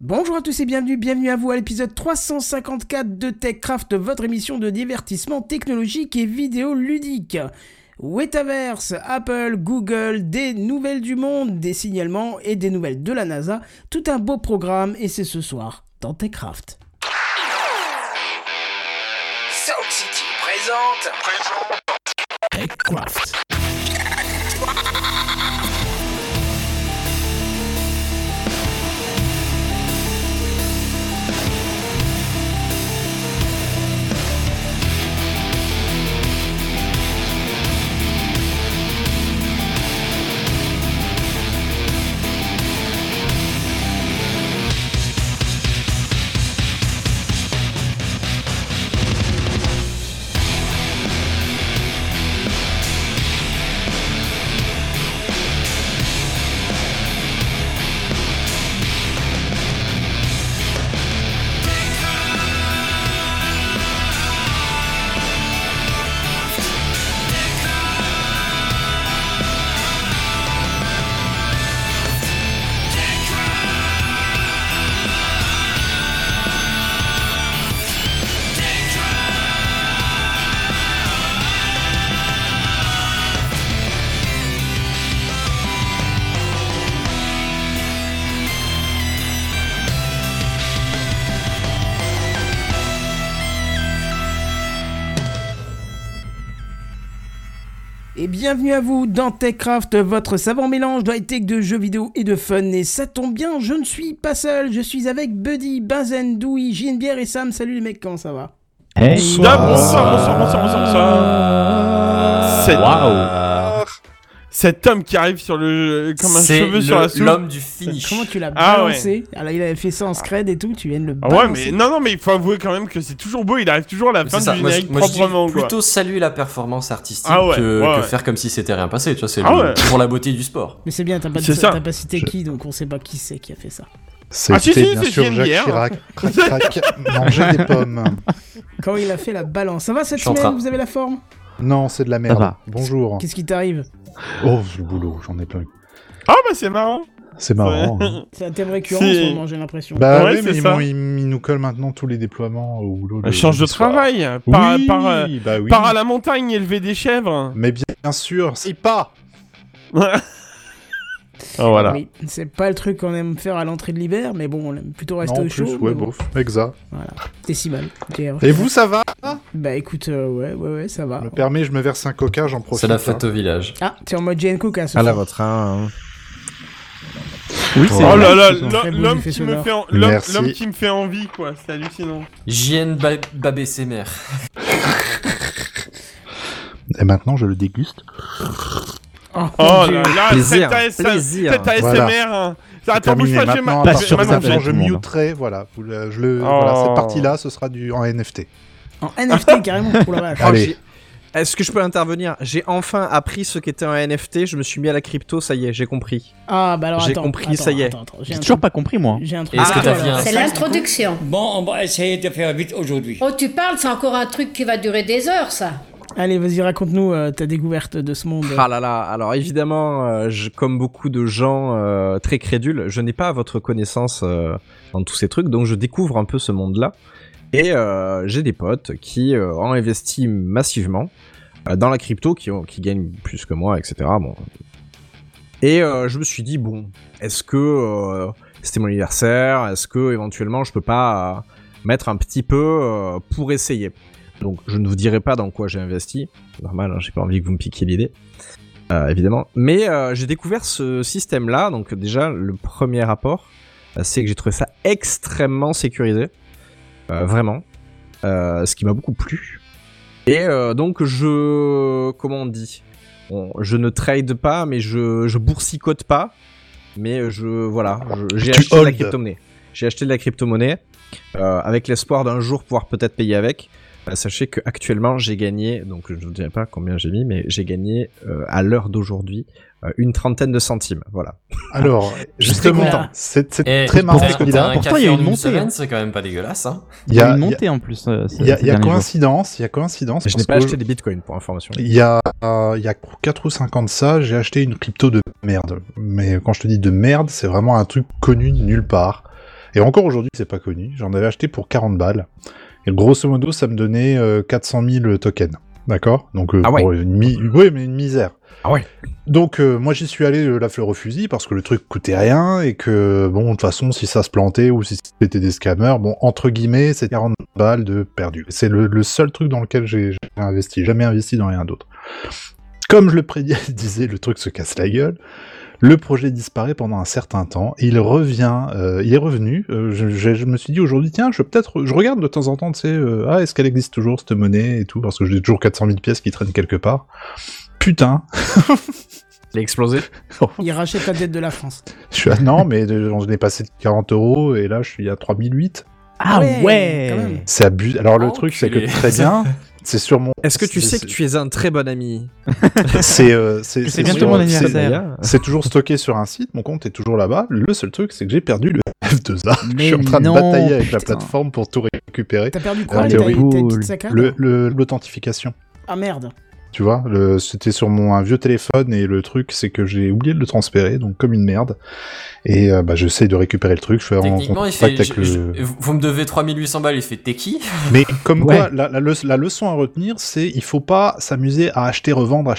Bonjour à tous et bienvenue à vous à l'épisode 354 de TechCraft, votre émission de divertissement technologique et vidéo ludique. Wetaverse, Apple, Google, des nouvelles du monde, des signalements et des nouvelles de la NASA, tout un beau programme et c'est ce soir dans TechCraft. Sound City présente TechCraft. Et bienvenue à vous dans TechCraft, votre savant mélange de high-tech, de jeux vidéo et de fun. Et ça tombe bien, je ne suis pas seul, je suis avec Buddy, Benzen, Dewey, JNBR et Sam. Salut les mecs, comment ça va? Hey. Bonsoir. Cet homme qui arrive sur le comme un cheveu sur la soupe. C'est l'homme du finish. Comment tu l'as balancé? Alors il avait fait ça en scred et tout, tu viens de le balancer. Ouais, mais non, mais il faut avouer quand même que c'est toujours beau, il arrive toujours à la fin du générique proprement, je dis plutôt saluer la performance artistique que faire comme si c'était rien passé, tu vois, c'est pour la beauté du sport. Mais c'est bien, t'as pas cité qui, donc on sait pas qui c'est qui a fait ça. C'était bien sûr Jacques Chirac. Crac, manger des pommes. Quand il a fait la balance. Ça va cette semaine, vous avez la forme? Non, c'est de la merde. Bonjour. Qu'est-ce qui t'arrive? Oh, le boulot, j'en ai plein. Ah bah c'est marrant. C'est marrant. Hein. C'est un thème récurrent en ce moment, j'ai l'impression. Bah ouais, mais ils nous collent maintenant tous les déploiements au boulot. Change de travail. Part à la montagne élever des chèvres. Mais bien sûr, c'est pas. Oh, voilà. Oui, c'est pas le truc qu'on aime faire à l'entrée de l'hiver, mais bon, on aime plutôt rester au chaud. Ouais, bof, exact. Voilà, c'est si mal. Et vous, ça va? Bah écoute, ouais, ça va. Je me permets, je me verse un coca, j'en profite. C'est la fête au village. Ah, t'es en mode Jane Coca, ce à soir. la vôtre, hein. Oui, c'est oh là là, l'homme qui me fait envie, quoi. C'est hallucinant. JN Babé ses mères. Et maintenant, je le déguste. Oh là là, plaisir. Faites ASMR. Voilà. Attends, bouge pas, maintenant je muterai, voilà. Voilà, cette partie-là, ce sera en NFT. En NFT, carrément, pour la vache. Allez. Est-ce que je peux intervenir? J'ai enfin appris ce qu'était un NFT, je me suis mis à la crypto, ça y est, j'ai compris. Ah bah alors j'ai compris, ça y est. J'ai toujours pas compris, moi. J'ai un truc. Est-ce que t'as vu C'est l'introduction. Bon, on va essayer de faire vite aujourd'hui. Oh, tu parles, c'est encore un truc qui va durer des heures, ça. Allez, vas-y, raconte-nous ta découverte de ce monde. Ah là là, alors évidemment, comme beaucoup de gens très crédules, je n'ai pas votre connaissance dans tous ces trucs, donc je découvre un peu ce monde-là. Et j'ai des potes qui ont investi massivement dans la crypto, qui gagnent plus que moi, etc. Bon. Et je me suis dit, bon, est-ce que c'était mon anniversaire? Est-ce que éventuellement je peux pas mettre un petit peu pour essayer? Donc je ne vous dirai pas dans quoi j'ai investi, normal, hein, j'ai pas envie que vous me piquiez l'idée, évidemment. Mais j'ai découvert ce système-là, donc déjà le premier rapport, c'est que j'ai trouvé ça extrêmement sécurisé, vraiment, ce qui m'a beaucoup plu. Et donc comment on dit, je ne trade pas, mais je boursicote pas, mais j'ai acheté de la crypto-monnaie. J'ai acheté de la crypto-monnaie avec l'espoir d'un jour pouvoir peut-être payer avec. Sachez qu'actuellement j'ai gagné, donc je ne vous dirai pas combien j'ai mis, mais j'ai gagné à l'heure d'aujourd'hui une trentaine de centimes, voilà. Alors, justement, c'est très marrant ce que tu dis là. Pourtant, il y a une montée. C'est quand même pas dégueulasse. Hein. Il y a une montée en plus. Il y a coïncidence. Je n'ai pas acheté des bitcoins pour information. Il y a 4 ou 5 ans de ça, j'ai acheté une crypto de merde. Mais quand je te dis de merde, c'est vraiment un truc connu de nulle part. Et encore aujourd'hui, c'est pas connu. J'en avais acheté pour 40 balles. Et grosso modo, ça me donnait 400 000 tokens. D'accord ? Donc, pour une misère. Ah ouais. Donc, moi, j'y suis allé la fleur au fusil parce que le truc coûtait rien et que, bon, de toute façon, si ça se plantait ou si c'était des scammers, bon, entre guillemets, c'est 40 balles de perdu. C'est le seul truc dans lequel j'ai investi. Jamais investi dans rien d'autre. Comme je le prédisais, le truc se casse la gueule. Le projet disparaît pendant un certain temps, et il revient, il est revenu, je me suis dit aujourd'hui, tiens, je regarde de temps en temps, tu sais, est-ce qu'elle existe toujours, cette monnaie, et tout, parce que j'ai toujours 400 000 pièces qui traînent quelque part. Putain. Il a explosé. Il rachète la dette de la France. Non, mais j'en ai passé de 40 €, et là, je suis à 3008. Ah ouais, quand même. C'est abusé. Alors, le truc, c'est que très bien... C'est sur mon. Est-ce que tu sais que tu es un très bon ami? C'est bientôt mon anniversaire. C'est toujours stocké sur un site, mon compte est toujours là-bas. Le seul truc, c'est que j'ai perdu le F2A. Je suis en train de batailler avec la plateforme pour tout récupérer. T'as perdu quoi? T'as une petite saccade? L'authentification. Ah merde. Tu vois, c'était sur un vieux téléphone et le truc, c'est que j'ai oublié de le transférer, donc comme une merde. Et j'essaie de récupérer le truc. Je fais en contact avec vous me devez 3800 balles, il fait t'es qui? Mais comme quoi, la leçon à retenir, c'est il faut pas s'amuser à acheter, revendre.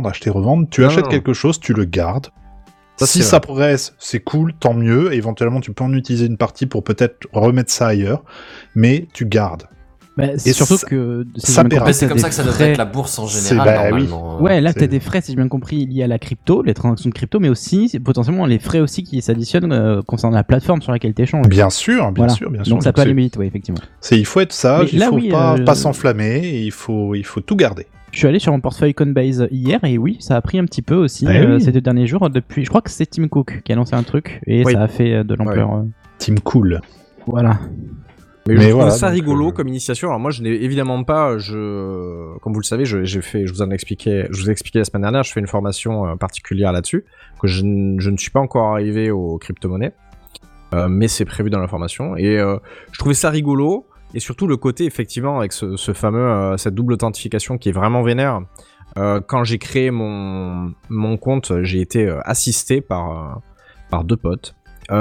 Tu achètes quelque chose, tu le gardes. Si ça progresse, c'est cool, tant mieux. Et éventuellement, tu peux en utiliser une partie pour peut-être remettre ça ailleurs. Mais tu gardes. C'est surtout que c'est comme ça que ça doit être la bourse en général. Normalement. Oui. Ouais, là t'as des frais, si j'ai bien compris, liés à la crypto, les transactions de crypto, mais aussi potentiellement les frais aussi qui s'additionnent concernant la plateforme sur laquelle t'échanges. Bien sûr. Donc ça peut aller vite, oui, effectivement. Il faut être sage, il faut pas s'enflammer, et il faut tout garder. Je suis allé sur mon portefeuille Coinbase hier et oui, ça a pris un petit peu aussi ces 2 derniers jours. Depuis, je crois que c'est Tim Cook qui a lancé un truc et ça a fait de l'ampleur. Tim Cool. Voilà. Mais je trouve ça rigolo comme initiation. Alors moi, je n'ai évidemment pas, comme vous le savez, je vous ai expliqué la semaine dernière, je fais une formation particulière là-dessus, que je ne suis pas encore arrivé aux crypto-monnaies, mais c'est prévu dans la formation. Et je trouvais ça rigolo, et surtout le côté effectivement avec ce fameux, cette double authentification qui est vraiment vénère. Quand j'ai créé mon compte, j'ai été assisté par 2 potes.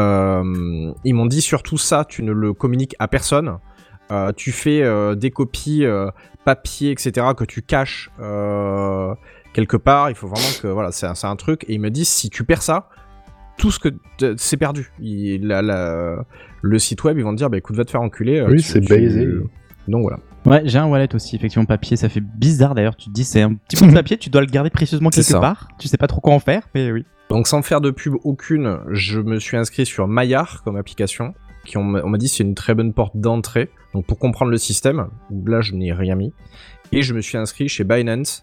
Ils m'ont dit surtout ça, tu ne le communiques à personne. Tu fais des copies papier, etc. que tu caches quelque part. Il faut vraiment que c'est un truc. Et ils me disent si tu perds ça, tout ce que c'est perdu. Le site web, ils vont te dire écoute, va te faire enculer. Oui, c'est baisé. Donc voilà. Ouais, j'ai un wallet aussi, effectivement, papier, ça fait bizarre d'ailleurs. Tu te dis c'est un petit bout de papier, tu dois le garder précieusement quelque part. Tu sais pas trop quoi en faire, mais oui. Donc sans faire de pub aucune, je me suis inscrit sur Maillard comme application, on m'a dit c'est une très bonne porte d'entrée, donc pour comprendre le système, là je n'ai rien mis, et je me suis inscrit chez Binance,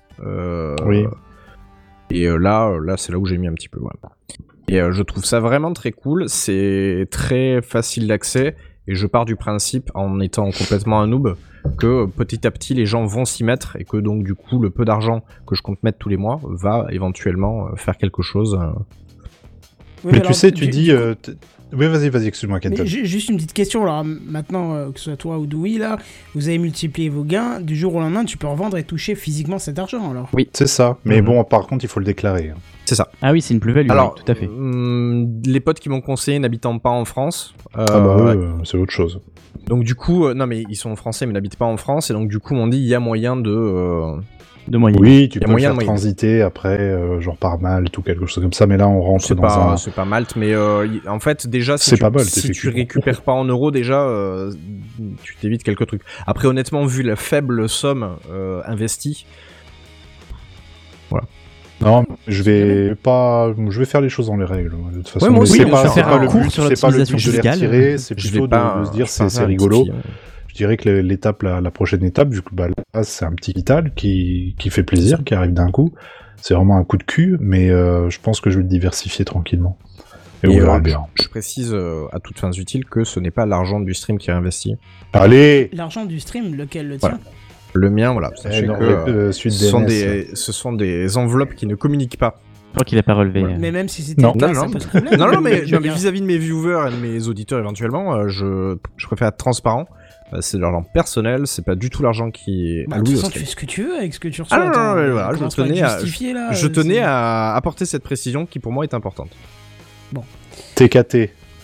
et là c'est là où j'ai mis un petit peu, et je trouve ça vraiment très cool, c'est très facile d'accès, et je pars du principe, en étant complètement un noob, que petit à petit les gens vont s'y mettre, et que donc du coup le peu d'argent que je compte mettre tous les mois va éventuellement faire quelque chose. Oui, mais tu sais, tu dis... Oui, vas-y, excuse-moi, Kenton. Juste une petite question, alors maintenant, que ce soit toi ou Dewey, là, vous avez multiplié vos gains, du jour au lendemain, tu peux revendre et toucher physiquement cet argent, alors. Oui, c'est ça, mais bon, par contre, il faut le déclarer. C'est ça. Ah oui, c'est une plus-value, alors, tout à fait. Les potes qui m'ont conseillé n'habitant pas en France... c'est autre chose. Donc du coup, non mais ils sont français mais n'habitent pas en France, et donc du coup on dit il y a moyen de moyen. Oui, tu peux le faire transiter après, genre par Malte ou quelque chose comme ça, mais là on rentre C'est pas Malte, mais en fait déjà si tu récupères pas en euros déjà, tu t'évites quelques trucs. Après honnêtement, vu la faible somme investie, voilà. Non, je vais faire les choses dans les règles. De toute façon, moi aussi, c'est pas le but de les retirer, c'est plutôt de se dire c'est rigolo. Je dirais que la prochaine étape, vu que là c'est un petit vital qui fait plaisir, qui arrive d'un coup. C'est vraiment un coup de cul, mais je pense que je vais le diversifier tranquillement. Et on verra bien. Je précise à toutes fins utiles que ce n'est pas l'argent du stream qui est investi. Allez. L'argent du stream, lequel le tien? Voilà. Le mien, voilà. Sachez que ce sont des enveloppes qui ne communiquent pas. Je crois qu'il n'a pas relevé. Mais même si c'était ça pose problème. Non, mais vis-à-vis de mes viewers et de mes auditeurs éventuellement, je préfère être transparent. C'est de l'argent personnel, c'est pas du tout l'argent qui est alloué au stream. Tu fais ce que tu veux avec ce que tu reçois. Voilà, je tenais à apporter cette précision qui pour moi est importante. Bon. TKT.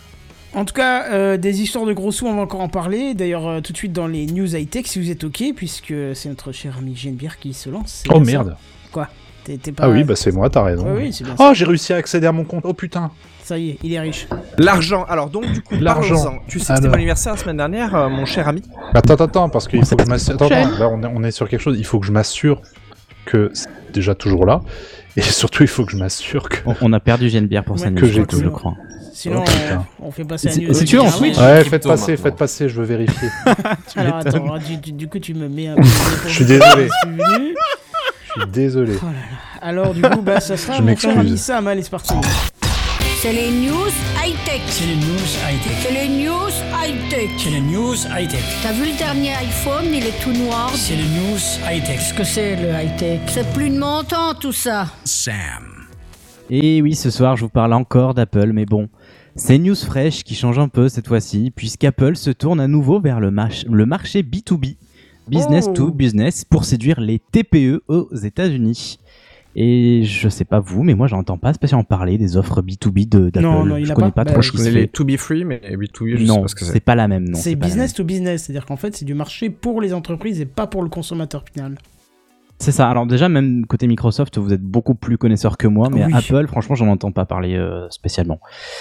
En tout cas, des histoires de gros sous, on va encore en parler. D'ailleurs, tout de suite dans les news high-tech, si vous êtes OK, puisque c'est notre cher ami Genebière qui se lance. Oh merde. Quoi ? T'es pas... Ah oui, bah c'est moi, t'as raison. Oui, c'est bien ça. Oh, j'ai réussi à accéder à mon compte. Oh putain. Ça y est, il est riche. L'argent. Alors donc du coup, parlons-en. Tu sais que c'était mon anniversaire la semaine dernière, mon cher ami. Attends, parce qu'il faut que je m'assure. Attends, là on est sur quelque chose. Il faut que je m'assure que c'est déjà toujours là. Et surtout, il faut que je m'assure que... On a perdu Genebière pour sa news, je crois. Sinon, on fait passer la news. Si tu veux, on switch. Ouais, faites passer, je veux vérifier. Alors attends, du coup, tu me mets un peu... Je suis désolé. Je suis désolé. Oh là là. Alors du coup, ça sera mon cher ami Sam, allez, c'est parti. C'est les news high-tech. C'est les news high-tech. C'est les news high-tech. C'est les news high-tech. T'as vu le dernier iPhone, il est tout noir. C'est les news high-tech. Qu'est-ce que c'est le high-tech? C'est plus de mon temps tout ça. Sam. Et oui, ce soir, je vous parle encore d'Apple, mais bon, c'est une news fraîche qui change un peu cette fois-ci, puisqu'Apple se tourne à nouveau vers le marché B2B, business to business, pour séduire les TPE aux États-Unis. Et je sais pas vous, mais moi j'entends pas spécialement parler des offres B2B d'Apple. Non, je connais pas trop. Je connais les To Be Free, mais les B2B, je sais pas ce que c'est. C'est pas la même, non. C'est business to business, c'est-à-dire qu'en fait c'est du marché pour les entreprises et pas pour le consommateur final. C'est ça. Alors déjà, même côté Microsoft, vous êtes beaucoup plus connaisseur que moi, mais oui. Apple, franchement, j'en entends pas parler spécialement.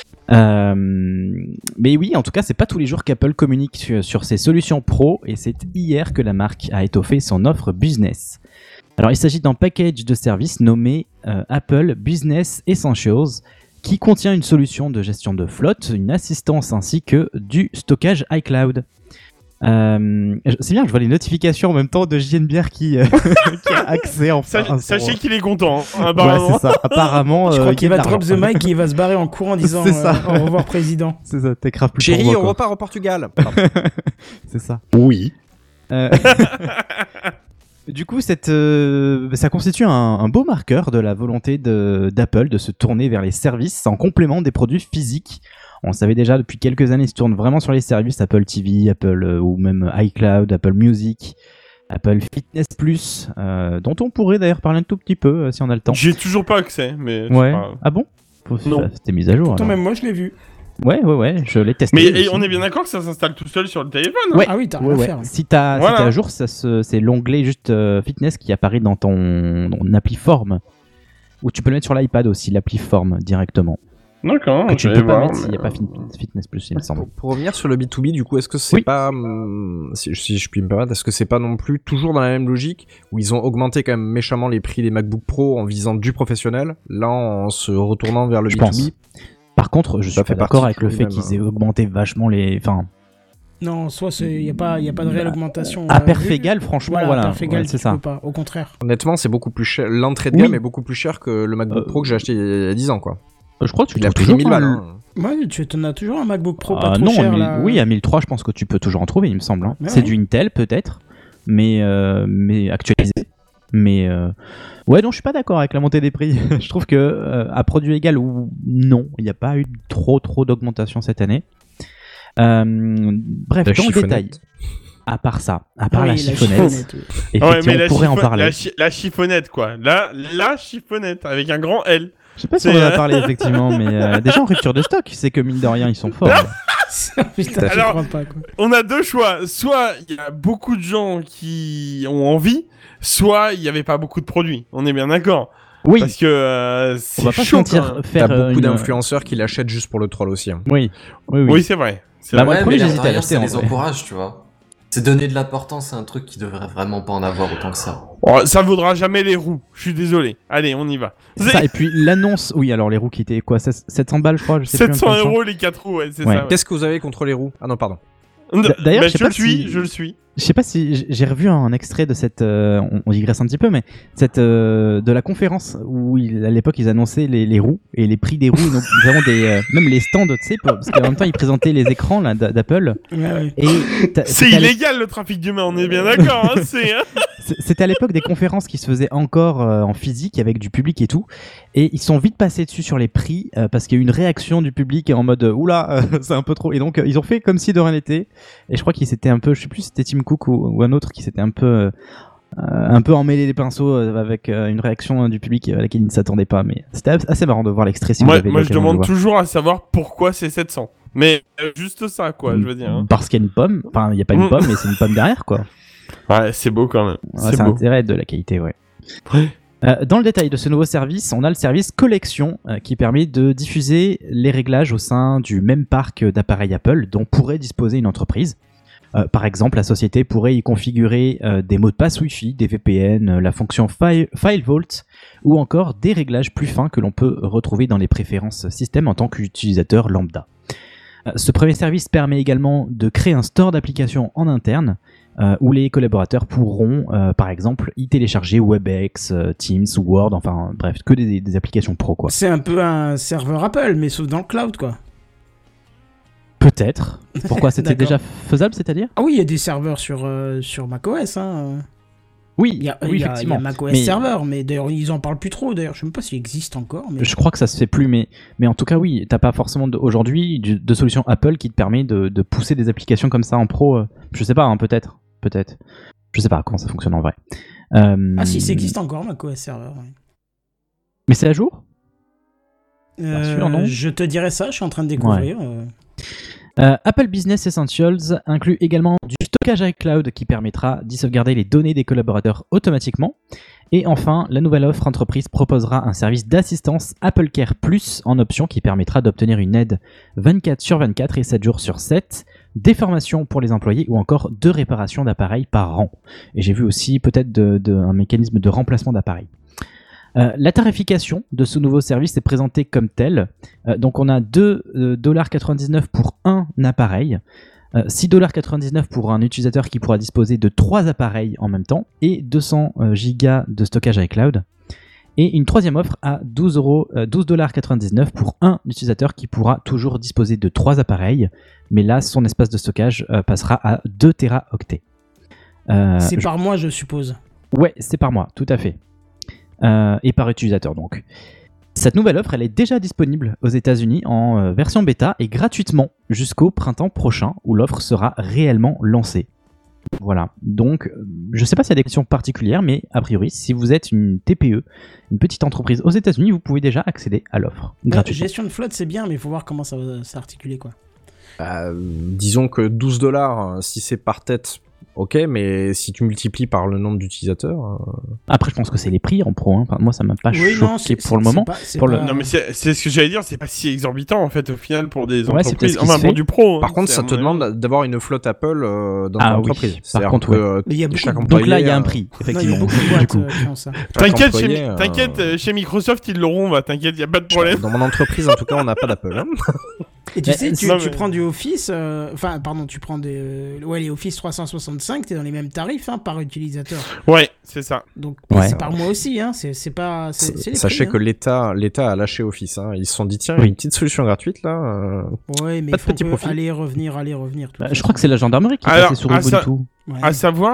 Mais oui, en tout cas, c'est pas tous les jours qu'Apple communique sur ses solutions pro, et c'est hier que la marque a étoffé son offre business. Alors, il s'agit d'un package de services nommé Apple Business Essentials, qui contient une solution de gestion de flotte, une assistance ainsi que du stockage iCloud. C'est bien, je vois les notifications en même temps de Genebière qui a accès enfin. Sachez qu'il est content. Ouais, c'est ça. Apparemment, je crois qu'il va drop the mic et il va se barrer en courant en disant C'est ça. au revoir président. C'est ça, t'es grave plus Chérie, pour moi, on quoi. repart au Portugal. C'est ça. Oui. Du coup, ça constitue un beau marqueur de la volonté d'Apple de se tourner vers les services en complément des produits physiques. On savait déjà depuis quelques années, ils se tournent vraiment sur les services Apple TV, Apple ou même iCloud, Apple Music, Apple Fitness Plus, dont on pourrait d'ailleurs parler un tout petit peu si on a le temps. J'ai toujours pas accès, mais... Ouais. Ah bon? Non. C'était mis à jour. Pourtant, alors. même moi je l'ai vu. Ouais, je l'ai testé. Mais on est bien d'accord que ça s'installe tout seul sur le téléphone. Hein. Ouais. Ah oui, t'as rien à faire. Si t'es à jour, c'est l'onglet juste fitness qui apparaît dans ton appli Form. Ou tu peux le mettre sur l'iPad aussi, l'appli Form directement. D'accord. Que tu ne peux pas mettre s'il n'y a pas Fitness Plus, il me semble. Pour revenir sur le B2B, du coup, est-ce que c'est pas, si je puis me permettre, est-ce que c'est pas non plus toujours dans la même logique où ils ont augmenté quand même méchamment les prix des MacBook Pro en visant du professionnel, là en se retournant vers le B2B pense. Par contre, je suis pas d'accord avec le fait qu'ils aient augmenté vachement les... Non, soit il n'y a pas de réelle augmentation. À perf égal, franchement, voilà. Perf égal, c'est ça. peux pas. Au contraire. Honnêtement, c'est beaucoup plus cher. L'entrée de gamme est beaucoup plus chère que le MacBook Pro que j'ai acheté il y a 10 ans, quoi. Je crois que il a pris 1000 balles. Ouais, tu en as toujours un MacBook Pro pas trop cher, là. Oui, à 1003, je pense que tu peux toujours en trouver, il me semble. Hein. Ouais, c'est du Intel, peut-être, mais actualisé. Mais ouais, non, je suis pas d'accord avec la montée des prix. Je trouve que à produit égal ou non, il n'y a pas eu trop d'augmentation cette année. Bref, dans le détail. À part ça, la chiffonnette. Effectivement, on pourrait en parler. La chiffonnette, quoi. La chiffonnette, avec un grand L. Je sais pas si on en a parlé, effectivement, mais déjà en rupture de stock, c'est que mine de rien, ils sont forts. Putain, alors, je crois pas, quoi. On a deux choix. Soit il y a beaucoup de gens qui ont envie, soit il n'y avait pas beaucoup de produits. On est bien d'accord. Oui. Parce que c'est on va pas chaud. T'as beaucoup d'influenceurs qui l'achètent juste pour le troll aussi. Hein. Oui, c'est vrai. Bah, moi, le premier, j'hésitais à l'acheter. Ça les encourage, tu vois. C'est donner de l'importance à un truc qui devrait vraiment pas en avoir autant que ça. Oh, ça vaudra jamais les roues. Je suis désolé. Allez, on y va. Ça, et puis l'annonce. Oui, alors les roues qui étaient quoi, 700 balles, je crois. Je sais 700 plus, euros les 4 roues, ouais, c'est ça. Ouais. Qu'est-ce que vous avez contre les roues? Ah non, pardon. D'ailleurs, je le suis. Je sais pas si j'ai revu un extrait de cette, on digresse un petit peu, mais de la conférence où à l'époque ils annonçaient les roues et les prix des roues, donc vraiment même les stands, tu sais, parce qu'en même temps ils présentaient les écrans là, d'Apple. Ouais. Et c'est illégal le trafic d'humains, on est bien d'accord. Hein, c'était à l'époque des conférences qui se faisaient encore en physique avec du public et tout, et ils sont vite passés dessus sur les prix parce qu'il y a eu une réaction du public en mode oula, c'est un peu trop, et donc ils ont fait comme si de rien n'était. Et je crois qu'il s'était un peu, je sais plus si c'était Tim Cook ou un autre qui s'était un peu emmêlé les pinceaux avec une réaction du public à laquelle il ne s'attendait pas. Mais c'était assez marrant de voir l'extrait. Si moi je demande toujours à savoir pourquoi c'est 700. Mais juste ça, quoi, je veux dire. Hein. Parce qu'il y a une pomme. Enfin, il n'y a pas une pomme, mais c'est une pomme derrière, quoi. Ouais, c'est beau quand même. Ouais, c'est l'intérêt de la qualité, ouais. Dans le détail de ce nouveau service, on a le service Collection qui permet de diffuser les réglages au sein du même parc d'appareils Apple dont pourrait disposer une entreprise. Par exemple, la société pourrait y configurer des mots de passe Wi-Fi, des VPN, la fonction File Vault ou encore des réglages plus fins que l'on peut retrouver dans les préférences système en tant qu'utilisateur lambda. Ce premier service permet également de créer un store d'applications en interne où les collaborateurs pourront, par exemple, y télécharger WebEx, Teams ou Word, enfin bref, que des applications pro, quoi. C'est un peu un serveur Apple, mais sauf dans le cloud, quoi. Peut-être. Pourquoi c'était déjà faisable, c'est-à-dire ? Ah oui, il y a des serveurs sur macOS, hein. Oui, il y a effectivement. macOS serveur, mais d'ailleurs ils en parlent plus trop. D'ailleurs, je sais même pas s'il existe encore. Mais... Je crois que ça se fait plus, mais en tout cas oui, t'as pas forcément aujourd'hui de solution Apple qui te permet de pousser des applications comme ça en pro. Je sais pas, hein, peut-être. Je sais pas comment ça fonctionne en vrai. Ah si, ça existe encore macOS serveur. Ouais. Mais c'est à jour ? Sûr, non ? Je te dirai ça. Je suis en train de découvrir. Ouais. Apple Business Essentials inclut également du stockage iCloud qui permettra d'y sauvegarder les données des collaborateurs automatiquement. Et enfin, la nouvelle offre entreprise proposera un service d'assistance Apple Care Plus en option qui permettra d'obtenir une aide 24/24 et 7 jours sur 7, des formations pour les employés ou encore 2 réparations d'appareils par an. Et j'ai vu aussi peut-être un mécanisme de remplacement d'appareils. La tarification de ce nouveau service est présentée comme telle. Donc on a $2,99 pour un appareil, $6,99 pour un utilisateur qui pourra disposer de 3 appareils en même temps et 200 Go de stockage iCloud. Et une troisième offre à $12,99 pour un utilisateur qui pourra toujours disposer de 3 appareils, mais là son espace de stockage passera à 2 Teraoctets. C'est par mois, je suppose. Ouais, c'est par mois, tout à fait. Et par utilisateur donc. Cette nouvelle offre, elle est déjà disponible aux États-Unis en version bêta et gratuitement jusqu'au printemps prochain où l'offre sera réellement lancée. Voilà. Donc, je sais pas s'il y a des questions particulières, mais a priori, si vous êtes une TPE, une petite entreprise aux États-Unis, vous pouvez déjà accéder à l'offre gratuitement. Gestion de flotte, c'est bien, mais il faut voir comment ça va s'articuler, quoi. Disons que $12, si c'est par tête. Ok, mais si tu multiplies par le nombre d'utilisateurs... Après, je pense que c'est les prix en pro. Hein. Enfin, moi, ça m'a pas choqué pour le moment. Non, mais c'est ce que j'allais dire, c'est pas si exorbitant en fait au final pour des entreprises. Enfin, pour du pro. Par contre, ça te demande d'avoir une flotte Apple dans ton entreprise. Oui. Par contre, donc là, il y a un prix, effectivement. Non, il y a beaucoup de boîtes qui ont ça. T'inquiète, chez Microsoft, ils l'auront, t'inquiète, il y a pas de problème. Dans mon entreprise, en tout cas, on n'a pas d'Apple. Hein. Et tu sais, tu prends du Office, tu prends les Office 365, t'es dans les mêmes tarifs par utilisateur. Ouais, c'est ça. Donc c'est par mois aussi, hein. C'est pas. C'est sachez prix, que l'État a lâché Office. Hein. Ils se sont dit tiens, il y a une petite solution gratuite là. Ouais, mais pas de petit profit. Aller revenir. Je crois que c'est la gendarmerie qui est passée sur Ubuntu. Ouais. À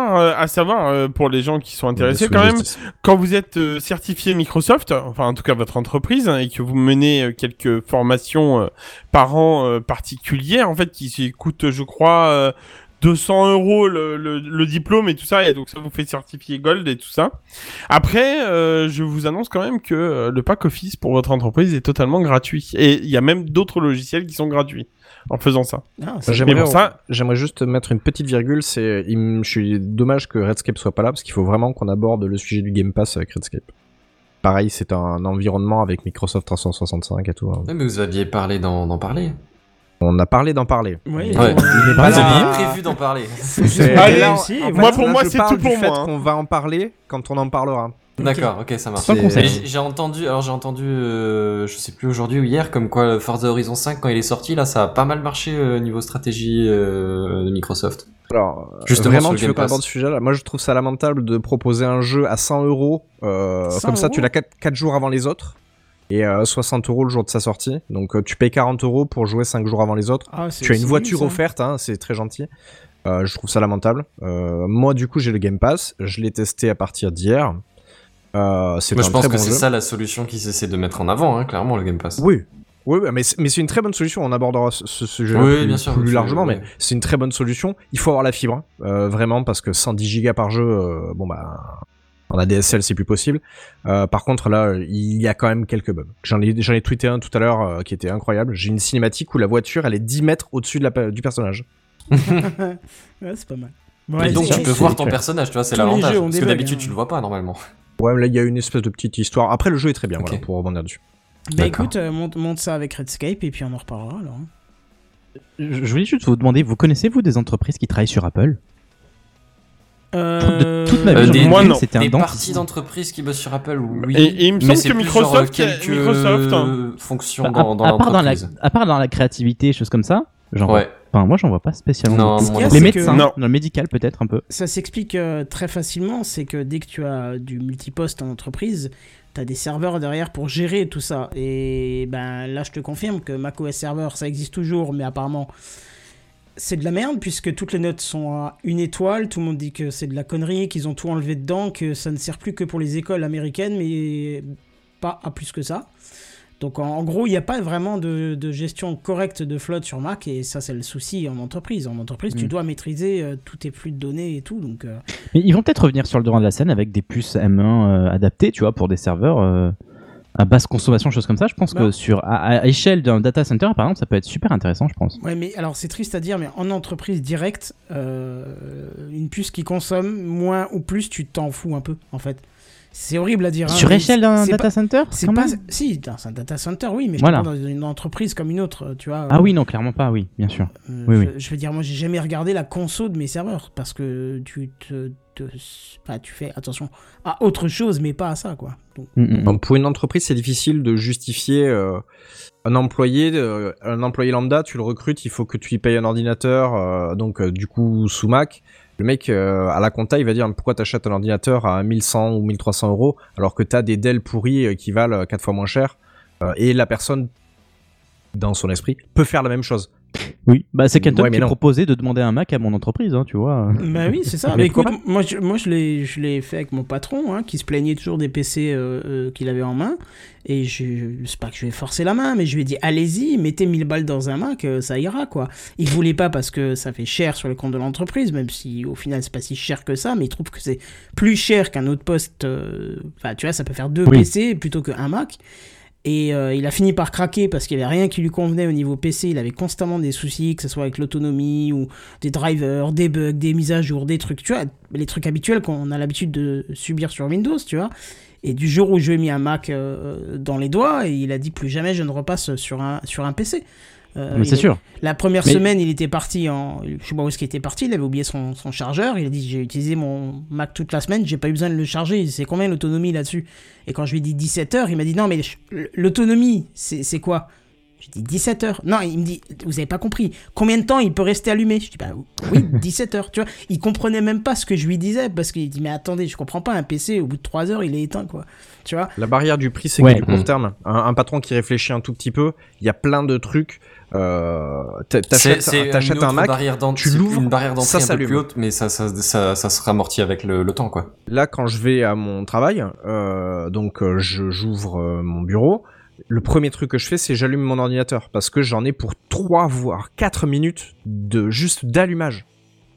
savoir pour les gens qui sont intéressés quand même, quand vous êtes certifié Microsoft, enfin en tout cas votre entreprise, et que vous menez quelques formations par an particulières, en fait, qui coûtent, je crois, 200 € le diplôme et tout ça, et donc ça vous fait certifier Gold et tout ça. Après, je vous annonce quand même que le pack Office pour votre entreprise est totalement gratuit, et il y a même d'autres logiciels qui sont gratuits en faisant ça. J'aimerais juste mettre une petite virgule, je suis dommage que Redscape soit pas là, parce qu'il faut vraiment qu'on aborde le sujet du Game Pass avec Redscape. Pareil, c'est un environnement avec Microsoft 365 et tout. Hein. Ouais, mais vous aviez parlé d'en parler. On a parlé d'en parler. Oui, vous aviez prévu d'en parler. Pour moi, c'est tout pour moi. On va en parler quand on en parlera. D'accord, ok, ça marche. J'ai entendu, je sais plus aujourd'hui ou hier, comme quoi Forza Horizon 5, quand il est sorti, là, ça a pas mal marché niveau stratégie de Microsoft. Alors, justement, vraiment, tu veux qu'on aborde ce sujet-là ? Moi, je trouve ça lamentable de proposer un jeu à 100 €, comme ça, tu l'as 4 jours avant les autres, et 60 € le jour de sa sortie. Donc, tu payes 40 € pour jouer 5 jours avant les autres. Tu as une voiture offerte, hein, c'est très gentil. Je trouve ça lamentable. Moi, du coup, j'ai le Game Pass. Je l'ai testé à partir d'hier. Je pense que c'est ça la solution qu'ils essaient de mettre en avant, hein, clairement, le Game Pass. Oui, mais c'est une très bonne solution. On abordera ce sujet plus largement, mais c'est une très bonne solution. Il faut avoir la fibre, vraiment, parce que 110 Go par jeu, En ADSL, c'est plus possible. Par contre, là, il y a quand même quelques bugs. J'en ai tweeté un tout à l'heure qui était incroyable. J'ai une cinématique où la voiture, elle est 10 mètres au-dessus du personnage. Ouais, c'est pas mal. Et donc tu peux voir ton personnage, tu vois, c'est l'avantage. Parce que d'habitude, tu le vois pas normalement. Ouais, mais là, il y a une espèce de petite histoire. Après, le jeu est très bien, voilà, pour rebondir dessus. Bah écoute, monte ça avec Redscape et puis on en reparlera alors. Je voulais juste vous demander, vous connaissez-vous des entreprises qui travaillent sur Apple ? De toute ma vie, moi non. C'était des un parties d'entreprises qui bossent sur Apple, oui. Et il me semble que Microsoft, quelques fonctions dans l'entreprise. À part dans la créativité, choses comme ça, genre. Ouais. Enfin, moi, j'en vois pas spécialement. Non, les médecins, dans le médical peut-être un peu. Ça s'explique très facilement, c'est que dès que tu as du multiposte en entreprise, tu as des serveurs derrière pour gérer tout ça. Et ben là, je te confirme que macOS Server, ça existe toujours, mais apparemment, c'est de la merde, puisque toutes les notes sont à 1 étoile, tout le monde dit que c'est de la connerie, qu'ils ont tout enlevé dedans, que ça ne sert plus que pour les écoles américaines, mais pas à plus que ça. Donc en gros, il n'y a pas vraiment de gestion correcte de flotte sur Mac, et ça c'est le souci en entreprise. En entreprise, tu dois maîtriser tous tes flux de données et tout. Donc, Mais ils vont peut-être revenir sur le devant de la scène avec des puces M1 adaptées, tu vois, pour des serveurs à basse consommation, choses comme ça. Je pense que à échelle d'un data center, par exemple, ça peut être super intéressant, je pense. Ouais, mais alors c'est triste à dire, mais en entreprise directe, une puce qui consomme moins ou plus, tu t'en fous un peu, en fait. C'est horrible à dire. Sur échelle d'un data center ? C'est pas. Si, dans un data center, oui, mais je parle dans une entreprise comme une autre, tu vois. Ah oui, non, clairement pas, oui, bien sûr. Je veux dire, moi, j'ai jamais regardé la conso de mes serveurs parce que tu fais attention à autre chose, mais pas à ça, quoi. Donc, pour une entreprise, c'est difficile de justifier un employé lambda. Tu le recrutes, il faut que tu lui payes un ordinateur, du coup sous Mac. Le mec, à la compta, il va dire pourquoi t'achètes un ordinateur à 1100 ou 1300 euros alors que t'as des Dell pourris qui valent 4 fois moins cher. Et la personne, dans son esprit, peut faire la même chose. Oui, bah c'est Kenton qui proposait de demander un Mac à mon entreprise, hein, tu vois. Bah oui, c'est ça. Mais écoute, moi je l'ai fait avec mon patron, hein, qui se plaignait toujours des PC qu'il avait en main. Et c'est pas que je vais forcer la main, mais je lui ai dit allez-y, mettez 1000 balles dans un Mac, ça ira, quoi. Il voulait pas parce que ça fait cher sur le compte de l'entreprise, même si au final c'est pas si cher que ça, mais il trouve que c'est plus cher qu'un autre poste. Enfin, tu vois, ça peut faire 2 PC plutôt qu'un Mac. Et il a fini par craquer parce qu'il n'y avait rien qui lui convenait au niveau PC. Il avait constamment des soucis, que ce soit avec l'autonomie ou des drivers, des bugs, des mises à jour, des trucs, tu vois, les trucs habituels qu'on a l'habitude de subir sur Windows, tu vois. Et du jour où je lui ai mis un Mac dans les doigts, il a dit plus jamais je ne repasse sur un PC. Mais c'est sûr. La première semaine, il était parti je sais pas où est-ce qu'il était parti, il avait oublié son chargeur. Il a dit j'ai utilisé mon Mac toute la semaine, j'ai pas eu besoin de le charger. C'est combien l'autonomie là-dessus? Et quand je lui ai dit 17 heures, il m'a dit non, mais l'autonomie, c'est quoi? J'ai dit 17 heures. Non, il me dit vous avez pas compris. Combien de temps il peut rester allumé? Je dis bah oui, 17 heures. Tu vois, il comprenait même pas ce que je lui disais parce qu'il dit mais attendez, je comprends pas, un PC au bout de 3 heures, il est éteint, quoi. Tu vois? La barrière du prix, c'est que du court terme. Un patron qui réfléchit un tout petit peu, il y a plein de trucs. T'achètes un Mac, tu l'ouvres, une barrière d'entrée ça un peu plus haute, mais ça se ramortit avec le temps, quoi. Là, quand je vais à mon travail, j'ouvre mon bureau. Le premier truc que je fais, c'est j'allume mon ordinateur parce que j'en ai pour 3 voire 4 minutes juste d'allumage.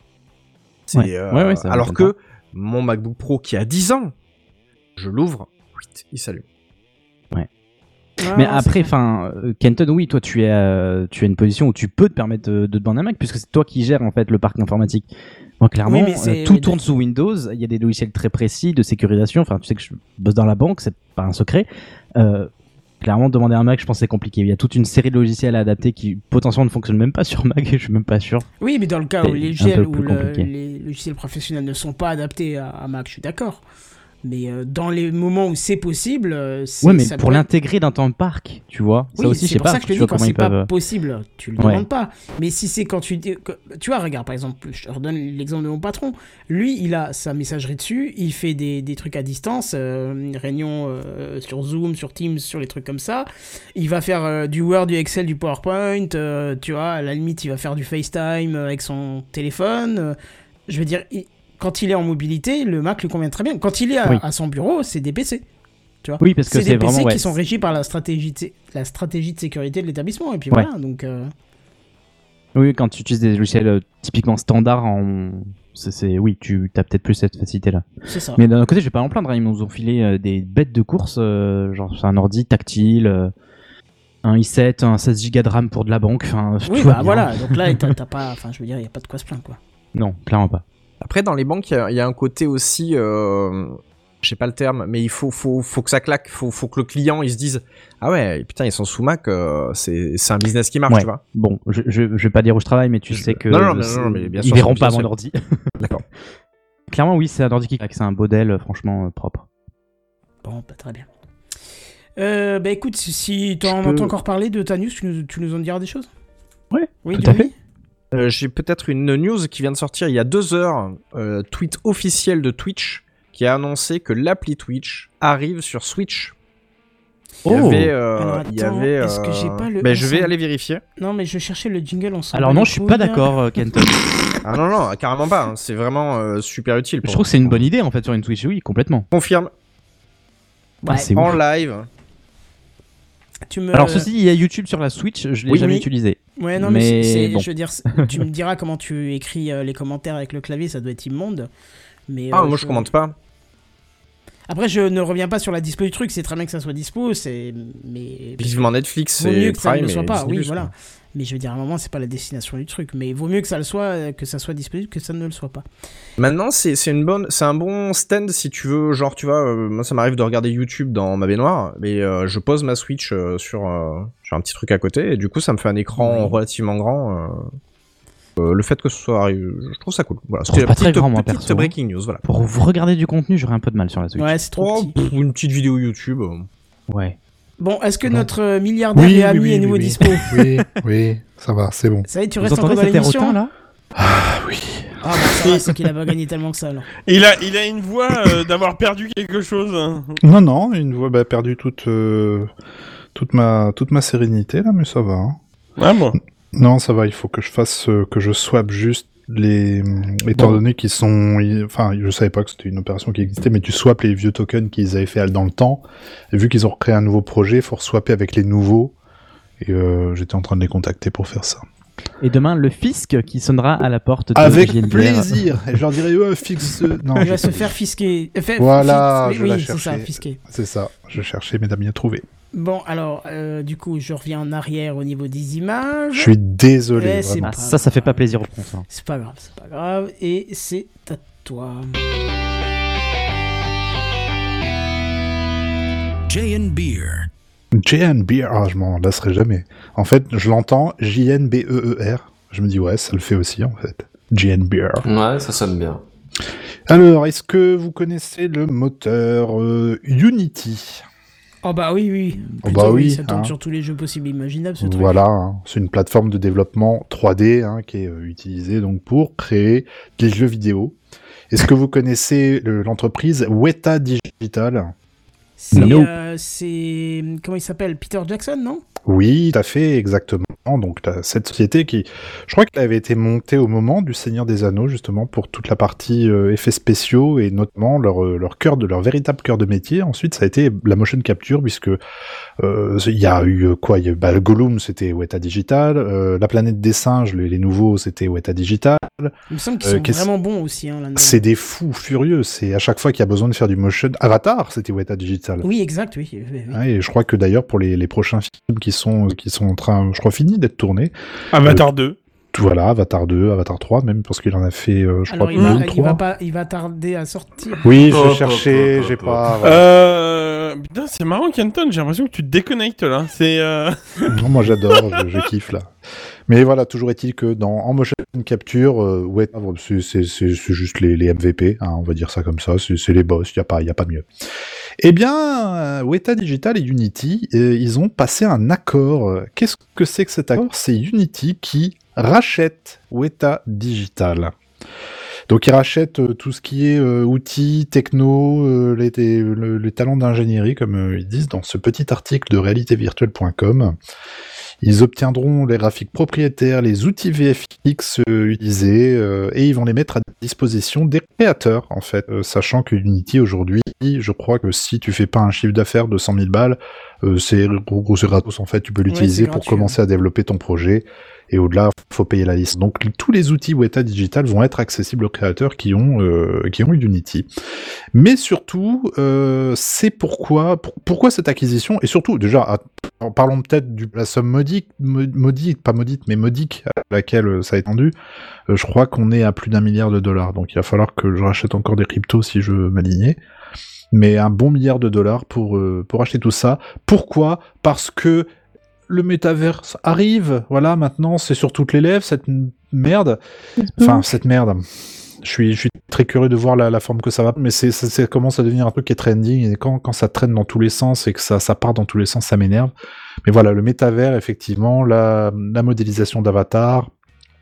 Alors que mon MacBook Pro qui a 10 ans, je l'ouvre, il s'allume. Ouais. Mais après, Kenton, oui, toi, tu as une position où tu peux te permettre de demander un Mac puisque c'est toi qui gères en fait le parc informatique. Moi, clairement, tout tourne sous Windows. Il y a des logiciels très précis de sécurisation. Enfin, tu sais que je bosse dans la banque, c'est pas un secret. Clairement, demander un Mac, je pense que c'est compliqué. Il y a toute une série de logiciels à adapter qui potentiellement ne fonctionnent même pas sur Mac et je suis même pas sûr. Oui, mais dans le cas où les logiciels professionnels ne sont pas adaptés à Mac, je suis d'accord. Mais dans les moments où c'est possible, mais pour l'intégrer dans ton parc, tu vois. Oui, ça aussi, c'est pour ça que je te dis, quand c'est pas possible, tu le demandes pas. Mais si c'est quand tu vois, regarde, par exemple, je te redonne l'exemple de mon patron. Lui, il a sa messagerie dessus, il fait des trucs à distance, une réunion sur Zoom, sur Teams, sur les trucs comme ça. Il va faire du Word, du Excel, du PowerPoint, tu vois, à la limite, il va faire du FaceTime avec son téléphone. Je veux dire... Quand il est en mobilité, le Mac lui convient très bien. Quand il est à son bureau, c'est des PC. Tu vois, oui, parce que c'est des PC vraiment, qui sont régis par la stratégie de sécurité de l'établissement. Et puis voilà, donc... Oui, quand tu utilises des logiciels typiquement standards, oui, tu as peut-être plus cette facilité-là. C'est ça. Mais d'un autre côté, je vais pas en plaindre. Ils nous ont filé des bêtes de course, genre c'est un ordi tactile, un i7, un 16 Go de RAM pour de la banque. Oui, bah voilà. Donc là, t'as pas. Enfin, je veux dire, il y a pas de quoi se plaindre, quoi. Non, clairement pas. Après, dans les banques, il y a un côté aussi, je sais pas le terme, mais il faut que ça claque, faut que le client il se dise ah ouais, putain ils sont sous Mac, c'est un business qui marche, ouais. Tu vois. Bon, je vais pas dire où je travaille, mais tu sais que non, mais bien sûr, ils verront pas mon ordi. D'accord. Clairement, oui, c'est un ordi qui claque, c'est un modèle franchement propre. Bon, pas très bien. Bah écoute, si tu en entends encore parler de ta news, tu nous en diras des choses. Ouais, oui, tout à fait. J'ai peut-être une news qui vient de sortir il y a 2 heures, tweet officiel de Twitch qui a annoncé que l'appli Twitch arrive sur Switch. Il y avait. Est-ce que j'ai pas le. Je vais aller vérifier. Non, mais je cherchais le jingle ensemble. Alors non, je suis pas d'accord, Kenton. Ah non, carrément pas. Hein. C'est vraiment super utile. Je trouve que c'est une bonne idée en fait sur une Twitch, oui, complètement. Confirme. Ouais, c'est en ouf. live. Alors ceci, il y a YouTube sur la Switch, je l'ai jamais utilisé. Ouais, non, mais bon. je veux dire, tu me diras comment tu écris les commentaires avec le clavier, ça doit être immonde. Mais, moi je commente pas. Après, je ne reviens pas sur la dispo du truc, c'est très bien que ça soit dispo, mais... Vivement Netflix, vaut mieux que ça ne Prime le soit pas, Disney+, oui, voilà. Mais je veux dire, à un moment, c'est pas la destination du truc, mais vaut mieux que ça le soit, que ça soit disponible, que ça ne le soit pas. Maintenant, c'est un bon stand si tu veux, genre, tu vois, moi ça m'arrive de regarder YouTube dans ma baignoire, mais je pose ma Switch sur un petit truc à côté, et du coup, ça me fait un écran relativement grand. Le fait que ce soit, je trouve ça cool. Voilà, c'était la petite breaking news. Voilà. Pour vous regarder du contenu, j'aurais un peu de mal sur la Switch. Ouais, c'est trop petit. Une petite vidéo YouTube. Ouais. Bon, est-ce que notre milliardaire et ami est nouveau dispo? Oui, ça va, c'est bon. Ça y est, tu restes encore dans l'émission là? Ah oui. Ah bah ça va, c'est qu'il a pas gagné tellement que ça alors. Il a une voix d'avoir perdu quelque chose. Non, une voix perdu toute ma sérénité là, mais ça va. Hein. Ah bon. Non, ça va, il faut que je fasse, que je swap juste étant donné qu'ils sont, enfin, je savais pas que c'était une opération qui existait, mais tu swaps les vieux tokens qu'ils avaient fait dans le temps, et vu qu'ils ont recréé un nouveau projet, il faut swapper avec les nouveaux, et j'étais en train de les contacter pour faire ça. Et demain, le fisc qui sonnera à la porte de avec JNBR. plaisir. Et je leur dirais, fixe. Non, il va se faire fisquer. Voilà, oui, c'est ça, fisquer. C'est ça, je cherchais mes amis à trouver. Bon, alors, du coup, je reviens en arrière au niveau des images. Je suis désolé. Ça fait pas plaisir au sponsor. C'est pas grave. Et c'est à toi. JNBR. JNBR, je m'en lasserai jamais. En fait, je l'entends JNBEER. Je me dis, ouais, ça le fait aussi, en fait. JNBR. Ouais, ça sonne bien. Alors, est-ce que vous connaissez le moteur Unity ? Oh bah oui. Plutôt, oui, ça tourne sur tous les jeux possibles et imaginables, ce truc. Voilà, c'est une plateforme de développement 3D qui est utilisée donc pour créer des jeux vidéo. Est-ce que vous connaissez l'entreprise Weta Digital ? C'est comment il s'appelle, Peter Jackson, non ? Oui, tout à fait, exactement. Donc cette société qui, je crois qu'elle avait été montée au moment du Seigneur des Anneaux, justement, pour toute la partie effets spéciaux et notamment leur véritable cœur de métier. Ensuite, ça a été la motion capture, puisque il y a eu quoi ? Le Gollum, c'était Weta Digital. La planète des singes, les nouveaux, c'était Weta Digital. Il me semble qu'ils sont vraiment bons aussi. Là-dedans. C'est des fous furieux. C'est à chaque fois qu'il y a besoin de faire du motion. Avatar, c'était Weta Digital. Oui, exact, oui. Ouais, et je crois que d'ailleurs pour les prochains films qui sont en train, je crois, finis d'être tournés. Avatar 2. Voilà, Avatar 2, Avatar 3 même, parce qu'il en a fait, je crois, il va tarder à sortir. Oui, je cherchais, j'ai pas... Voilà. Putain, c'est marrant, Kenton, j'ai l'impression que tu te déconnectes, là. Non, moi j'adore, je kiffe, là. Mais voilà, toujours est-il que en motion capture, c'est juste les MVP, on va dire ça comme ça, c'est les boss, il y a pas mieux. Eh bien, Weta Digital et Unity, ils ont passé un accord. Qu'est-ce que c'est que cet accord ? C'est Unity qui rachète Weta Digital. Donc ils rachètent tout ce qui est outils, techno, les talents d'ingénierie, comme ils disent dans ce petit article de realitévirtuelle.com. Ils obtiendront les graphiques propriétaires, les outils VFX utilisés, et ils vont les mettre à disposition des créateurs, en fait. Sachant que Unity, aujourd'hui, je crois que si tu fais pas un chiffre d'affaires de 100 000 balles, c'est gratos, en fait. Tu peux l'utiliser pour commencer à développer ton projet. Et au-delà, faut payer la licence. Donc tous les outils Weta Digital vont être accessibles aux créateurs qui ont Unity. Mais surtout, c'est pourquoi cette acquisition, et surtout, déjà, parlons peut-être de la somme modique, pas maudite, mais modique à laquelle ça a étendu. Je crois qu'on est à plus d'1 milliard de dollars. Donc il va falloir que je rachète encore des cryptos si je veux m'aligner. Mais un bon milliard de dollars pour acheter tout ça. Pourquoi ? Parce que le métaverse arrive, voilà, maintenant, c'est sur toutes les lèvres, cette merde. Enfin, cette merde. Je suis très curieux de voir la forme que ça va, mais ça commence à devenir un truc qui est trending, et quand ça traîne dans tous les sens et que ça part dans tous les sens, ça m'énerve. Mais voilà, le métavers, effectivement, la modélisation d'avatar,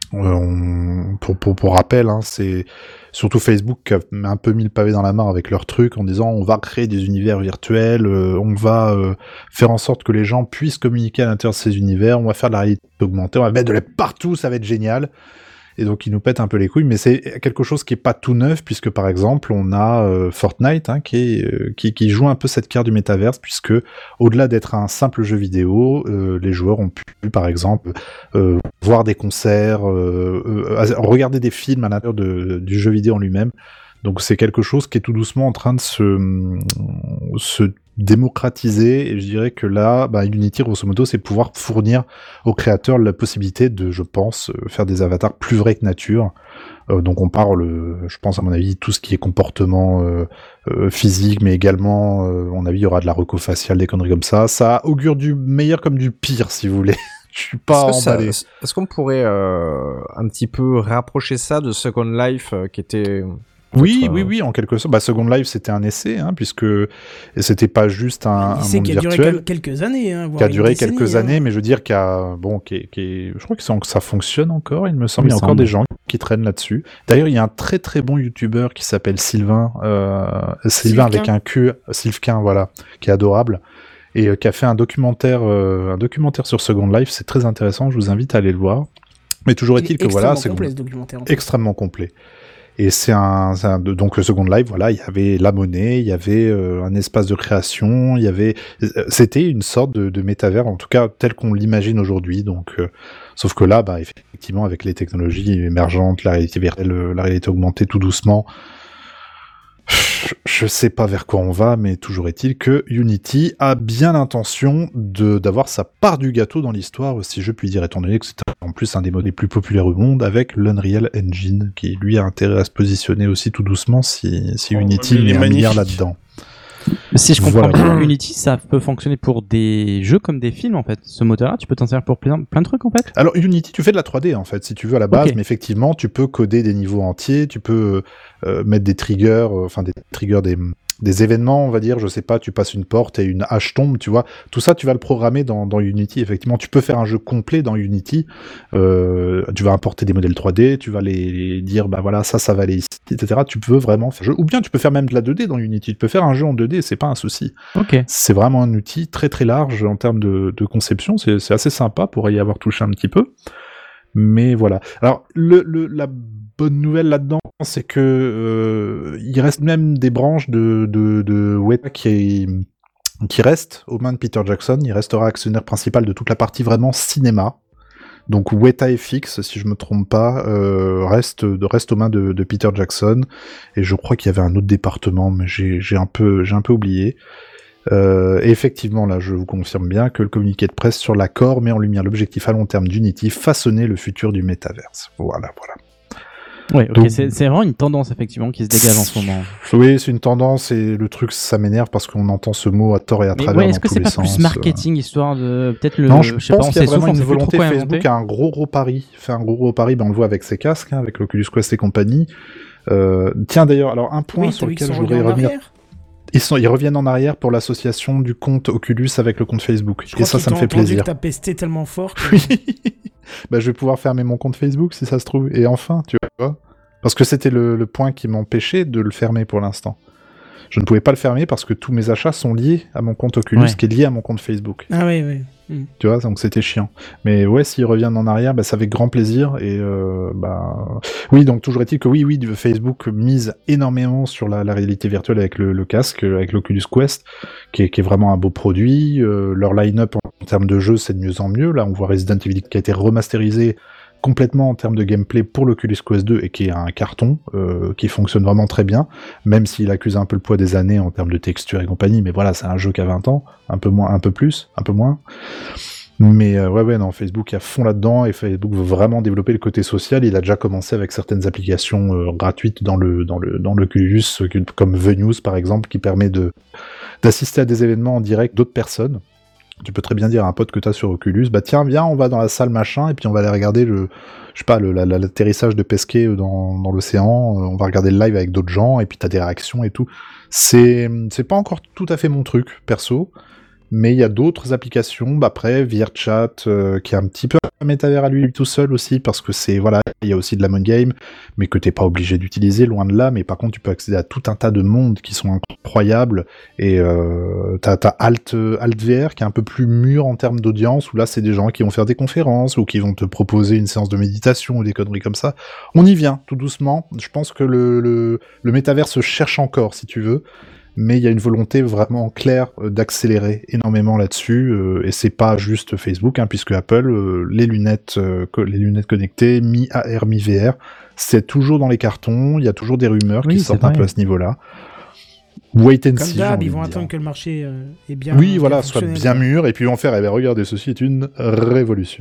pour rappel, hein, c'est surtout Facebook qui a un peu mis le pavé dans la mare avec leur truc en disant on va créer des univers virtuels, on va faire en sorte que les gens puissent communiquer à l'intérieur de ces univers, on va faire de la réalité augmentée, on va mettre de la partout, ça va être génial. Et donc ils nous pètent un peu les couilles, mais c'est quelque chose qui est pas tout neuf, puisque par exemple on a Fortnite qui joue un peu cette carte du métaverse, puisque au-delà d'être un simple jeu vidéo, les joueurs ont pu par exemple voir des concerts, regarder des films à l'intérieur du jeu vidéo en lui-même. Donc c'est quelque chose qui est tout doucement en train de se démocratiser, et je dirais que là, Unity, grosso modo, c'est pouvoir fournir aux créateurs la possibilité de, je pense, faire des avatars plus vrais que nature. Donc on parle, je pense à mon avis, tout ce qui est comportement physique, mais également, à mon avis, il y aura de la reco faciale, des conneries comme ça. Ça augure du meilleur comme du pire, si vous voulez. Je suis pas emballé. Est-ce qu'on pourrait un petit peu rapprocher ça de Second Life, qui était... Oui, en quelque sorte. Second Life, c'était un essai, hein, puisque c'était pas juste un monde qui a virtuel. duré quelques années, hein, qui a duré quelques années, mais je veux dire je crois que ça fonctionne encore, il me semble. Il y a encore des gens qui traînent là-dessus. D'ailleurs, il y a un très très bon youtubeur qui s'appelle Sylvain avec un Q, Sylvain, voilà, qui est adorable, et qui a fait un documentaire sur Second Life. C'est très intéressant, je vous invite à aller le voir. Mais toujours est-il que voilà, c'est extrêmement complet. Et donc le Second Life, voilà, il y avait la monnaie, il y avait un espace de création, c'était une sorte de métavers, en tout cas tel qu'on l'imagine aujourd'hui. Donc, sauf que là, effectivement, avec les technologies émergentes, la réalité virtuelle, la réalité augmentée, tout doucement, je sais pas vers quoi on va, mais toujours est-il que Unity a bien l'intention d'avoir sa part du gâteau dans l'histoire, si je puis dire, étant donné que c'est en plus un des modes les plus populaires au monde, avec l'Unreal Engine, qui lui a intérêt à se positionner aussi tout doucement si Unity met 1 milliard là-dedans. Si je comprends bien, Unity, ça peut fonctionner pour des jeux comme des films, en fait. Ce moteur-là, tu peux t'en servir pour plein de trucs, en fait. Alors, Unity, tu fais de la 3D, en fait, si tu veux, à la base, mais effectivement, tu peux coder des niveaux entiers, tu peux mettre des triggers, des événements, on va dire, je sais pas, tu passes une porte et une hache tombe, tu vois. Tout ça, tu vas le programmer dans Unity, effectivement. Tu peux faire un jeu complet dans Unity. Tu vas importer des modèles 3D, tu vas les dire, voilà, ça va aller ici, etc. Tu peux vraiment faire un jeu. Ou bien tu peux faire même de la 2D dans Unity. Tu peux faire un jeu en 2D, c'est pas un souci. Okay. C'est vraiment un outil très très large en termes de conception. C'est assez sympa pour y avoir touché un petit peu. Mais voilà. Alors, la bonne nouvelle là-dedans, c'est que il reste même des branches de Weta qui restent aux mains de Peter Jackson. Il restera actionnaire principal de toute la partie vraiment cinéma. Donc Weta FX, si je me trompe pas, reste aux mains de Peter Jackson. Et je crois qu'il y avait un autre département, mais j'ai un peu oublié. Et effectivement, là, je vous confirme bien que le communiqué de presse sur l'accord met en lumière l'objectif à long terme d'Unity, façonner le futur du métaverse. Voilà. Ouais, ok, donc, c'est vraiment une tendance, effectivement, qui se dégage en ce moment. Oui, c'est une tendance, et le truc, ça m'énerve parce qu'on entend ce mot à tort et à travers dans tous les sens. Est-ce que c'est pas plus marketing, histoire de... Peut-être le... Non, je pense qu'il y a vraiment une volonté. Facebook a un gros pari. On le voit avec ses casques, hein, avec l'Oculus Quest et compagnie. Tiens, d'ailleurs, alors, un point sur lequel je voudrais revenir... Ils reviennent en arrière pour l'association du compte Oculus avec le compte Facebook. Et ça me fait plaisir. Que t'as pesté tellement fort. Oui. Je vais pouvoir fermer mon compte Facebook si ça se trouve. Et enfin, tu vois. Parce que c'était le point qui m'empêchait de le fermer pour l'instant. Je ne pouvais pas le fermer parce que tous mes achats sont liés à mon compte Oculus, qui est lié à mon compte Facebook. Ah oui. Tu vois, donc c'était chiant. Mais ouais, s'ils reviennent en arrière, c'est avec grand plaisir. Et oui, donc toujours est-il que oui, Facebook mise énormément sur la réalité virtuelle avec le casque, avec l'Oculus Quest, qui est vraiment un beau produit. Leur line-up en termes de jeux, c'est de mieux en mieux. Là, on voit Resident Evil qui a été remasterisé complètement en termes de gameplay pour l'Oculus Quest 2 et qui est un carton, qui fonctionne vraiment très bien, même s'il accuse un peu le poids des années en termes de texture et compagnie, mais voilà, c'est un jeu qui a 20 ans, un peu moins. Mais non, Facebook est à fond là-dedans, et Facebook veut vraiment développer le côté social. Il a déjà commencé avec certaines applications gratuites dans l'Oculus, comme The News par exemple, qui permet d'assister à des événements en direct d'autres personnes. Tu peux très bien dire à un pote que t'as sur Oculus, tiens, viens, on va dans la salle machin, et puis on va aller regarder l'atterrissage de Pesquet dans l'océan, on va regarder le live avec d'autres gens, et puis t'as des réactions et tout. C'est pas encore tout à fait mon truc, perso, mais il y a d'autres applications, après, VRChat, qui est un petit peu un métavers à lui tout seul aussi, parce que il y a aussi de la Game, mais que t'es pas obligé d'utiliser, loin de là, mais par contre tu peux accéder à tout un tas de mondes qui sont incroyables, et t'as Alt VR qui est un peu plus mûr en termes d'audience, où là c'est des gens qui vont faire des conférences, ou qui vont te proposer une séance de méditation, ou des conneries comme ça. On y vient, tout doucement. Je pense que le métavers se cherche encore, si tu veux, mais il y a une volonté vraiment claire d'accélérer énormément là-dessus, et c'est pas juste Facebook, puisque Apple, les lunettes connectées, mi-AR, mi-VR, c'est toujours dans les cartons, il y a toujours des rumeurs qui sortent un peu à ce niveau-là. Wait and see. Comme d'hab, ils vont attendre que le marché est bien... Oui, voilà, soit bien mûr, et puis ils vont faire, regardez, ceci est une révolution.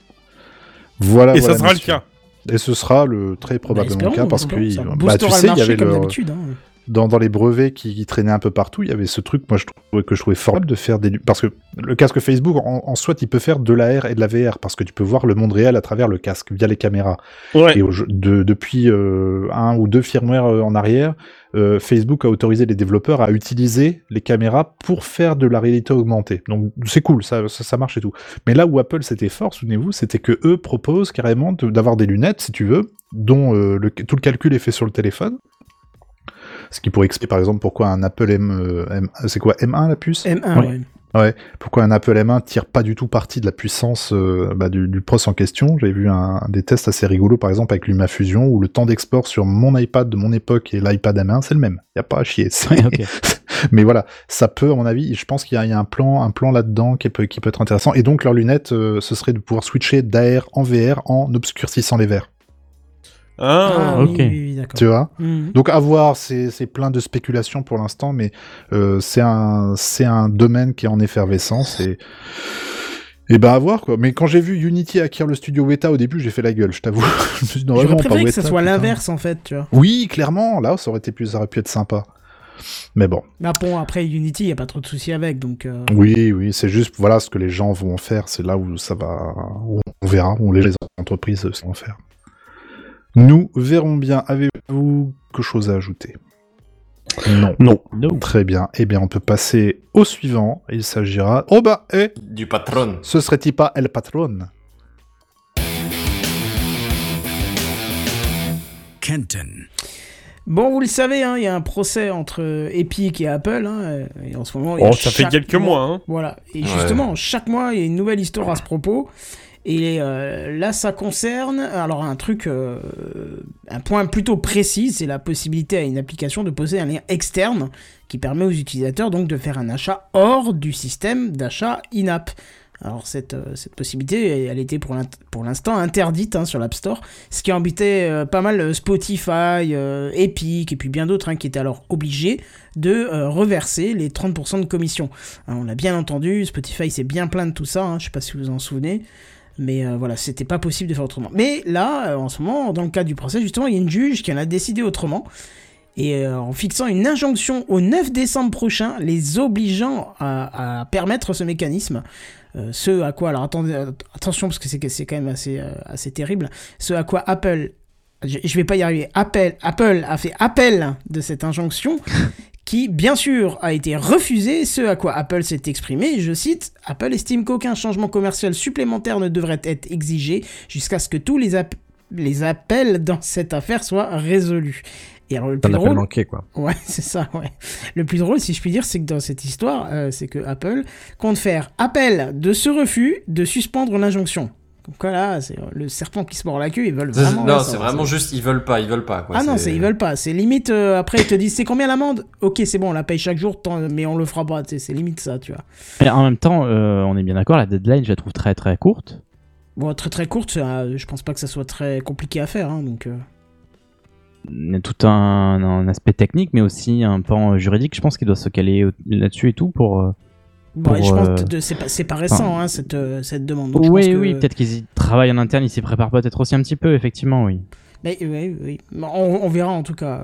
Voilà, et ça sera le cas. Et ce sera très probablement le cas, parce que... Ça boostera le marché comme d'habitude, Dans les brevets qui traînaient un peu partout, il y avait ce truc, moi, je trouvais formidable de faire parce que le casque Facebook, en soi, il peut faire de l'AR et de la VR, parce que tu peux voir le monde réel à travers le casque, via les caméras. Ouais. Et depuis un ou deux firmware en arrière, Facebook a autorisé les développeurs à utiliser les caméras pour faire de la réalité augmentée. Donc, c'est cool, ça marche et tout. Mais là où Apple s'était fort, souvenez-vous, c'était que eux proposent carrément d'avoir des lunettes, si tu veux, dont tout le calcul est fait sur le téléphone. Ce qui pourrait expliquer par exemple pourquoi un Apple c'est quoi, M1 la puce ? M1, ouais. Pourquoi un Apple M1 tire pas du tout parti de la puissance du processeur en question. J'avais vu des tests assez rigolos par exemple avec LumaFusion, où le temps d'export sur mon iPad de mon époque et l'iPad M1 c'est le même. Y a pas à chier. Okay. Mais voilà, ça peut, à mon avis, je pense qu'il y a un plan là-dedans qui peut être intéressant. Et donc leurs lunettes, ce serait de pouvoir switcher d'AR en VR en obscurcissant les verres. Ah, ok. Oui, d'accord. Tu vois. Donc à voir, c'est plein de spéculations pour l'instant, mais c'est un domaine qui est en effervescence et à voir quoi. Mais quand j'ai vu Unity acquérir le studio Weta au début, j'ai fait la gueule, je t'avoue. Je me suis dit, j'aurais préféré que ça soit l'inverse en fait, tu vois. Oui, clairement, là ça aurait pu être sympa. Mais bon. Bon, après Unity, il y a pas trop de soucis avec, donc. Oui, c'est juste voilà ce que les gens vont faire, c'est là où ça va, où on verra, où les entreprises vont faire. Nous verrons bien. Avez-vous quelque chose à ajouter ? Non. Très bien. Eh bien, on peut passer au suivant. Il s'agira... du patron. Ce serait-il pas El Patron ? Kenton. Bon, vous le savez, il y a un procès entre Epic et Apple, et en ce moment... ça fait quelques mois. Voilà. Et justement, chaque mois, il y a une nouvelle histoire à ce propos. Et là, ça concerne un point plutôt précis, c'est la possibilité à une application de poser un lien externe qui permet aux utilisateurs donc de faire un achat hors du système d'achat in-app. Alors cette possibilité, elle était pour l'instant interdite sur l'App Store, ce qui embêtait pas mal Spotify, Epic et puis bien d'autres qui étaient alors obligés de reverser les 30% de commission. Alors, on l'a bien entendu, Spotify s'est bien plaint de tout ça, je sais pas si vous vous en souvenez. Mais voilà, c'était pas possible de faire autrement. Mais là, en ce moment, dans le cadre du procès, justement, il y a une juge qui en a décidé autrement. Et en fixant une injonction au 9 décembre prochain, les obligeant à permettre ce mécanisme. Ce à quoi, alors attention, parce que c'est quand même assez terrible, ce à quoi Apple, je vais pas y arriver, Apple a fait appel de cette injonction, qui, bien sûr, a été refusé, ce à quoi Apple s'est exprimé, je cite, « Apple estime qu'aucun changement commercial supplémentaire ne devrait être exigé jusqu'à ce que tous les appels dans cette affaire soient résolus. » Et alors, le Ça plus l'appelle drôle, manqué, quoi. ouais, c'est ça, ouais. Le plus drôle, si je puis dire, c'est que dans cette histoire, c'est que Apple compte faire appel de ce refus de suspendre l'injonction. Donc là, c'est le serpent qui se mord la queue, ils veulent vraiment... Non, c'est vraiment juste, ils veulent pas, quoi. Ah non, ils veulent pas. C'est limite, après, ils te disent, c'est combien l'amende ? Ok, c'est bon, on la paye chaque jour, mais on le fera pas, c'est limite ça, tu vois. Et en même temps, on est bien d'accord, la deadline, je la trouve très très courte. Bon, très très courte, je pense pas que ça soit très compliqué à faire, hein, donc... Il y a tout un aspect technique, mais aussi un pan juridique, je pense qu'il doit se caler là-dessus et tout pour... Bon, je pense que c'est pas récent, hein, cette demande. Donc oui, je pense oui, peut-être qu'ils y travaillent en interne, ils s'y préparent peut-être aussi un petit peu, effectivement, oui. Mais, oui. On verra en tout cas.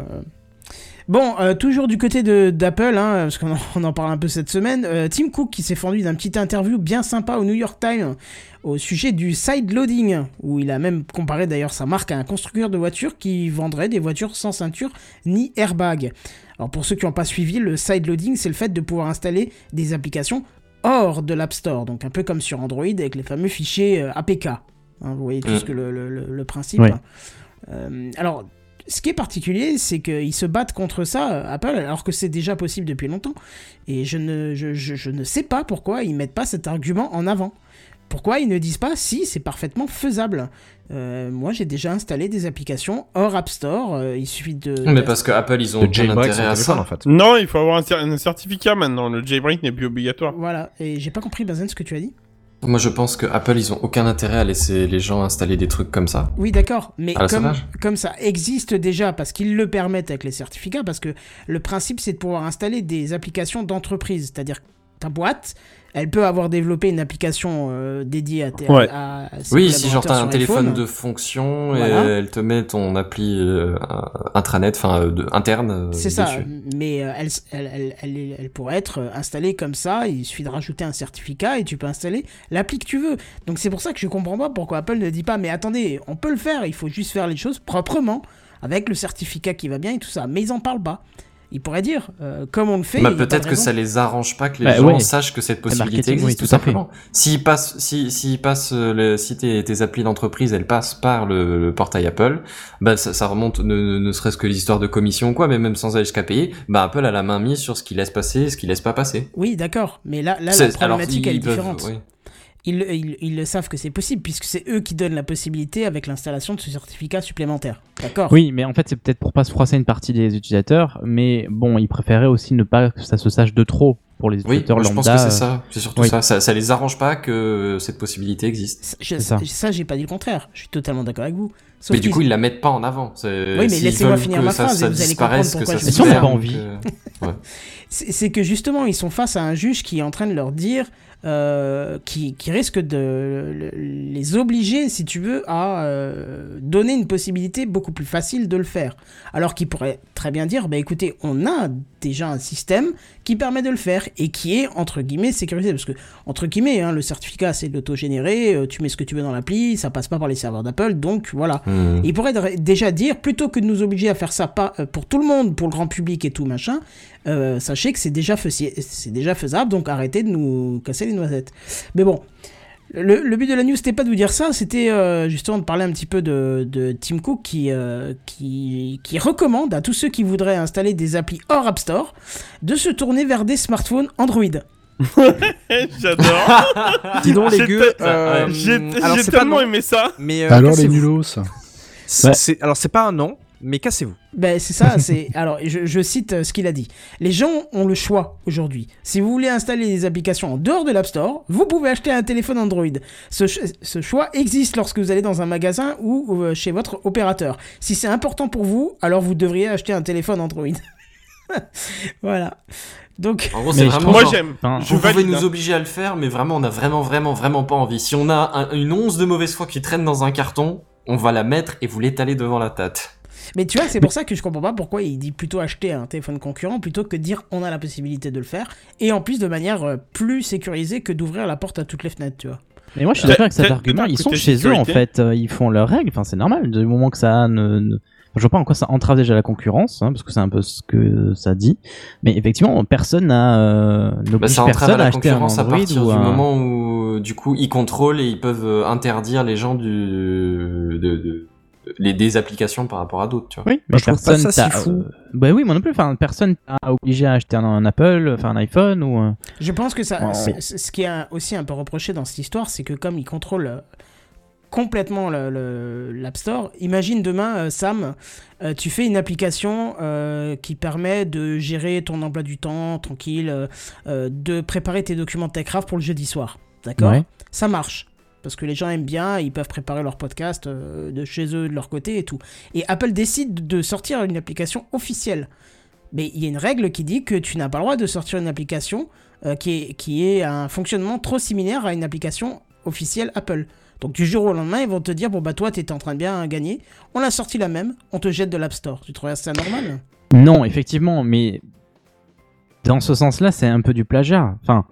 Bon, toujours du côté d'Apple, hein, parce qu'on en parle un peu cette semaine, Tim Cook qui s'est fendu d'un petit interview bien sympa au New York Times au sujet du side loading, où il a même comparé d'ailleurs sa marque à un constructeur de voitures qui vendrait des voitures sans ceinture ni airbag. Alors pour ceux qui n'ont pas suivi, le side loading, c'est le fait de pouvoir installer des applications hors de l'App Store, donc un peu comme sur Android avec les fameux fichiers APK. Hein, vous voyez tout ce que le principe. Oui. Alors, ce qui est particulier, c'est qu'ils se battent contre ça, Apple, alors que c'est déjà possible depuis longtemps. Et je ne sais pas pourquoi ils mettent pas cet argument en avant. Pourquoi ils ne disent pas si c'est parfaitement faisable. Moi, j'ai déjà installé des applications hors App Store. Il suffit de... Mais parce que Apple, ils ont aucun intérêt à ça. En fait. Non, il faut avoir un certificat maintenant. Le jailbreak n'est plus obligatoire. Voilà. Et j'ai pas compris, Benzen, ce que tu as dit. Moi, je pense que Apple, ils ont aucun intérêt à laisser les gens installer des trucs comme ça. Oui, d'accord, mais Ah, comme ça existe déjà, parce qu'ils le permettent avec les certificats, parce que le principe, c'est de pouvoir installer des applications d'entreprise, c'est-à-dire ta boîte, elle peut avoir développé une application dédiée à ses oui, si genre t'as un téléphone iPhone. de fonction Voilà. et elle te met ton appli intranet, enfin interne c'est dessus. ça, mais elle pourrait être installée comme ça, il suffit de rajouter un certificat et tu peux installer l'appli que tu veux. Donc c'est pour ça que je comprends pas pourquoi Apple ne dit pas, mais attendez, on peut le faire, il faut juste faire les choses proprement, avec le certificat qui va bien et tout ça, mais ils en parlent pas. Ils pourraient dire, comme on le fait. Bah, peut-être que ça les arrange pas que les gens sachent que cette possibilité existe, tout simplement. S'ils passent, si tes applis d'entreprise, elles passent par le portail Apple, bah, ça remonte, ne serait-ce que l'histoire de commission ou quoi, mais même sans aller jusqu'à payer, bah, Apple a la main mise sur ce qu'il laisse passer et ce qu'il laisse pas passer. Oui, d'accord. Mais là la problématique, elle est différente. Oui. Ils le savent que c'est possible, puisque c'est eux qui donnent la possibilité avec l'installation de ce certificat supplémentaire. D'accord ? Oui, mais en fait, c'est peut-être pour pas se froisser une partie des utilisateurs, mais bon, ils préféraient aussi ne pas que ça se sache de trop pour les utilisateurs lambda. Je pense que c'est ça. C'est surtout ça. Ça les arrange pas que cette possibilité existe. Ça, j'ai pas dit le contraire. Je suis totalement d'accord avec vous. Sauf mais du coup, ils la mettent pas en avant. Oui, mais laissez-moi finir ma phrase et vous allez comprendre pourquoi je dis pas envie. C'est que justement, ils sont face à un juge qui est en train de leur dire... qui risque de les obliger, si tu veux, à donner une possibilité beaucoup plus facile de le faire. Alors qu'ils pourraient très bien dire, bah écoutez, on a déjà un système qui permet de le faire et qui est, entre guillemets, sécurisé. Parce que, entre guillemets, hein, le certificat, c'est de l'auto-générer, tu mets ce que tu veux dans l'appli, ça passe pas par les serveurs d'Apple, donc voilà. Ils pourraient déjà dire, plutôt que de nous obliger à faire ça pour tout le monde, pour le grand public et tout, machin, sachez que c'est déjà faisable, donc arrêtez de nous casser les noisettes. Mais bon, le but de la news, c'était pas de vous dire ça, c'était justement de parler un petit peu de Tim Cook qui recommande à tous ceux qui voudraient installer des applis hors App Store de se tourner vers des smartphones Android. J'adore. Dis donc les gars, j'ai tellement aimé ça. Mais alors les nulos. Alors c'est pas un non, mais cassez-vous. Ben c'est ça, alors je cite ce qu'il a dit. Les gens ont le choix aujourd'hui. Si vous voulez installer des applications en dehors de l'App Store, vous pouvez acheter un téléphone Android. Ce choix existe lorsque vous allez dans un magasin ou chez votre opérateur. Si c'est important pour vous, alors vous devriez acheter un téléphone Android. Voilà. Donc, en gros, c'est vraiment moi j'aime. Vous pouvez nous obliger à le faire, mais vraiment, on a vraiment pas envie. Si on a une once de mauvaise foi qui traîne dans un carton, on va la mettre et vous l'étaler devant la tête. Mais tu vois, c'est pour ça que je comprends pas pourquoi il dit plutôt acheter un téléphone concurrent plutôt que de dire on a la possibilité de le faire, et en plus de manière plus sécurisée que d'ouvrir la porte à toutes les fenêtres, tu vois. Mais moi je suis d'accord avec cet argument, ils sont chez eux en fait, ils font leurs règles, enfin c'est normal, du moment que ça je vois pas en quoi ça entrave déjà la concurrence, hein, parce que c'est un peu ce que ça dit. Mais effectivement, personne n'oblige personne à acheter un Android à partir ou du moment où, du coup, ils contrôlent et ils peuvent interdire les gens des applications par rapport à d'autres, tu vois. Oui, mais personne ça si fou. Bah oui, moi non plus. Enfin, personne t'a obligé à acheter un Apple, enfin un iPhone ou. Je pense que ça, ce qui est aussi un peu reproché dans cette histoire, c'est que comme ils contrôlent complètement l'App Store, imagine demain, Sam, tu fais une application qui permet de gérer ton emploi du temps tranquille, de préparer tes documents de TechCraft pour le jeudi soir. D'accord ? Ouais. Ça marche. Parce que les gens aiment bien, ils peuvent préparer leur podcast de chez eux, de leur côté et tout. Et Apple décide de sortir une application officielle. Mais il y a une règle qui dit que tu n'as pas le droit de sortir une application qui est un fonctionnement trop similaire à une application officielle Apple. Donc du jour au lendemain, ils vont te dire, bon bah toi t'étais en train de bien gagner, on a sorti la même, on te jette de l'App Store. Tu trouves ça normal ? Non, effectivement, mais dans ce sens-là, c'est un peu du plagiat. Enfin...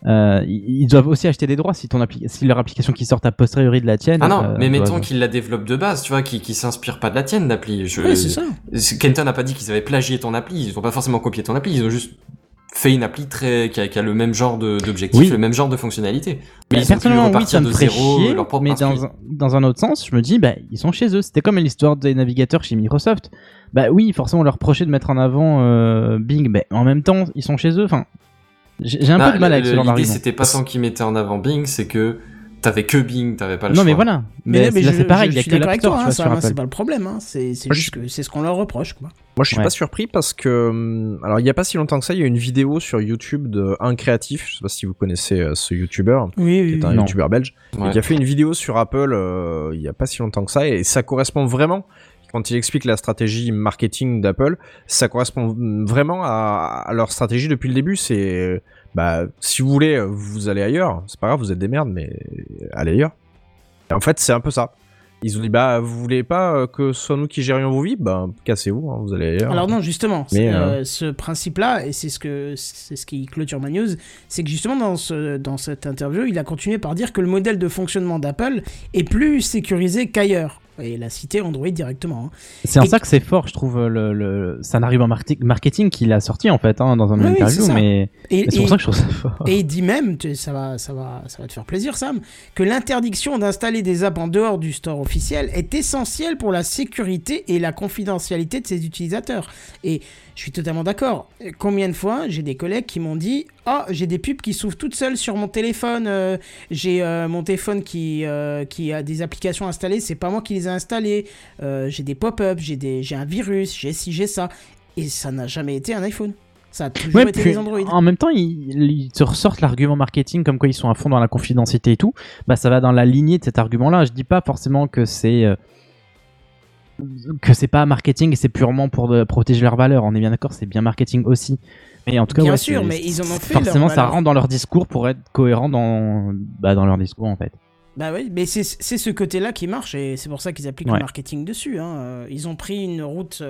ils doivent aussi acheter des droits si leur application qui sort a posteriori de la tienne. Ah non, mais mettons qu'ils la développent de base, tu vois, qui s'inspire pas de la tienne, l'appli. Oui, c'est ça. Kenton n'a pas dit qu'ils avaient plagié ton appli, ils ont pas forcément copié ton appli, ils ont juste fait une appli qui a le même genre d'objectif, oui. Le même genre de fonctionnalité. Mais personnellement, oui, ça me ferait chier, mais dans un autre sens, je me dis, bah, ils sont chez eux. C'était comme l'histoire des navigateurs chez Microsoft. Bah oui, forcément, on leur reprochait de mettre en avant Bing, mais en même temps, ils sont chez eux, enfin... J'ai un peu de mal avec ce genre d'argument. L'idée, c'était pas tant qu'ils mettaient en avant Bing, c'est que t'avais que Bing, t'avais pas le choix. Non, mais voilà. Mais là, c'est pareil, il y a que l'App Store, tu vois, sur Apple. C'est pas le problème, hein. C'est juste que c'est ce qu'on leur reproche, quoi. Moi, je suis pas surpris parce que, alors, il y a pas si longtemps que ça, il y a une vidéo sur YouTube d'un créatif, je sais pas si vous connaissez ce YouTuber, qui est un YouTuber belge, et qui a fait une vidéo sur Apple, il y a pas si longtemps que ça, et ça correspond vraiment. Quand il explique la stratégie marketing d'Apple, ça correspond vraiment à leur stratégie depuis le début. C'est, bah, si vous voulez, vous allez ailleurs. C'est pas grave, vous êtes des merdes, mais allez ailleurs. Et en fait, c'est un peu ça. Ils ont dit, bah, vous voulez pas que ce soit nous qui gérions vos vies, bah, cassez-vous, hein, vous allez ailleurs. Alors non, justement, ce principe-là, et c'est ce qui clôture ma news, c'est que justement dans cette interview, il a continué par dire que le modèle de fonctionnement d'Apple est plus sécurisé qu'ailleurs. Et il a cité Android directement. Hein. C'est en ça que c'est fort, je trouve, c'est un argument marketing qu'il a sorti en fait, hein, dans une interview, mais c'est pour ça que je trouve ça fort. Et il dit même, ça va te faire plaisir, Sam, que l'interdiction d'installer des apps en dehors du store officiel est essentielle pour la sécurité et la confidentialité de ses utilisateurs. Et je suis totalement d'accord. Combien de fois j'ai des collègues qui m'ont dit « Ah, j'ai des pubs qui s'ouvrent toutes seules sur mon téléphone. J'ai mon téléphone qui a des applications installées. C'est pas moi qui les ai installées. J'ai des pop-ups, j'ai un virus, j'ai ci, j'ai ça. » Et ça n'a jamais été un iPhone. Ça a toujours été des Android. En même temps, ils te ressortent l'argument marketing comme quoi ils sont à fond dans la confidentialité et tout. Bah, ça va dans la lignée de cet argument-là. Je dis pas forcément que c'est pas marketing et c'est purement pour protéger leurs valeurs. On est bien d'accord, c'est bien marketing aussi. Mais en tout cas, bien sûr, mais ils en ont fait forcément, ça rentre dans leur discours pour être cohérent dans leur discours en fait. Bah oui, mais c'est ce côté-là qui marche et c'est pour ça qu'ils appliquent le marketing dessus. Hein. Ils ont pris une route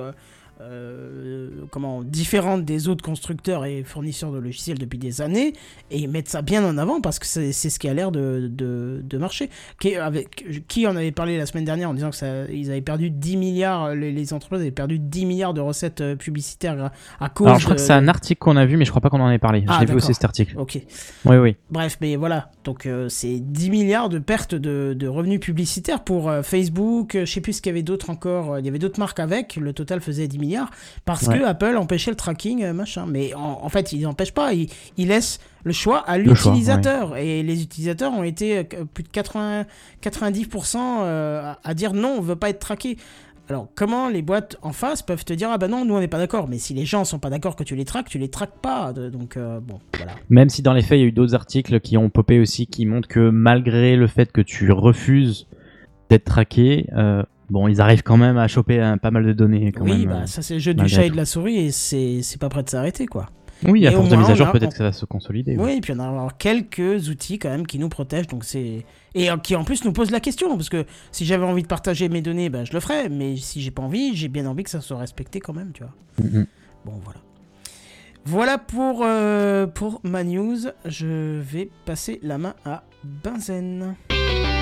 différente des autres constructeurs et fournisseurs de logiciels depuis des années et ils mettent ça bien en avant parce que c'est ce qui a l'air de marcher. Qui en avait parlé la semaine dernière en disant que ils avaient perdu 10 milliards, les entreprises avaient perdu 10 milliards de recettes publicitaires à cause. Alors je crois que c'est un article qu'on a vu, mais je crois pas qu'on en ait parlé. Je l'ai vu aussi cet article. Ok. Oui. Bref, mais voilà. Donc c'est 10 milliards de pertes de revenus publicitaires pour Facebook. Je sais plus ce qu'il y avait d'autres encore. Il y avait d'autres marques avec. Le total faisait 10 milliards parce que Apple empêchait le tracking, machin. Mais en fait, ils n'empêchent pas. Ils laissent le choix à l'utilisateur. Et les utilisateurs ont été plus de 90% à dire non, on veut pas être traqué. Alors, comment les boîtes en face peuvent te dire « Ah bah non, nous on n'est pas d'accord ». Mais si les gens sont pas d'accord que tu les traques pas. Donc, bon, voilà. Même si dans les faits, il y a eu d'autres articles qui ont popé aussi, qui montrent que malgré le fait que tu refuses d'être traqué, ils arrivent quand même à choper pas mal de données. Ça c'est le jeu du chat et de la souris et c'est pas prêt de s'arrêter, quoi. Oui, à force de mise à jour, peut-être que ça va se consolider. Oui, et puis on a quelques outils quand même qui nous protègent, donc c'est... Et qui en plus nous posent la question, parce que si j'avais envie de partager mes données, je le ferais, mais si j'ai pas envie, j'ai bien envie que ça soit respecté quand même, tu vois. Bon, voilà. Voilà pour ma news. Je vais passer la main à Benzen.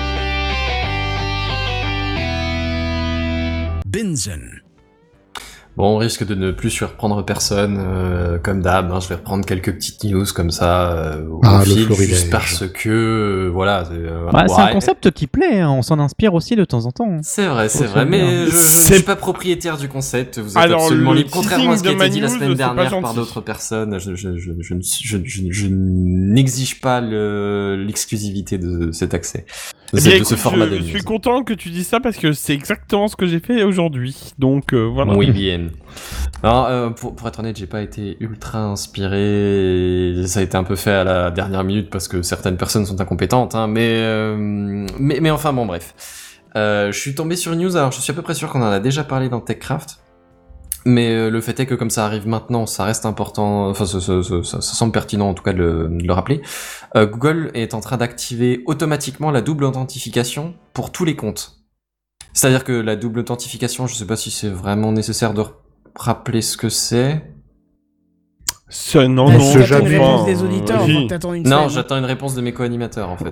Benzen. Bon, on risque de ne plus surprendre personne, comme d'hab. Je vais reprendre quelques petites news comme ça au fil, juste parce que voilà. C'est un concept qui plaît. On s'en inspire aussi de temps en temps. C'est vrai, mais je suis pas propriétaire du concept. Vous êtes absolument libre, contrairement à ce qui a été dit la semaine dernière par d'autres personnes. Je n'exige pas l'exclusivité de cet accès. De ce format de news. Je suis content que tu dises ça parce que c'est exactement ce que j'ai fait aujourd'hui. Donc voilà. Oui, bien. Alors, pour être honnête, j'ai pas été ultra inspiré. Ça a été un peu fait à la dernière minute parce que certaines personnes sont incompétentes, mais enfin bon, bref. Je suis tombé sur une news. Alors, je suis à peu près sûr qu'on en a déjà parlé dans TechCraft, mais le fait est que comme ça arrive maintenant, ça reste important. Enfin, ça semble pertinent en tout cas de le rappeler. Google est en train d'activer automatiquement la double authentification pour tous les comptes. C'est-à-dire que la double authentification, je sais pas si c'est vraiment nécessaire de rappeler ce que c'est. Non, j'attends une réponse des auditeurs. Non, j'attends une réponse de mes co-animateurs en fait.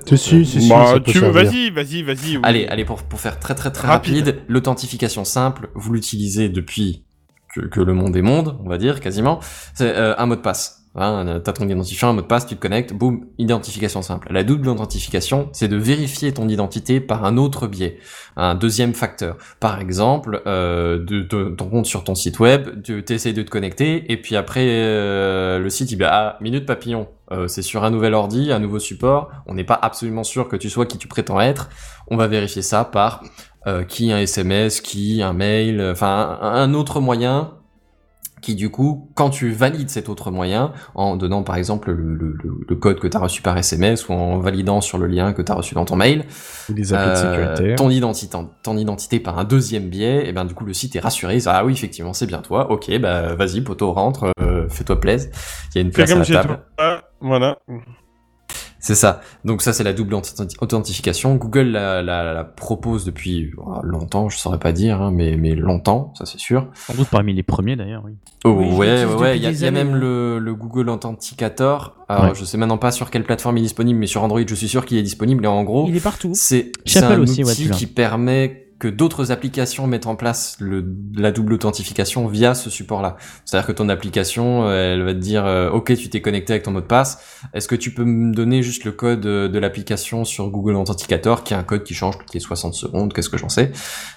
Vas-y. Allez, pour faire très rapide, l'authentification simple, vous l'utilisez depuis que le monde est monde, on va dire quasiment. C'est un mot de passe. T'as ton identifiant, un mot de passe, tu te connectes, boum, identification simple. La double authentification, c'est de vérifier ton identité par un autre biais, un deuxième facteur. Par exemple, ton compte sur ton site web, tu essaies de te connecter, et puis après, le site, il dit, minute papillon, c'est sur un nouvel ordi, un nouveau support, on n'est pas absolument sûr que tu sois qui tu prétends être, on va vérifier ça par qui un SMS, qui un mail, enfin un autre moyen qui du coup, quand tu valides cet autre moyen, en donnant par exemple le code que tu as reçu par SMS ou en validant sur le lien que tu as reçu dans ton mail, des appels de sécurité. Ton identité par un deuxième biais, et ben du coup le site est rassuré, oui effectivement c'est bien toi, ok vas-y poto rentre, fais-toi plaisir, il y a une place à la table. Voilà. C'est ça. Donc ça, c'est la double authentification. Google la propose depuis longtemps, je saurais pas dire, mais longtemps, ça c'est sûr. Sans doute parmi les premiers d'ailleurs, oui. Ouais. Il y a même le Google Authenticator. Alors, je sais maintenant pas sur quelle plateforme il est disponible, mais sur Android, je suis sûr qu'il est disponible. Et en gros, il est partout. C'est un outil qui permet que d'autres applications mettent en place la double authentification via ce support-là. C'est-à-dire que ton application, elle va te dire OK, tu t'es connecté avec ton mot de passe. Est-ce que tu peux me donner juste le code de l'application sur Google Authenticator, qui est un code qui change toutes les 60 secondes, qu'est-ce que j'en sais.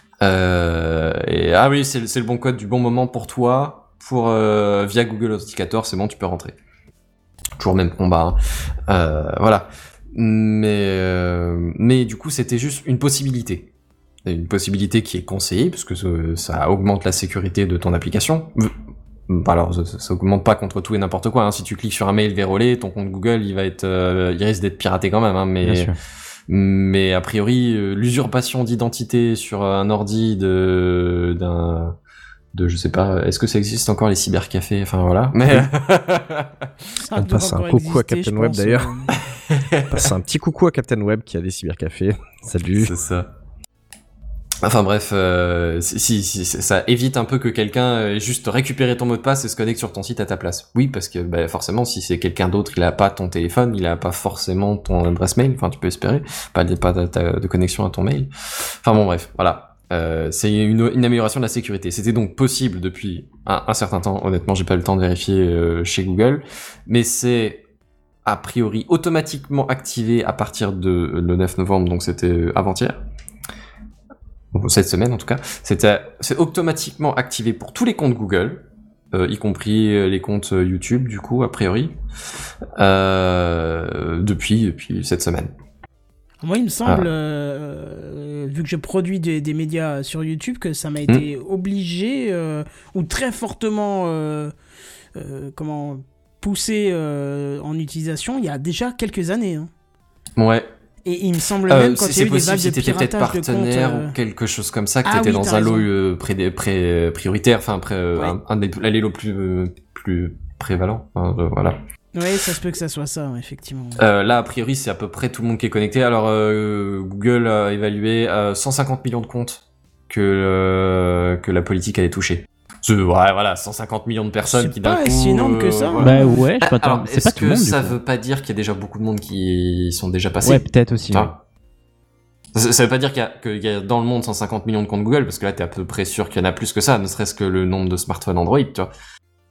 Oui, c'est le bon code du bon moment pour toi, via Google Authenticator, c'est bon, tu peux rentrer. Toujours même combat. Voilà. Mais du coup, c'était juste une possibilité. Une possibilité qui est conseillée, parce que ça augmente la sécurité de ton application. Alors, ça augmente pas contre tout et n'importe quoi. Si tu cliques sur un mail vérolé, ton compte Google, il risque d'être piraté quand même. Mais a priori, l'usurpation d'identité sur un ordi de je sais pas, est-ce que ça existe encore les cybercafés, enfin voilà. Mais on passe un coucou à Captain Web d'ailleurs. On passe un petit coucou à Captain Web qui a des cybercafés. Salut. C'est ça. Enfin bref, si ça évite un peu que quelqu'un ait juste récupéré ton mot de passe et se connecte sur ton site à ta place. Oui, parce que forcément, si c'est quelqu'un d'autre, il a pas ton téléphone, il a pas forcément ton adresse mail. Enfin, tu peux espérer, pas de connexion à ton mail. Enfin bon, bref, voilà. C'est une amélioration de la sécurité. C'était donc possible depuis un certain temps. Honnêtement, j'ai pas eu le temps de vérifier chez Google, mais c'est a priori automatiquement activé à partir de le 9 novembre, donc c'était avant-hier. Cette semaine en tout cas, c'est automatiquement activé pour tous les comptes Google, y compris les comptes YouTube du coup a priori, depuis cette semaine. Moi il me semble, vu que je produis des médias sur YouTube, que ça m'a été obligé ou très fortement poussé en utilisation il y a déjà quelques années. Ouais. Et il me semble même quand il y a eu des vagues de piratage peut-être partenaire ou quelque chose comme ça, que t'étais dans un lot prioritaire, enfin un des lots plus prévalents, voilà. Ouais, ça se peut que ça soit ça, effectivement. Là, a priori, c'est à peu près tout le monde qui est connecté. Alors, Google a évalué 150 millions de comptes que la politique allait toucher. Voilà, 150 millions de personnes qui d'un coup... C'est pas si énorme que ça. Bah ouais, je alors, c'est pas tout le monde. Ça veut pas dire qu'il y a déjà beaucoup de monde qui sont déjà passés. Ouais, peut-être aussi. Enfin, Ça veut pas dire qu'il y a dans le monde 150 millions de comptes Google, parce que là, t'es à peu près sûr qu'il y en a plus que ça, ne serait-ce que le nombre de smartphones Android, tu vois.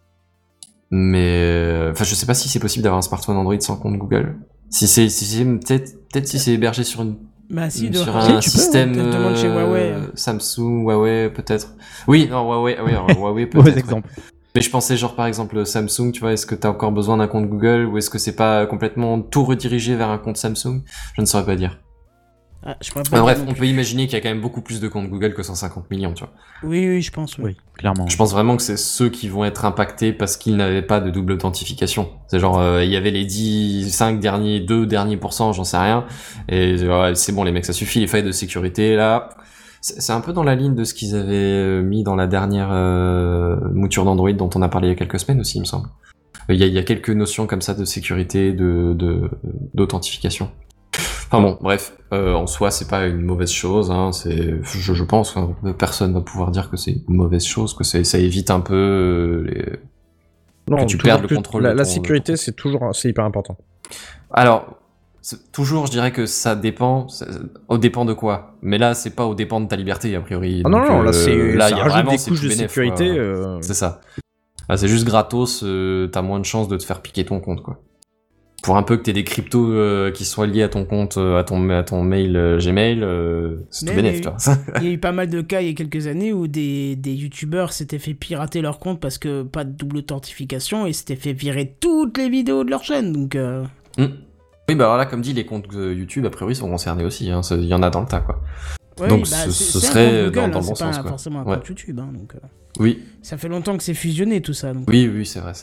Mais, je sais pas si c'est possible d'avoir un smartphone Android sans compte Google. Peut-être si c'est hébergé sur un système chez Huawei. Samsung, Huawei, peut-être. Oui, non, Huawei peut-être. Mauvais exemple. Mais je pensais genre par exemple Samsung, tu vois, est-ce que t'as encore besoin d'un compte Google ou est-ce que c'est pas complètement tout redirigé vers un compte Samsung? Je ne saurais pas dire. Bref, on peut imaginer qu'il y a quand même beaucoup plus de comptes Google que 150 millions, tu vois. Oui, je pense. Oui, clairement. Je pense vraiment que c'est ceux qui vont être impactés parce qu'ils n'avaient pas de double authentification. C'est genre, il y avait les 2 derniers pourcents, j'en sais rien. Et c'est bon, les mecs, ça suffit. Les failles de sécurité, là, c'est un peu dans la ligne de ce qu'ils avaient mis dans la dernière mouture d'Android dont on a parlé il y a quelques semaines aussi, il me semble. Il y a quelques notions comme ça de sécurité, d'authentification. Enfin bon, bref, en soi, c'est pas une mauvaise chose, hein, je pense, hein, personne va pouvoir dire que c'est une mauvaise chose, que ça évite un peu que tu perdes le contrôle. La sécurité, c'est hyper important. Alors, toujours, je dirais que ça dépend, au dépend de quoi. Mais là, c'est pas au dépend de ta liberté, a priori. Ah non, là, ça rajoute des couches de bénéf, sécurité. C'est ça. Là, c'est juste gratos, t'as moins de chances de te faire piquer ton compte, quoi. Pour un peu que t'aies des cryptos qui soient liés à ton compte, à ton mail Gmail, c'est tout bénéf, tu vois. Il y a eu pas mal de cas il y a quelques années où des youtubeurs s'étaient fait pirater leur compte parce que pas de double authentification et s'étaient fait virer toutes les vidéos de leur chaîne, donc... Oui, bah alors là, comme dit, les comptes YouTube, a priori, sont concernés aussi, hein. Il y en a dans le tas, quoi. Ouais, donc ce serait Google, dans le bon sens, quoi. C'est pas forcément un compte YouTube, hein, donc... Oui. Ça fait longtemps que c'est fusionné, tout ça, donc... Oui, c'est vrai.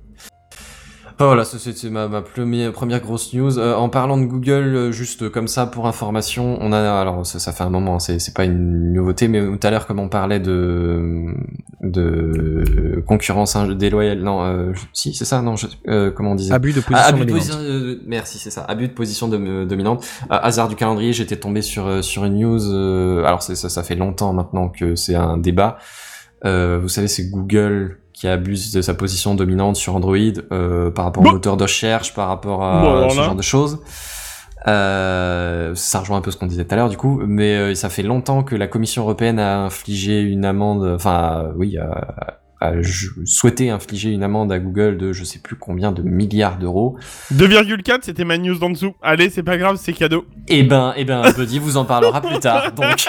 Enfin, voilà, c'est ma première grosse news. En parlant de Google, juste comme ça pour information, on a, alors ça fait un moment, hein, c'est pas une nouveauté, mais tout à l'heure comme on parlait de concurrence déloyale, non, si c'est ça, non, comment on disait, abus de position dominante. Merci, c'est ça, abus de position dominante. Hasard du calendrier, j'étais tombé sur une news. Alors ça fait longtemps maintenant que c'est un débat. Vous savez, c'est Google qui abuse de sa position dominante sur Android par rapport au moteur de recherche, par rapport à ce genre de choses. Ça rejoint un peu ce qu'on disait tout à l'heure du coup, mais ça fait longtemps que la Commission européenne a infligé une amende, a souhaité infliger une amende à Google de je sais plus combien de milliards d'euros. 2,4, c'était ma news d'en dessous. Allez, c'est pas grave, c'est cadeau. Eh ben, Buddy vous en parlera plus tard, donc...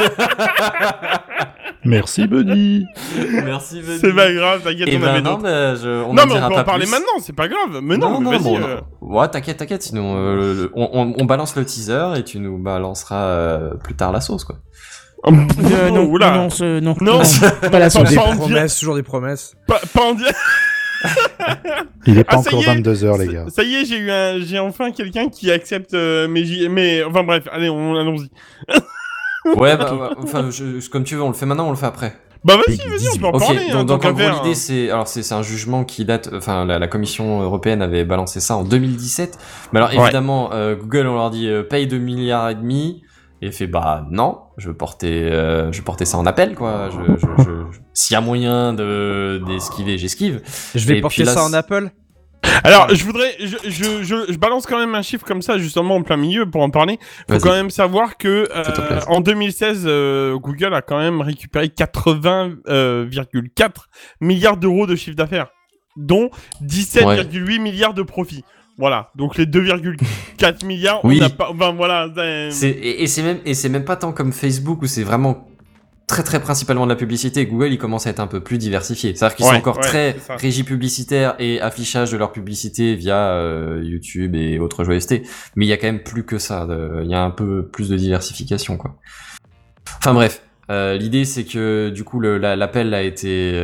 Merci Buddy. Merci Buddy. C'est pas grave, t'inquiète, on avait d'autres. On non, mais on peut en parler maintenant, c'est pas grave. Mais non, vas-y. Bon, ouais, t'inquiète, sinon on balance le teaser et tu nous balanceras plus tard la sauce, quoi. Non, pas la sauce. Toujours des promesses. Pas en dire. Il est pas encore 22h, les gars. Ça y est, j'ai enfin quelqu'un qui accepte mes... Enfin bref, allez, allons-y. Ouais, comme tu veux, on le fait maintenant ou on le fait après? Bah vas-y, on peut en parler. Donc en gros, l'idée, c'est un jugement qui date, enfin, la Commission européenne avait balancé ça en 2017. Mais alors, évidemment, Google, on leur dit, paye 2,5 milliards, et fait, bah, non, je vais porter ça en appel, quoi. S'il y a moyen d'esquiver, j'esquive. Je vais porter ça en Apple. Alors, je balance quand même un chiffre comme ça, justement, en plein milieu, pour en parler. Faut quand même savoir que, en 2016, Google a quand même récupéré 80,4 milliards d'euros de chiffre d'affaires, dont 17,8 milliards de profits. Voilà. Donc, les 2,4 milliards, on n'a pas, enfin, voilà. C'est même pas tant comme Facebook où c'est vraiment très très principalement de la publicité. Google, il commence à être un peu plus diversifié. C'est-à-dire qu'ils sont encore très régie publicitaire et affichage de leur publicité via YouTube et autres joyeusetés. Mais il y a quand même plus que ça. Il y a un peu plus de diversification, quoi. Enfin bref. L'idée, c'est que du coup, l'appel a été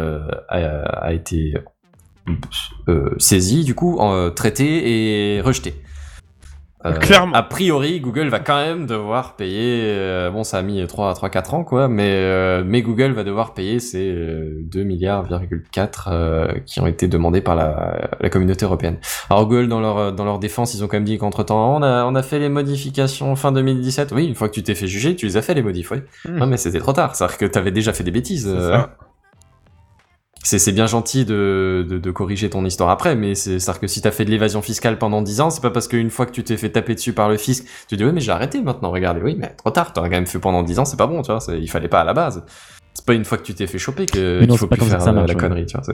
saisi, du coup, traité et rejeté. Clairement. A priori, Google va quand même devoir payer, bon, ça a mis 3-4 ans, quoi, mais Google va devoir payer ces 2,4 milliards qui ont été demandés par la communauté européenne. Alors Google, dans leur défense, ils ont quand même dit qu'entre-temps, on a fait les modifications fin 2017. Oui, une fois que tu t'es fait juger, tu les as fait, les modifs, oui. Non, mais c'était trop tard. C'est-à-dire que t'avais déjà fait des bêtises. c'est bien gentil de corriger ton histoire après, mais c'est-à-dire que si t'as fait de l'évasion fiscale pendant 10 ans, c'est pas parce qu'une fois que tu t'es fait taper dessus par le fisc, tu dis ouais mais j'ai arrêté maintenant, regardez, oui mais trop tard, t'aurais quand même fait pendant 10 ans, c'est pas bon, tu vois, il fallait pas à la base. C'est pas une fois que tu t'es fait choper qu'il faut plus faire la connerie, tu vois.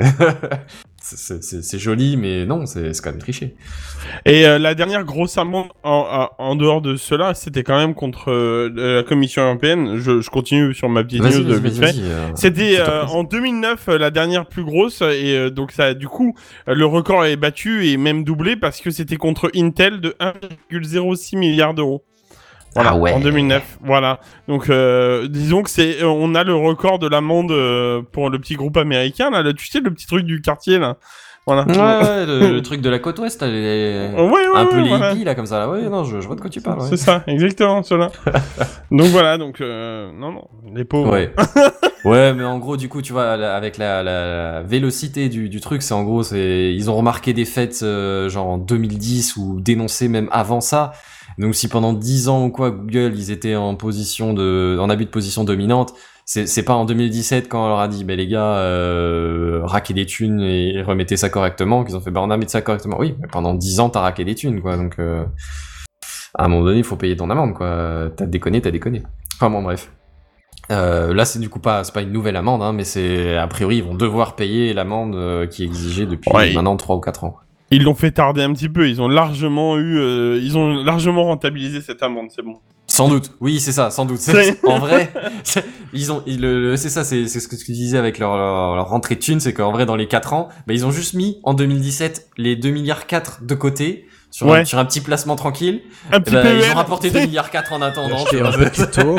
C'est joli, mais non, c'est quand même triché. Et la dernière grosse amende en dehors de cela, c'était quand même contre la Commission européenne. Je continue sur ma petite news vite fait. C'était en 2009 la dernière plus grosse, et donc ça, du coup, le record est battu et même doublé parce que c'était contre Intel de 1,06 milliard d'euros. Voilà, en 2009, voilà. Donc, disons que on a le record de l'amende pour le petit groupe américain, là, tu sais, le petit truc du quartier, là. Voilà. Ouais, le truc de la côte ouest, un peu les hippies, là, comme ça, là. Ouais, non, je vois de quoi tu parles. C'est ça, exactement, cela. Donc voilà, non, les pauvres. Ouais. Ouais, mais en gros, du coup, tu vois, avec la vélocité du truc, c'est en gros, ils ont remarqué des faits, genre en 2010 ou dénoncé même avant ça. Donc si pendant 10 ans ou quoi, Google, ils étaient en abus de position dominante, c'est pas en 2017 quand on leur a dit, les gars, raquez des thunes et remettez ça correctement, qu'ils ont fait, on a mis ça correctement. Oui, mais pendant 10 ans, t'as raqué des thunes, quoi. Donc, à un moment donné, il faut payer ton amende, quoi. T'as déconné. Enfin bon, bref. Là, c'est du coup c'est pas une nouvelle amende, hein, mais a priori, ils vont devoir payer l'amende qui est exigée depuis maintenant 3 ou 4 ans. Ils l'ont fait tarder un petit peu, ils ont largement rentabilisé cette amende, c'est bon. Sans doute, oui, c'est ça, sans doute. En vrai, c'est ça, c'est ce que tu disais avec leur rentrée de thunes, c'est qu'en vrai, dans les 4 ans, ils ont juste mis, en 2017, les 2,4 milliards de côté, sur un petit placement tranquille. Ils ont rapporté 2,4 milliards en attendant. Un peu de crypto.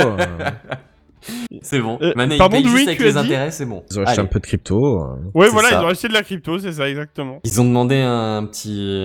C'est bon. Maintenant, ils payent juste avec les intérêts, c'est bon. Ils ont acheté un peu de crypto. Ouais, voilà, ils ont acheté de la crypto, c'est ça, exactement. Ils ont demandé un petit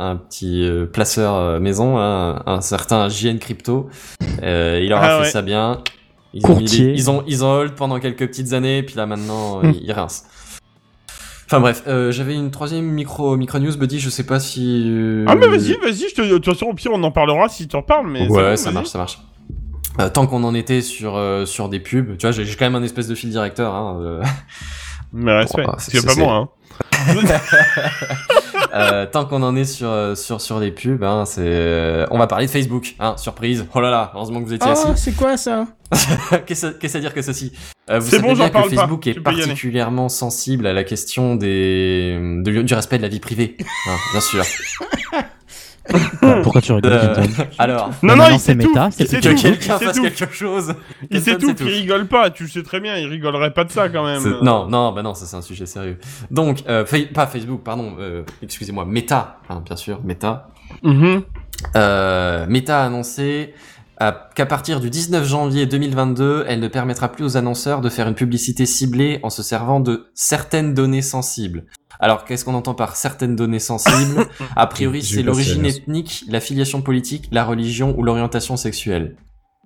placeur maison, un certain JN Crypto. Il leur a fait ça bien. Ils ont hold pendant quelques petites années, puis là maintenant, ils rincent. Enfin bref, j'avais une troisième micro news, Buddy, je sais pas si... Ah mais vas-y, de toute façon, au pire, on en parlera si tu en parles, mais... Ouais, ça marche. Tant qu'on en était sur des pubs, tu vois, j'ai quand même un espèce de fil directeur, hein. Mais respect, c'est pas moi, hein. Tant qu'on en est sur des pubs, hein, on va parler de Facebook, hein, surprise. Oh là là, heureusement que vous étiez assis. C'est quoi ça? Qu'est-ce à dire que ceci? Vous savez bien que Facebook est particulièrement sensible à la question du respect de la vie privée, hein, bien sûr. Pourquoi tu rigoles, Alors, non, il sait tout. C'est que quelqu'un fasse quelque chose. Il sait tout, puis il rigole pas. Tu le sais très bien, il rigolerait pas de ça quand même. Non, ça c'est un sujet sérieux. Donc, pas Facebook, pardon. Excusez-moi, Meta, hein, bien sûr, Meta. Meta a annoncé qu'à partir du 19 janvier 2022, elle ne permettra plus aux annonceurs de faire une publicité ciblée en se servant de certaines données sensibles. Alors, qu'est-ce qu'on entend par certaines données sensibles? A priori, c'est l'origine ethnique, l'affiliation politique, la religion ou l'orientation sexuelle.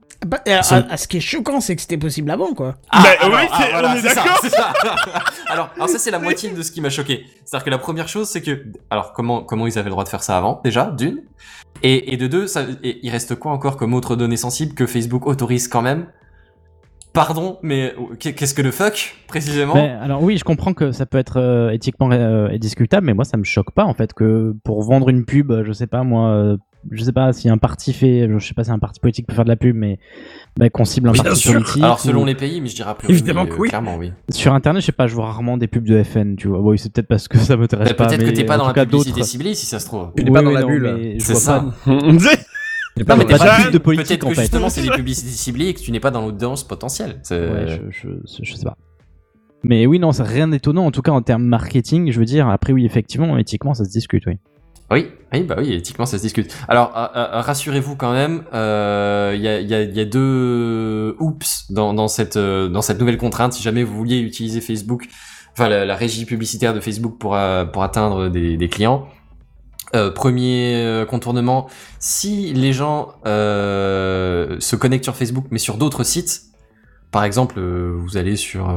Ce qui est choquant, c'est que c'était possible avant, quoi. On est d'accord. C'est ça. Alors ça, c'est la moitié de ce qui m'a choqué. C'est-à-dire que la première chose, c'est que... Alors, comment ils avaient le droit de faire ça avant, déjà, d'une? Et de deux, il reste quoi encore comme autre donnée sensible que Facebook autorise quand même? Pardon, mais qu'est-ce que le fuck, précisément? Alors oui, je comprends que ça peut être éthiquement discutable, mais moi ça me choque pas en fait que pour vendre une pub, je sais pas si un parti si un parti politique peut faire de la pub, mais qu'on cible un parti politique. Alors selon les pays, mais je dirais évidemment que oui. Clairement oui. Sur internet, je vois rarement des pubs de FN, tu vois. Bon, c'est peut-être parce que ça m'intéresse pas. Peut-être que t'es pas dans la publicité ciblée, si ça se trouve. Tu n'es pas dans la bulle. C'est ça. Non, mais pas de politique, peut-être en que fait. justement c'est des publicités ciblées et que tu n'es pas dans l'audience potentielle. Ouais, je sais pas. Mais oui, non, c'est rien d'étonnant, en tout cas en termes marketing, je veux dire. Après, oui, effectivement, éthiquement, ça se discute, oui. Oui, éthiquement, ça se discute. Alors, rassurez-vous quand même, il y a deux oups dans cette nouvelle contrainte. Si jamais vous vouliez utiliser Facebook, enfin la régie publicitaire de Facebook pour atteindre des clients. Premier contournement, si les gens se connectent sur Facebook mais sur d'autres sites, par exemple vous allez sur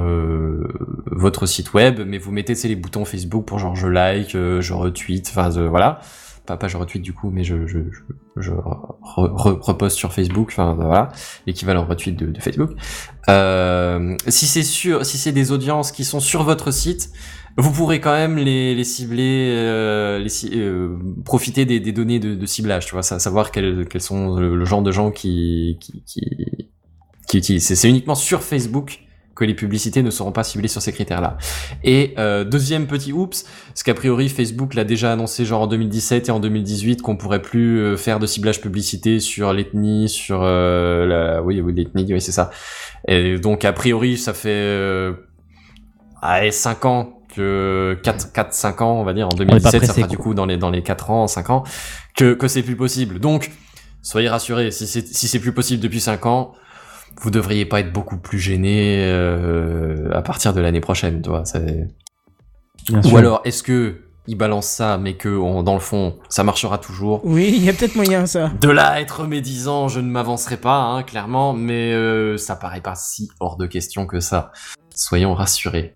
votre site web mais vous mettez les boutons Facebook pour genre je like, je retweet, enfin voilà, pas je retweet du coup, mais je reposte sur Facebook, enfin voilà, l'équivalent retweet de Facebook. Si c'est des audiences qui sont sur votre site, vous pourrez quand même les cibler, profiter des données de ciblage, tu vois, savoir quels sont le genre de gens qui utilisent. C'est uniquement sur Facebook que les publicités ne seront pas ciblées sur ces critères-là. Et deuxième petit oups, parce qu'a priori Facebook l'a déjà annoncé genre en 2017 et en 2018 qu'on pourrait plus faire de ciblage publicité sur l'ethnie, sur l'ethnie, oui c'est ça. Et donc a priori ça fait 5 ans que 4-5 ans on va dire, en 2017 ça fera du coup dans les 4 ans, 5 ans que c'est plus possible. Donc soyez rassurés, si c'est plus possible depuis 5 ans, vous devriez pas être beaucoup plus gêné à partir de l'année prochaine, tu vois. Ou alors, est-ce que ils balancent ça, mais que dans le fond, ça marchera toujours? Oui, il y a peut-être moyen, ça. De là à être médisant, je ne m'avancerai pas, clairement, mais ça paraît pas si hors de question que ça. Soyons rassurés.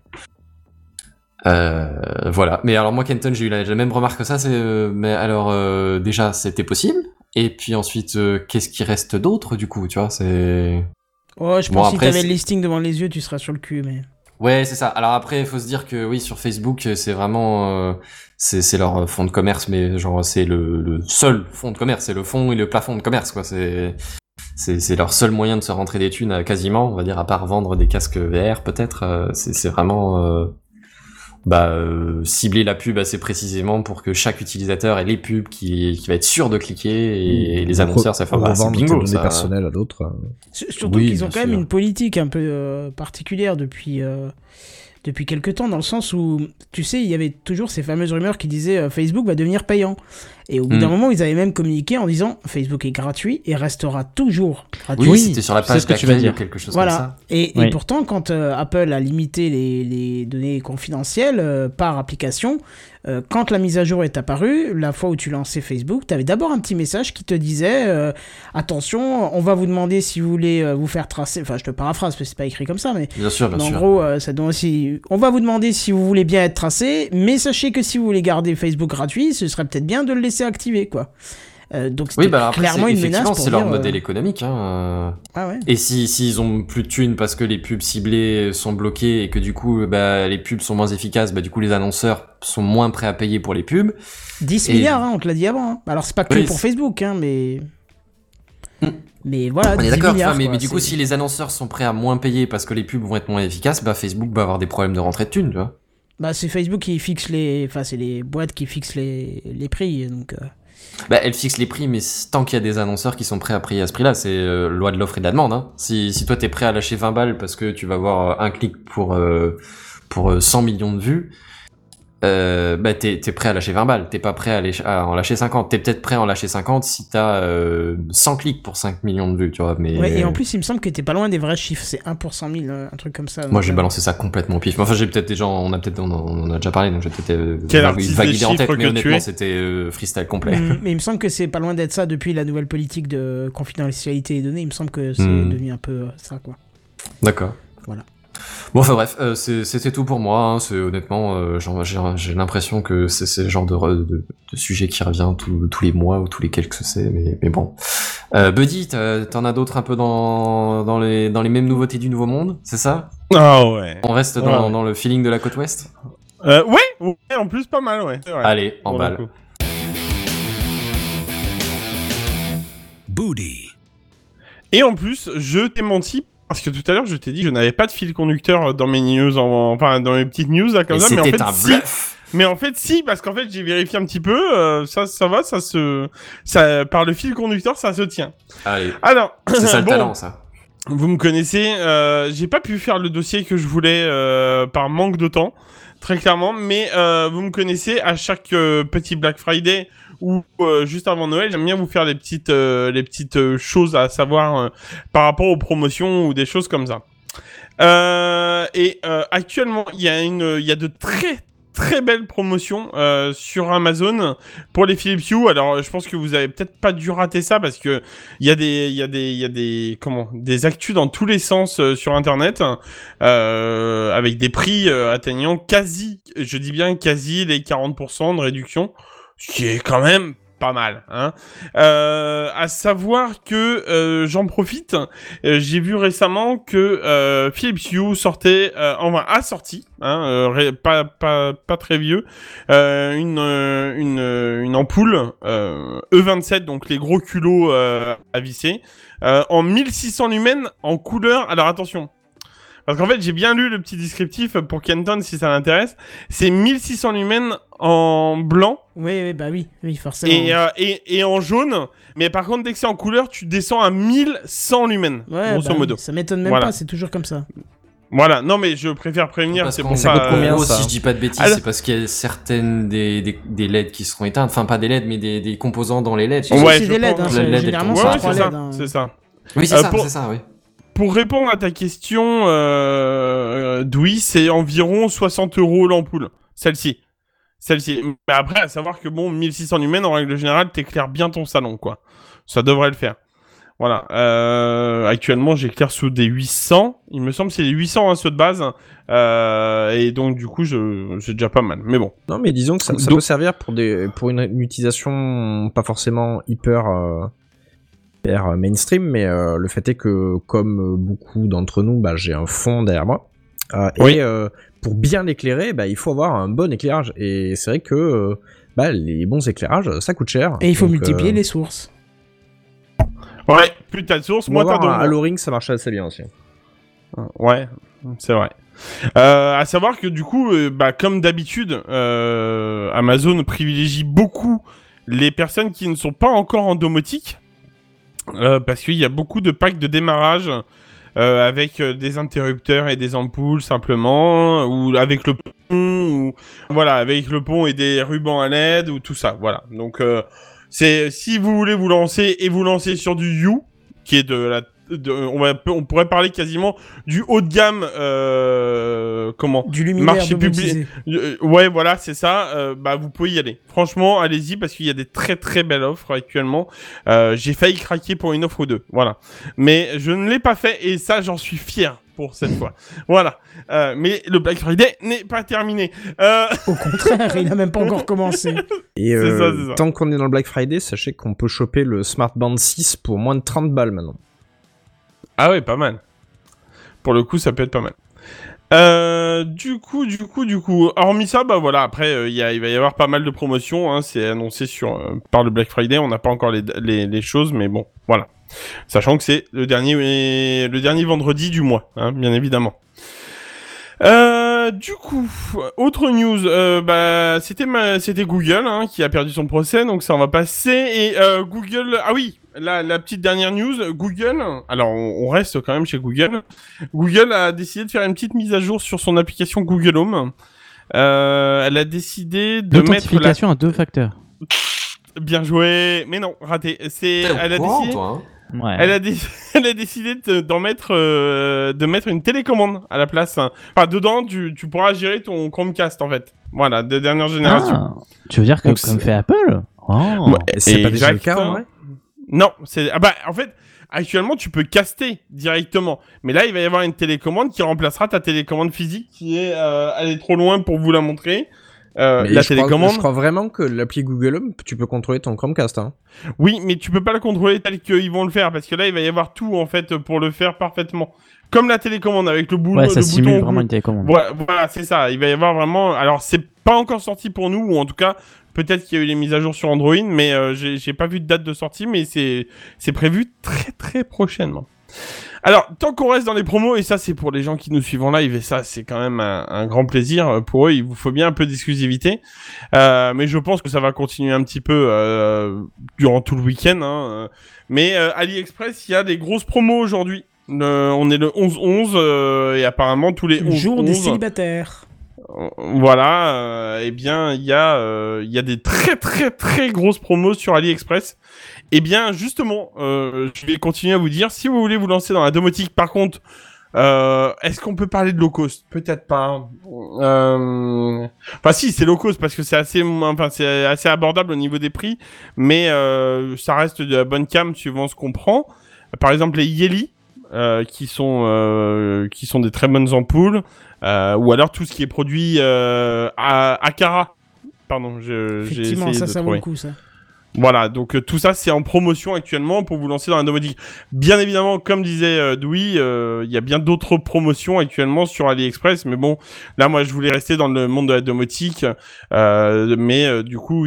Voilà. Mais alors moi, Kenton, j'ai eu la même remarque que ça. Mais alors, déjà, c'était possible. Et puis ensuite, qu'est-ce qui reste d'autre, du coup, tu vois, c'est... Oh, je pense que si t'avais le listing devant les yeux, tu seras sur le cul, mais... Ouais, c'est ça. Alors après, il faut se dire que oui, sur Facebook, c'est vraiment... c'est leur fonds de commerce, mais genre, c'est le seul fonds de commerce. C'est le fond et le plafond de commerce, quoi. C'est leur seul moyen de se rentrer des thunes, quasiment, on va dire, à part vendre des casques VR, peut-être. C'est vraiment... cibler la pub assez précisément pour que chaque utilisateur ait les pubs qui va être sûr de cliquer, et les annonceurs ça fait c'est bingo, des données personnelles à d'autres. Surtout qu'ils ont quand même une politique un peu particulière depuis quelque temps, dans le sens où, tu sais, il y avait toujours ces fameuses rumeurs qui disaient Facebook va devenir payant. Et au bout d'un moment, ils avaient même communiqué en disant Facebook est gratuit et restera toujours gratuit. Oui, c'était sur la page d'accueil ou quelque chose comme ça. Et pourtant, quand Apple a limité les données confidentielles par application, quand la mise à jour est apparue, la fois où tu lançais Facebook, tu avais d'abord un petit message qui te disait attention, on va vous demander si vous voulez vous faire tracer. Enfin, je te paraphrase parce que c'est pas écrit comme ça, mais bien sûr. En gros, ça donne aussi. On va vous demander si vous voulez bien être tracé, mais sachez que si vous voulez garder Facebook gratuit, ce serait peut-être bien de le laisser activer, quoi. Donc c'était clairement une menace. C'est leur modèle économique. Ah ouais. Et s'ils ont plus de thunes parce que les pubs ciblées sont bloquées et que du coup les pubs sont moins efficaces, du coup les annonceurs sont moins prêts à payer pour les pubs. 10 milliards, on te l'a dit avant. Alors c'est pas que pour Facebook, mais... Mais voilà, on est d'accord, mais du coup si les annonceurs sont prêts à moins payer parce que les pubs vont être moins efficaces, Facebook va avoir des problèmes de rentrée de thunes, tu vois. C'est Facebook qui fixe c'est les boîtes qui fixent les prix, donc... Elle fixe les prix, mais tant qu'il y a des annonceurs qui sont prêts à payer à ce prix-là, c'est loi de l'offre et de la demande. Si toi t'es prêt à lâcher 20 balles parce que tu vas avoir un clic pour 100 millions de vues, t'es prêt à lâcher 20 balles. T'es pas prêt à en lâcher 50. T'es peut-être prêt à en lâcher 50 si t'as 100 clics pour 5 millions de vues, tu vois. Mais... Ouais, et en plus, il me semble que t'es pas loin des vrais chiffres. C'est 1 pour 100 000, un truc comme ça. Moi, j'ai balancé ça complètement au pif. Enfin, j'ai peut-être des gens, on a déjà parlé, donc j'ai peut-être une vague idée en tête, mais honnêtement, c'était freestyle complet. Mais il me semble que c'est pas loin d'être ça depuis la nouvelle politique de confidentialité des données. Il me semble que c'est devenu un peu ça, quoi. D'accord. Voilà. Bon, enfin bref, c'était tout pour moi. C'est honnêtement, j'ai l'impression que c'est le genre de sujet qui revient tous les mois ou tous les quelques mais bon. Buddy, t'en as d'autres un peu dans les mêmes nouveautés du Nouveau Monde, c'est ça? Ah ouais. On reste dans le feeling de la côte ouest? Ouais, en plus pas mal, ouais. Allez, emballe. Booty. Et en plus, je t'ai menti. Parce que tout à l'heure, je t'ai dit que je n'avais pas de fil conducteur dans mes news, dans mes petites news là comme ça. Mais c'était un bluff. Mais en fait, si, parce qu'en fait, j'ai vérifié un petit peu. Ça va, par le fil conducteur, ça se tient. Allez. Alors, c'est ça le talent, ça. Vous me connaissez. J'ai pas pu faire le dossier que je voulais par manque de temps, très clairement. Mais vous me connaissez. À chaque petit Black Friday ou juste avant Noël, j'aime bien vous faire les petites choses à savoir par rapport aux promotions ou des choses comme ça. Actuellement, il y a de très très belles promotions sur Amazon pour les Philips Hue. Alors, je pense que vous avez peut-être pas dû rater ça parce que il y a des actus dans tous les sens sur Internet avec des prix atteignant quasi, je dis bien quasi les 40% de réduction. Ce qui est quand même pas mal, hein. À savoir que j'en profite, j'ai vu récemment que Philips Hue a sorti, hein, pas très vieux, une ampoule E27, donc les gros culots à visser, en 1600 lumens en couleur. Alors attention. Parce qu'en fait, j'ai bien lu le petit descriptif pour Kenton, si ça l'intéresse. C'est 1600 lumens en blanc. Oui, forcément. Et en jaune. Mais par contre, dès que c'est en couleur, tu descends à 1100 lumens, grosso modo. Oui, ça m'étonne même pas, c'est toujours comme ça. Voilà, non mais je préfère prévenir, parce c'est qu'on pour ça. ça. Coûte combien si je dis pas de bêtises, c'est parce qu'il y a certaines des LED qui seront éteintes. Enfin, pas des LED, mais des composants dans les LED. Ouais, c'est des LED, hein, généralement c'est 3 LED. C'est ça. Oui, c'est ça, oui. Pour répondre à ta question, Douy, c'est environ 60 € l'ampoule. Celle-ci. Mais après, à savoir que 1600 lumens, en règle générale, t'éclaires bien ton salon, quoi. Ça devrait le faire. Voilà. Actuellement, j'éclaire sous des 800. Il me semble que c'est les 800, hein, ceux de base. Et donc, du coup, j'ai déjà pas mal. Mais bon. Non, mais disons que ça peut servir pour une utilisation pas forcément hyper mainstream, mais le fait est que, comme beaucoup d'entre nous, j'ai un fond derrière moi. Et pour bien l'éclairer, il faut avoir un bon éclairage. Et c'est vrai que les bons éclairages, ça coûte cher. Et il faut multiplier les sources. Ouais, plus t'as de sources, moins t'as de... Halo Ring, ça marche assez bien aussi. Ouais, c'est vrai. À savoir que du coup, comme d'habitude, Amazon privilégie beaucoup les personnes qui ne sont pas encore en domotique, parce qu'il y a beaucoup de packs de démarrage avec des interrupteurs et des ampoules simplement, ou avec le pont, avec le pont et des rubans à LED ou tout ça. Voilà. Donc c'est si vous voulez vous lancer et vous lancer sur du Hue, qui est on pourrait parler quasiment du haut de gamme, du luminaire marché public. Ouais, voilà, c'est ça. Vous pouvez y aller. Franchement, allez-y parce qu'il y a des très très belles offres actuellement. J'ai failli craquer pour une offre ou deux. Voilà. Mais je ne l'ai pas fait et ça, j'en suis fier pour cette fois. Voilà. Mais le Black Friday n'est pas terminé. Au contraire, il n'a même pas encore commencé. Et c'est ça. Tant qu'on est dans le Black Friday, sachez qu'on peut choper le Smart Band 6 pour moins de 30 balles maintenant. Ah ouais, pas mal. Pour le coup, ça peut être pas mal. Du coup, hormis ça, après, il va y avoir pas mal de promotions, hein, c'est annoncé par le Black Friday, on n'a pas encore les choses, mais bon, voilà. Sachant que c'est le dernier vendredi du mois, hein, bien évidemment. Du coup, autre news, c'était Google, hein, qui a perdu son procès, donc ça on va passer, et Google, ah oui, la petite dernière news, Google, alors on reste quand même chez Google. Google a décidé de faire une petite mise à jour sur son application Google Home. Elle a décidé de mettre l'authentification à 2 facteurs. Bien joué, mais non, raté. Elle a décidé. Toi, hein. Ouais. Elle a décidé de mettre une télécommande à la place. Enfin, dedans, tu pourras gérer ton Chromecast en fait. Voilà, de dernière génération. Ah, tu veux dire que comme fait Apple? Oh. C'est pas déjà le cas, en vrai? Non, en fait, actuellement, tu peux caster directement. Mais là, il va y avoir une télécommande qui remplacera ta télécommande physique qui est, elle est trop loin pour vous la montrer. La télécommande. Je crois vraiment que l'appli Google Home, tu peux contrôler ton Chromecast, hein. Oui, mais tu peux pas le contrôler tel qu'ils vont le faire, parce que là, il va y avoir tout, en fait, pour le faire parfaitement. Comme la télécommande, avec le bouton. Ouais, ça simule vraiment une télécommande. Voilà, c'est ça. Il va y avoir vraiment, alors, c'est pas encore sorti pour nous, ou en tout cas, peut-être qu'il y a eu les mises à jour sur Android, mais j'ai pas vu de date de sortie, mais c'est prévu très très prochainement. Alors, tant qu'on reste dans les promos, et ça c'est pour les gens qui nous suivent en live, et ça c'est quand même un grand plaisir pour eux, il vous faut bien un peu d'exclusivité, mais je pense que ça va continuer un petit peu durant tout le week-end, hein. Mais AliExpress, il y a des grosses promos aujourd'hui. On est le 11-11, et apparemment tous les 11-11... Jour des célibataires. Voilà, eh bien, il y a des très très très grosses promos sur AliExpress. Eh bien, justement, je vais continuer à vous dire, si vous voulez vous lancer dans la domotique, par contre, est-ce qu'on peut parler de low cost? Peut-être pas. Enfin, si, c'est low cost parce que c'est assez abordable au niveau des prix, mais ça reste de la bonne cam suivant ce qu'on prend. Par exemple, les Yeli, qui sont des très bonnes ampoules. Ou alors tout ce qui est produit Akara, Pardon, j'ai essayé Effectivement, ça vaut trouver. le coup, ça. Voilà, donc tout ça c'est en promotion actuellement pour vous lancer dans la domotique. Bien évidemment, comme disait Dewey, il y a bien d'autres promotions actuellement sur AliExpress, mais bon, là moi je voulais rester dans le monde de la domotique, mais du coup,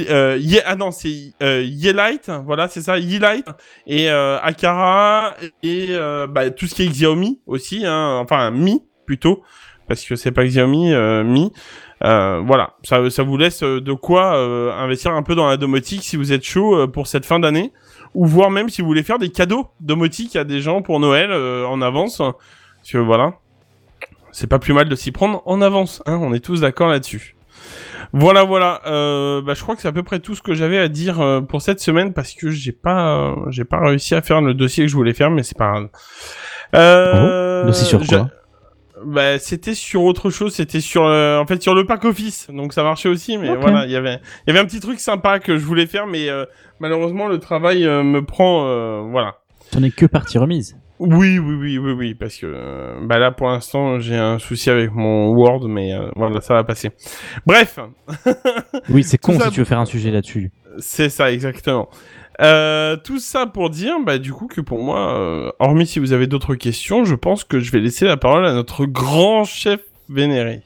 Yeelight, voilà c'est ça, Yeelight et Aqara et tout ce qui est Xiaomi aussi, hein, enfin Mi plutôt, parce que c'est pas Xiaomi, Mi. Voilà, ça vous laisse de quoi investir un peu dans la domotique si vous êtes chaud pour cette fin d'année, ou voire même si vous voulez faire des cadeaux domotiques à des gens pour Noël en avance, parce que voilà, c'est pas plus mal de s'y prendre en avance, hein, on est tous d'accord là-dessus. Voilà, je crois que c'est à peu près tout ce que j'avais à dire pour cette semaine, parce que j'ai pas réussi à faire le dossier que je voulais faire, mais c'est pas grave. Dossier sur quoi? C'était sur autre chose, c'était sur sur le pack office, donc ça marchait aussi, mais voilà, il y avait un petit truc sympa que je voulais faire, mais malheureusement le travail me prend, voilà. T'en es que partie remise. Oui, parce que là pour l'instant j'ai un souci avec mon Word, mais voilà, ça va passer. Bref. Oui, c'est con si tu veux faire un sujet là-dessus. C'est ça, exactement. Tout ça pour dire, du coup, que pour moi, hormis si vous avez d'autres questions, je pense que je vais laisser la parole à notre grand chef vénéré.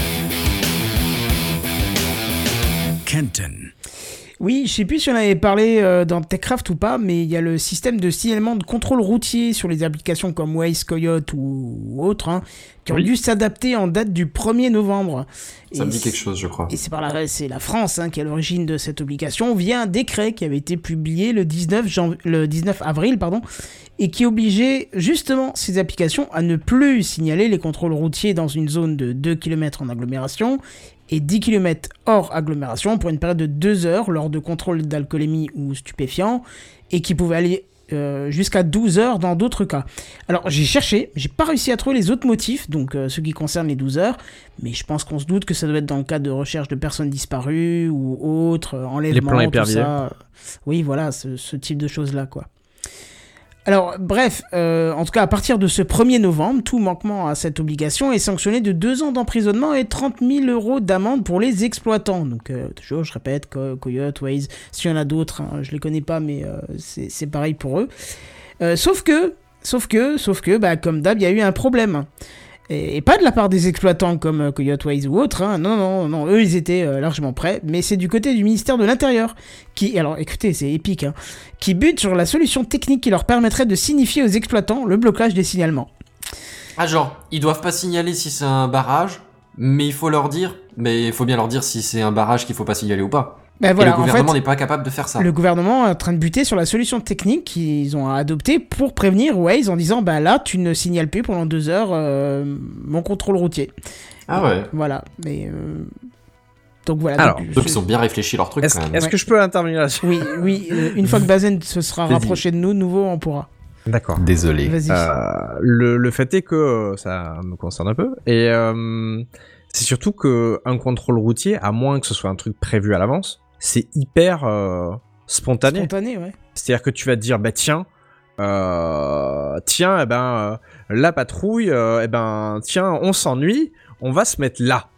Kenton. Oui, je sais plus si on avait parlé dans TechCraft ou pas, mais il y a le système de signalement de contrôle routier sur les applications comme Waze, Coyote ou autres, hein, qui ont dû s'adapter en date du 1er novembre. Ça me dit quelque chose, je crois. Et c'est la France qui est à l'origine de cette obligation, via un décret qui avait été publié le 19 avril, et qui obligeait justement ces applications à ne plus signaler les contrôles routiers dans une zone de 2 km en agglomération et 10 km hors agglomération pour une période de 2 heures lors de contrôles d'alcoolémie ou stupéfiants, et qui pouvait aller jusqu'à 12 heures dans d'autres cas. Alors j'ai cherché, j'ai pas réussi à trouver les autres motifs, donc ceux qui concernent les 12 heures, mais je pense qu'on se doute que ça doit être dans le cadre de recherche de personnes disparues ou autres, enlèvement, tout ça. Oui, voilà, ce type de choses-là, quoi. Alors, bref, en tout cas, à partir de ce 1er novembre, tout manquement à cette obligation est sanctionné de 2 ans d'emprisonnement et 30 000 € d'amende pour les exploitants. Donc, toujours, je répète, Coyote, Waze, s'il y en a d'autres, hein, je les connais pas, mais c'est pareil pour eux. Sauf que, comme d'hab, il y a eu un problème. Et pas de la part des exploitants comme Coyote, Waze ou autres, hein. Non, eux ils étaient largement prêts, mais c'est du côté du ministère de l'Intérieur qui, alors écoutez, c'est épique, hein, qui bute sur la solution technique qui leur permettrait de signifier aux exploitants le blocage des signalements. Ah genre, ils doivent pas signaler si c'est un barrage, mais il faut bien leur dire si c'est un barrage qu'il faut pas signaler ou pas. Ben voilà, et le gouvernement n'est pas capable de faire ça. Le gouvernement est en train de buter sur la solution technique qu'ils ont adoptée pour prévenir Waze en disant là tu ne signales plus pendant 2 heures mon contrôle routier. Ah ouais. Voilà, mais donc voilà. Alors, donc ils ont bien réfléchi leur truc quand même. Est-ce que je peux intervenir là-dessus? Oui, une fois que Bazen se sera rapproché de nous, nouveau on pourra. D'accord. Désolé. Vas-y. Le fait est que ça me concerne un peu et c'est surtout qu'un contrôle routier, à moins que ce soit un truc prévu à l'avance, c'est hyper spontané. Spontané, ouais. C'est-à-dire que tu vas te dire, tiens, la patrouille, tiens, on s'ennuie, on va se mettre là.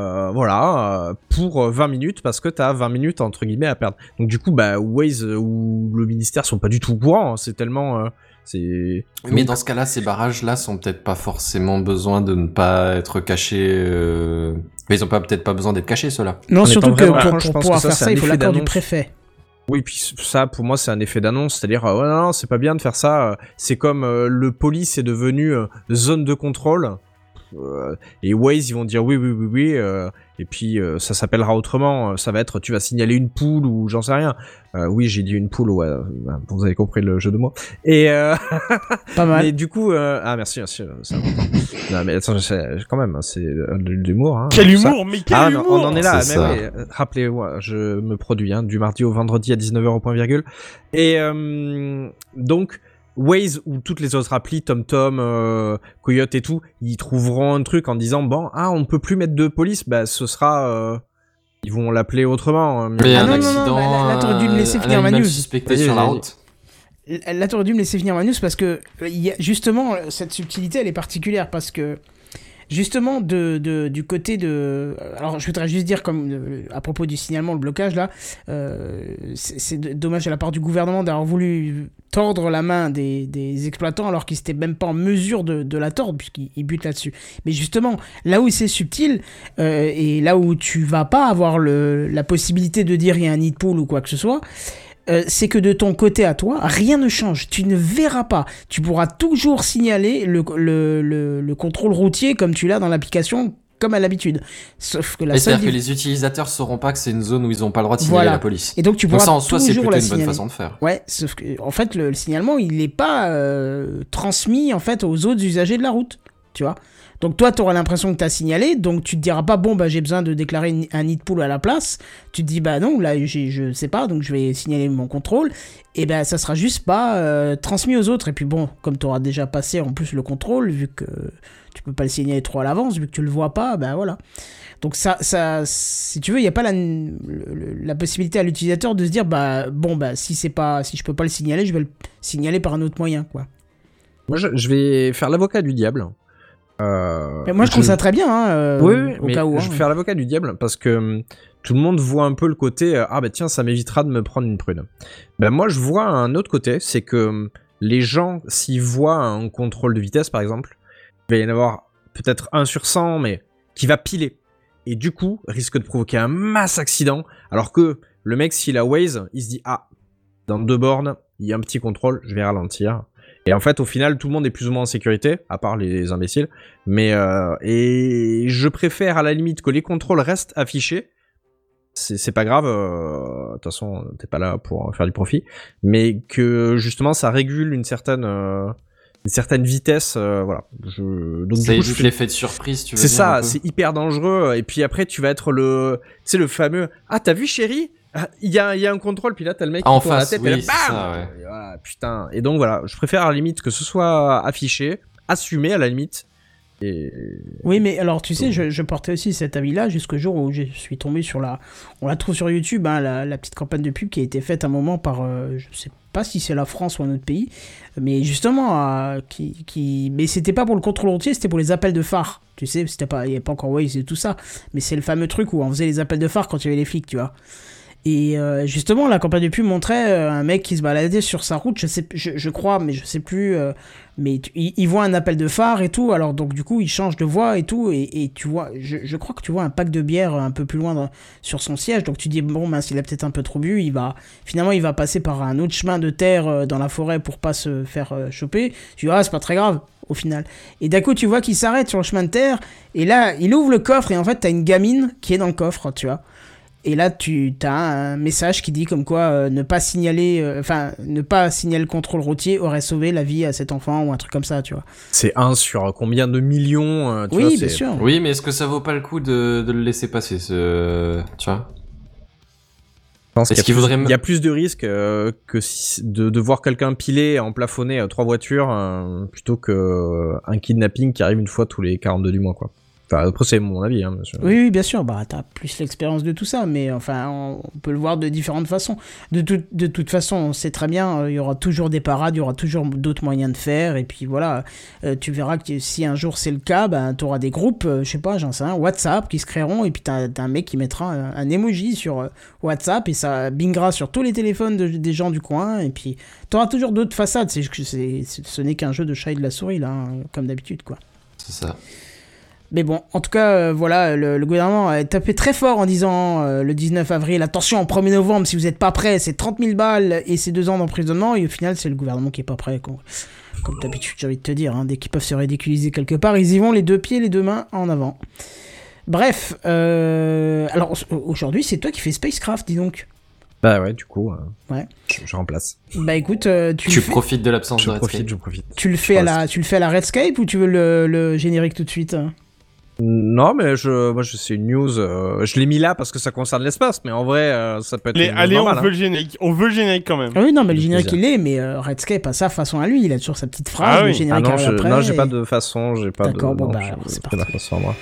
Pour 20 minutes, parce que t'as 20 minutes, entre guillemets, à perdre. Donc du coup, Waze ou le ministère sont pas du tout au courant, hein, c'est tellement... Mais dans ce cas-là, ces barrages-là sont peut-être pas forcément besoin de ne pas être cachés. Mais ils ont peut-être pas besoin d'être cachés, ceux-là. Non, surtout que pour pouvoir faire ça, il faut l'accord du préfet. Oui, puis ça, pour moi, c'est un effet d'annonce. C'est-à-dire, non, c'est pas bien de faire ça. C'est comme le police est devenu zone de contrôle. Et Waze, ils vont dire oui. Et puis, ça s'appellera autrement. Ça va être, tu vas signaler une poule ou j'en sais rien. Oui, j'ai dit une poule, ouais. Vous avez compris le jeu de mots. Et pas mal. Et du coup, merci. Non, mais attends, quand même, c'est de l'humour. Hein, quel humour, mais quel humour. On en est là. Mais ouais, rappelez-moi, je me produis du mardi au vendredi à 19h au point virgule. Et donc. Waze ou toutes les autres applis, TomTom, Coyote et tout, ils trouveront un truc en disant on peut plus mettre de police, ce sera ils vont l'appeler autrement. Mais un accident, là t'aurais dû me laisser finir ma news. Suspecté sur la route. Là t'aurais dû me laisser finir ma news parce que il y a justement cette subtilité, elle est particulière parce que justement du côté de... Alors je voudrais juste dire, comme à propos du signalement, le blocage là, c'est dommage à la part du gouvernement d'avoir voulu tordre la main des exploitants alors qu'ils n'étaient même pas en mesure de la tordre puisqu'ils butent là-dessus. Mais justement, là où c'est subtil et là où tu vas pas avoir la possibilité de dire il y a un nid de poule ou quoi que ce soit, c'est que de ton côté à toi, rien ne change. Tu ne verras pas. Tu pourras toujours signaler le contrôle routier comme tu l'as dans l'application, comme à l'habitude. Sauf que c'est-à-dire que les utilisateurs sauront pas que c'est une zone où ils n'ont pas le droit de signaler la police. Et donc tu pourras ça en soi, c'est plutôt une bonne façon de faire. Ouais, sauf que en fait le signalement il n'est pas transmis en fait aux autres usagers de la route, tu vois. Donc toi, tu auras l'impression que tu as signalé, donc tu te diras pas, bon, bah j'ai besoin de déclarer un nid de poule à la place. Tu te dis, bah non, là, je sais pas, donc je vais signaler mon contrôle. Et ben ça sera juste pas transmis aux autres. Et puis bon, comme tu auras déjà passé en plus le contrôle, vu que tu peux pas le signaler trop à l'avance, vu que tu le vois pas, ben voilà. Donc ça si tu veux, il n'y a pas la possibilité à l'utilisateur de se dire, bah bon, bah si je peux pas le signaler, je vais le signaler par un autre moyen, quoi. Moi, je vais faire l'avocat du diable. Mais moi je trouve ça très bien oui, au mais cas où, je vais faire l'avocat du diable parce que tout le monde voit un peu le côté ah bah tiens ça m'évitera de me prendre une prune. Ben moi je vois un autre côté, c'est que les gens s'ils voient un contrôle de vitesse par exemple, il va y en avoir peut-être 1 sur 100 mais qui va piler et du coup risque de provoquer un masse accident alors que le mec s'il a Waze il se dit ah dans 2 bornes il y a un petit contrôle, je vais ralentir. Et en fait, au final, tout le monde est plus ou moins en sécurité, à part les imbéciles. Mais et je préfère à la limite que les contrôles restent affichés. C'est pas grave. De toute façon, t'es pas là pour faire du profit. Mais que justement, ça régule une certaine vitesse. Voilà. Donc ça évite l'effet de surprise. Tu veux c'est dire, ça. C'est hyper dangereux. Et puis après, tu vas être le fameux. Ah, t'as vu, chérie? Il y a un contrôle, puis là t'as le mec qui en tourne face, la tête, oui, et là, bam ça, ouais. et voilà, putain. Et donc voilà, je préfère à la limite que ce soit affiché, assumé à la limite. Et... Oui, mais alors tu sais, je portais aussi cet avis-là jusqu'au jour où je suis tombé sur on la trouve sur YouTube, hein, la petite campagne de pub qui a été faite à un moment par, je sais pas si c'est la France ou un autre pays, mais justement, mais c'était pas pour le contrôle routier, c'était pour les appels de phare. Tu sais, il n'y avait pas encore Waze et tout ça, mais c'est le fameux truc où on faisait les appels de phare quand il y avait les flics, tu vois. Et justement, la campagne de pub montrait un mec qui se baladait sur sa route, je crois, mais je sais plus, mais il voit un appel de phare et tout, alors donc du coup il change de voie et tout, et tu vois, je crois que tu vois un pack de bière un peu plus loin sur son siège, donc tu dis bon mince, il a peut-être un peu trop bu, il va passer par un autre chemin de terre dans la forêt pour pas se faire choper. Tu dis ah c'est pas très grave au final, et d'un coup tu vois qu'il s'arrête sur le chemin de terre, et là il ouvre le coffre et en fait t'as une gamine qui est dans le coffre, tu vois. Et là, tu as un message qui dit comme quoi ne pas signaler le contrôle routier aurait sauvé la vie à cet enfant ou un truc comme ça, tu vois. C'est 1 sur combien de millions tu vois, bien sûr. Oui, mais est-ce que ça vaut pas le coup de le laisser passer, tu vois? Je pense qu'il y a plus de risques que de voir quelqu'un piler en plafonner 3 voitures plutôt qu'un kidnapping qui arrive une fois tous les 42 du mois, quoi. Enfin, après, c'est mon avis, hein, monsieur. Oui, bien sûr, bah, t'as plus l'expérience de tout ça, mais enfin, on peut le voir de différentes façons. De toute façon, on sait très bien, il y aura toujours des parades, il y aura toujours d'autres moyens de faire, et puis voilà, tu verras que si un jour c'est le cas, bah, t'auras des groupes, je sais pas, j'en sais rien, WhatsApp qui se créeront, et puis t'as un mec qui mettra un emoji sur WhatsApp, et ça bingera sur tous les téléphones des gens du coin, et puis t'auras toujours d'autres façades, ce n'est qu'un jeu de chat et de la souris, là, hein, comme d'habitude, quoi. C'est ça. Mais bon, en tout cas, voilà, le gouvernement a tapé très fort en disant le 19 avril, attention, 1er novembre, si vous n'êtes pas prêts, c'est 30 000 balles et c'est 2 ans d'emprisonnement. Et au final, c'est le gouvernement qui est pas prêt. Comme d'habitude, j'ai envie de te dire, hein, dès qu'ils peuvent se ridiculiser quelque part, ils y vont les 2 pieds, les 2 mains en avant. Bref, alors aujourd'hui, c'est toi qui fais Spacecraft, dis donc. Bah ouais, du coup, ouais. Je remplace. Bah écoute, tu profites de l'absence de Redscape. Je profite. Tu le fais à la Redscape ou tu veux le générique tout de suite? Non, mais c'est une news. Je l'ai mis là parce que ça concerne l'espace, mais en vrai, ça peut être. Allez, normal, on veut le générique. On veut le générique quand même. Ah oui, non, mais le générique il est, mais Redscape a sa façon à lui. Il a toujours sa petite phrase. Le générique arrive après. Non, j'ai pas de façon. J'ai pas. D'accord, de... bon non, bah c'est parti. Pas de façon, moi.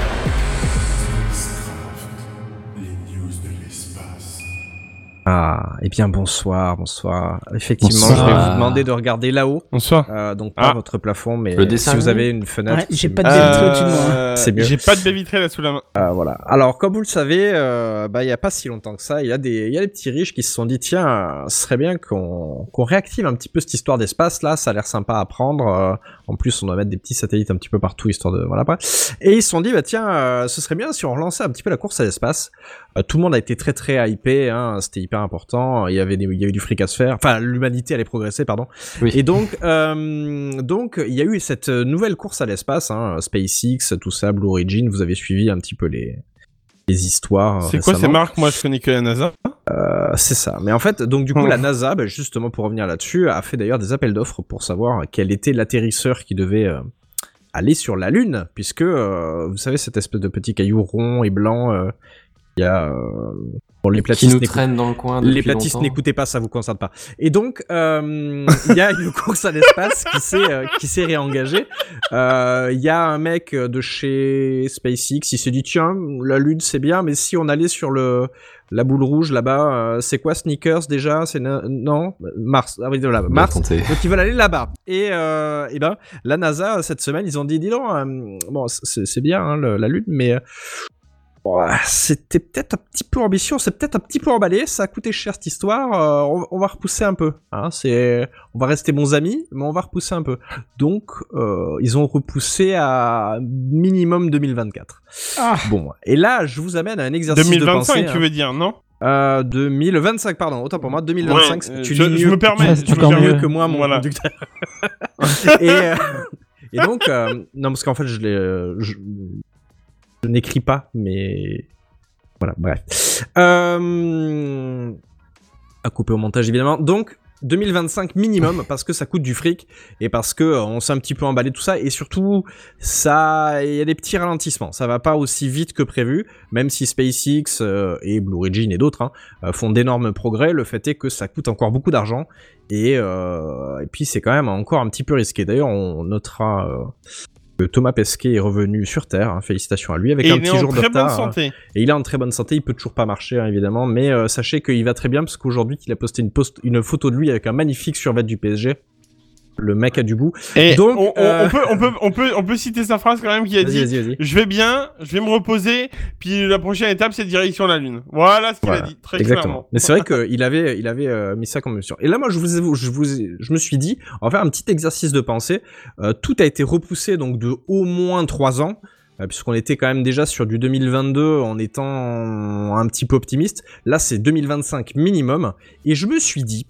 Ah. Eh bien, bonsoir. Effectivement, je vais vous demander de regarder là-haut. Bonsoir. Donc, pas votre plafond, mais le dessin si vous avez une fenêtre. Ouais, j'ai pas de baie vitrée au-dessus de moi. C'est mieux. J'ai pas de baie vitrée là sous la main. Voilà. Alors, comme vous le savez, il y a pas si longtemps que ça, il y a des petits riches qui se sont dit, tiens, ce serait bien qu'on réactive un petit peu cette histoire d'espace, là, ça a l'air sympa à prendre. En plus, on doit mettre des petits satellites un petit peu partout, histoire de... Voilà, après. Et ils se sont dit, bah tiens, ce serait bien si on relançait un petit peu la course à l'espace. Tout le monde a été très très hypé, hein, c'était hyper important, il y avait du fric à se faire, enfin l'humanité allait progresser, pardon. Oui. Et donc il y a eu cette nouvelle course à l'espace, hein, SpaceX, tout ça, Blue Origin, vous avez suivi un petit peu les histoires. C'est quoi ces marques? Moi je connais que la NASA. C'est ça. Mais en fait, donc du coup, la NASA, justement pour revenir là-dessus, a fait d'ailleurs des appels d'offres pour savoir quel était l'atterrisseur qui devait aller sur la Lune, puisque vous savez cette espèce de petit caillou rond et blanc. Il y a les platistes qui nous traînent dans le coin depuis les platistes longtemps. N'écoutez pas, ça vous concerne pas. Et donc il y a une course à l'espace qui s'est réengagée. Il y a un mec de chez SpaceX, il s'est dit tiens, la Lune c'est bien, mais si on allait sur la boule rouge là-bas, c'est quoi Sneakers déjà? C'est non, Mars. Ah oui, là, Mars. Donc ils veulent aller là-bas. Et ben la NASA cette semaine, ils ont dit dis donc, bon c'est bien hein, la Lune, mais c'était peut-être un petit peu ambitieux, c'est peut-être un petit peu emballé, ça a coûté cher cette histoire, on va repousser un peu, hein, on va rester bons amis, mais on va repousser un peu. Donc, ils ont repoussé à minimum 2024. Ah. Bon, et là, je vous amène à un exercice 2025, de pensée. 2025, tu veux dire, non 2025, pardon, autant pour moi, 2025, ouais, tu je me permets, tu encore mieux mieux que moi, mon voilà. conducteur. Et donc, non, parce qu'en fait, je n'écris pas, mais voilà, bref. À couper au montage, évidemment. Donc, 2025 minimum, parce que ça coûte du fric, et parce que on s'est un petit peu emballé tout ça, et surtout, il y a des petits ralentissements. Ça va pas aussi vite que prévu, même si SpaceX et Blue Origin et d'autres font d'énormes progrès, le fait est que ça coûte encore beaucoup d'argent, et puis c'est quand même encore un petit peu risqué. D'ailleurs, on notera... que Thomas Pesquet est revenu sur Terre, hein, félicitations à lui, avec un petit jour de retard. Il est en très bonne santé. Et il est en très bonne santé, il peut toujours pas marcher, hein, évidemment, mais sachez qu'il va très bien, parce qu'aujourd'hui, il a posté une photo de lui avec un magnifique survêt du PSG. Le mec a du goût. Et donc, on peut citer sa phrase quand même qui a dit vas-y. Je vais bien, je vais me reposer, puis la prochaine étape c'est direction la Lune. Voilà ce qu'il a dit, très exactement. clairement. Mais c'est vrai qu'il avait mis ça comme option. Et là, moi, je me suis dit, on va faire un petit exercice de pensée. Tout a été repoussé donc de au moins 3 ans. Puisqu'on était quand même déjà sur du 2022 en étant un petit peu optimiste. Là, c'est 2025 minimum. Et je me suis dit,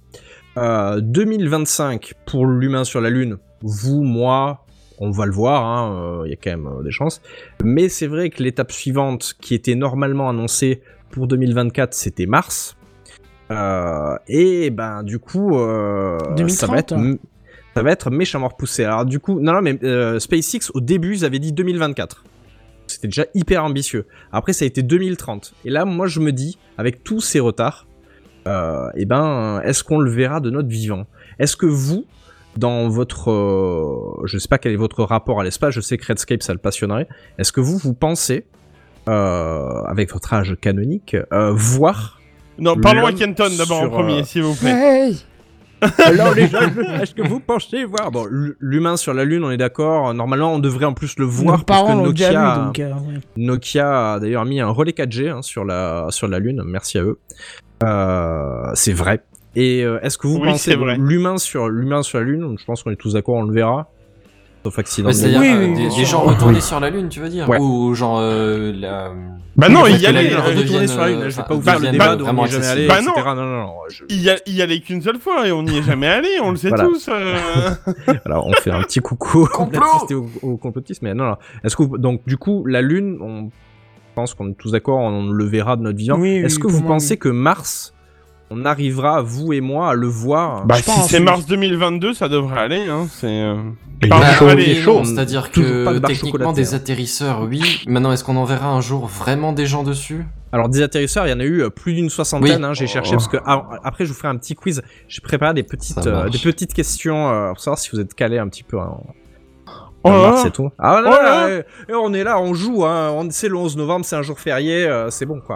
2025 pour l'humain sur la Lune, vous, moi, on va le voir, y a quand même des chances. Mais c'est vrai que l'étape suivante, qui était normalement annoncée pour 2024, c'était Mars. Et ben du coup, 2030, ça va être méchamment repoussé. Alors du coup, non, mais SpaceX, au début, ils avaient dit 2024. C'était déjà hyper ambitieux. Après, ça a été 2030. Et là, moi, je me dis, avec tous ces retards, est-ce qu'on le verra de notre vivant? Est-ce que vous, dans votre... je sais pas quel est votre rapport à l'espace, je sais que Redscape, ça le passionnerait. Est-ce que vous pensez, avec votre âge canonique, voir... Non, parlons à Kenton d'abord en premier, s'il vous plaît. Hey. Alors les gens, est-ce que vous pensez voir... Bon, l'humain sur la Lune, on est d'accord. Normalement, on devrait en plus le voir. Nos parents l'ont déjà Nokia, vu, donc... ouais. Nokia a d'ailleurs mis un relais 4G sur la Lune. Merci à eux. C'est vrai. Et est-ce que vous pensez l'humain sur la Lune, je pense qu'on est tous d'accord, on le verra. Sauf accident. C'est-à-dire des gens retournés sur la Lune, tu veux dire? Ouais. Ou genre Bah non, il y allait. Retourner sur la Lune, je vais pas ouvrir le débat de on n'y est jamais allé, bah etc. non. Non. Il y allait qu'une seule fois et on n'y est jamais allé, on le sait Voilà. tous. Alors on fait un petit coucou au complotiste, mais non. Est-ce que donc du coup la Lune, on pense qu'on est tous d'accord, on le verra de notre vivant. Oui, Est-ce que vous pensez que Mars, on arrivera, vous et moi, à le voir? Bah si c'est mars 2022, ça devrait aller, hein. C'est chaud. C'est-à-dire que techniquement des hein. atterrisseurs, oui. Maintenant, est-ce qu'on en verra un jour vraiment des gens dessus? Alors des atterrisseurs, il y en a eu plus d'une soixantaine. Oui. J'ai cherché parce que après je vous ferai un petit quiz. J'ai préparé des petites questions pour savoir si vous êtes calé un petit peu. Mars et tout. Ah non, on est là, on joue. Hein. C'est le 11 novembre, c'est un jour férié, c'est bon quoi.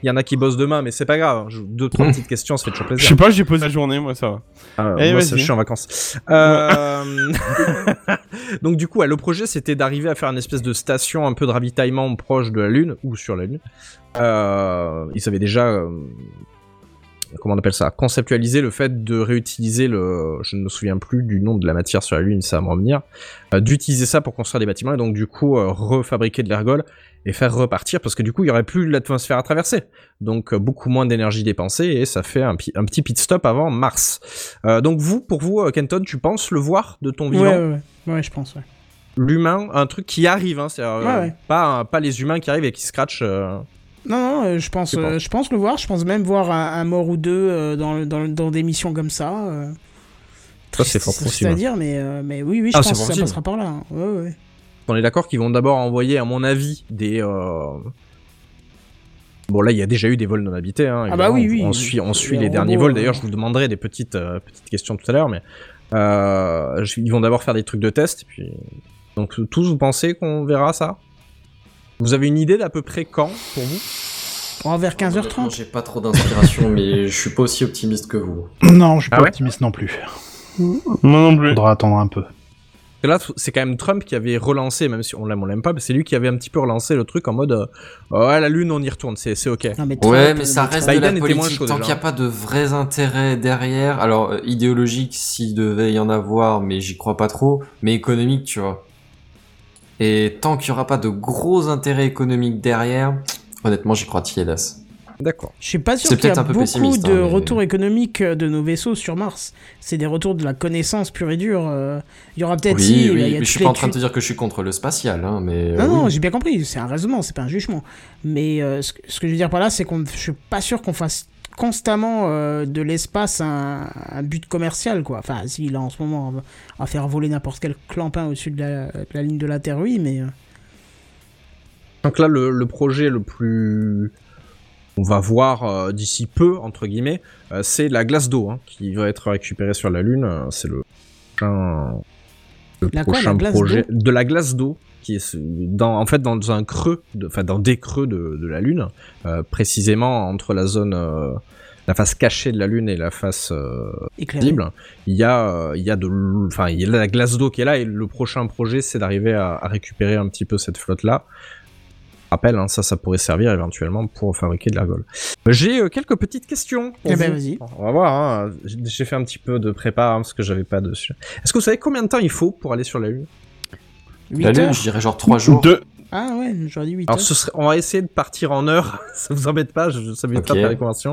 Il y en a qui bossent demain, mais c'est pas grave. 2-3 petites questions, ça fait toujours plaisir. Je sais pas, j'ai posé la journée, moi, ça va. Moi, je suis en vacances. Donc, du coup, le projet, c'était d'arriver à faire une espèce de station un peu de ravitaillement proche de la Lune, ou sur la Lune. Ils avaient déjà... comment on appelle ça, conceptualiser le fait de réutiliser je ne me souviens plus du nom de la matière sur la Lune, ça va me revenir, d'utiliser ça pour construire des bâtiments et donc du coup refabriquer de l'ergol et faire repartir parce que du coup il y aurait plus l'atmosphère à traverser, donc beaucoup moins d'énergie dépensée et ça fait un petit pit stop avant Mars. Donc pour vous, Kenton, tu penses le voir de ton vivant? Ouais, je pense, ouais. L'humain, un truc qui arrive, hein, c'est-à-dire pas les humains qui arrivent et qui scratchent. Non, je pense le voir. Je pense même voir un mort ou deux dans des missions comme ça. Ça, c'est fort possible. C'est-à-dire, mais oui, je pense que ça passera par là. Ouais. On est d'accord qu'ils vont d'abord envoyer, à mon avis, des... Bon, là, il y a déjà eu des vols non habités. Hein, ah bah oui. On suit les derniers vols. D'ailleurs, je vous demanderai des petites questions tout à l'heure, mais ils vont d'abord faire des trucs de test. Et puis... Donc, tous, vous pensez qu'on verra ça? Vous avez une idée d'à peu près quand, pour vous? Vers 15h30. J'ai pas trop d'inspiration, mais je suis pas aussi optimiste que vous. Non, je suis pas optimiste non plus. Moi non plus. Faudra attendre un peu. Et là, c'est quand même Trump qui avait relancé, même si on l'aime pas, mais c'est lui qui avait un petit peu relancé le truc en mode la Lune, on y retourne, c'est ok. Non, mais mais ça reste de la politique. Tant qu'il n'y a pas de vrais intérêts derrière, alors idéologique s'il devait y en avoir, mais j'y crois pas trop, mais économique, tu vois. Et tant qu'il n'y aura pas de gros intérêts économiques derrière, honnêtement, j'y crois tiédas. D'accord. Je suis pas sûr qu'il y a beaucoup de retours économiques de nos vaisseaux sur Mars. C'est des retours de la connaissance pure et dure. Il y aura peut-être... Oui, mais je suis pas en train de te dire que je suis contre le spatial, hein, mais... Non, j'ai bien compris, c'est un raisonnement, c'est pas un jugement. Mais ce que je veux dire par là, c'est que je suis pas sûr qu'on fasse constamment de l'espace un but commercial, quoi. Enfin, si là en ce moment on va faire voler n'importe quel clampin au-dessus de la ligne de la Terre, oui, mais... Donc là, le projet le plus... on va voir d'ici peu, entre guillemets, c'est la glace d'eau qui va être récupérée sur la Lune. C'est le prochain projet de la glace d'eau qui est dans un creux, dans des creux de la Lune, précisément entre la zone, la face cachée de la Lune et la face visible. Il y a la glace d'eau qui est là et le prochain projet, c'est d'arriver à récupérer un petit peu cette flotte-là. Rappel, ça pourrait servir éventuellement pour fabriquer de l'ergol. J'ai quelques petites questions pour vous. Vas-y. On va voir, j'ai fait un petit peu de prépa parce que j'avais pas dessus. Est-ce que vous savez combien de temps il faut pour aller sur la Lune? La Lune, je dirais genre 3 jours. Ah ouais, j'aurais dit 8 heures. Alors on va essayer de partir en heures, ça vous embête pas, ça m'embête pas de faire les conversions.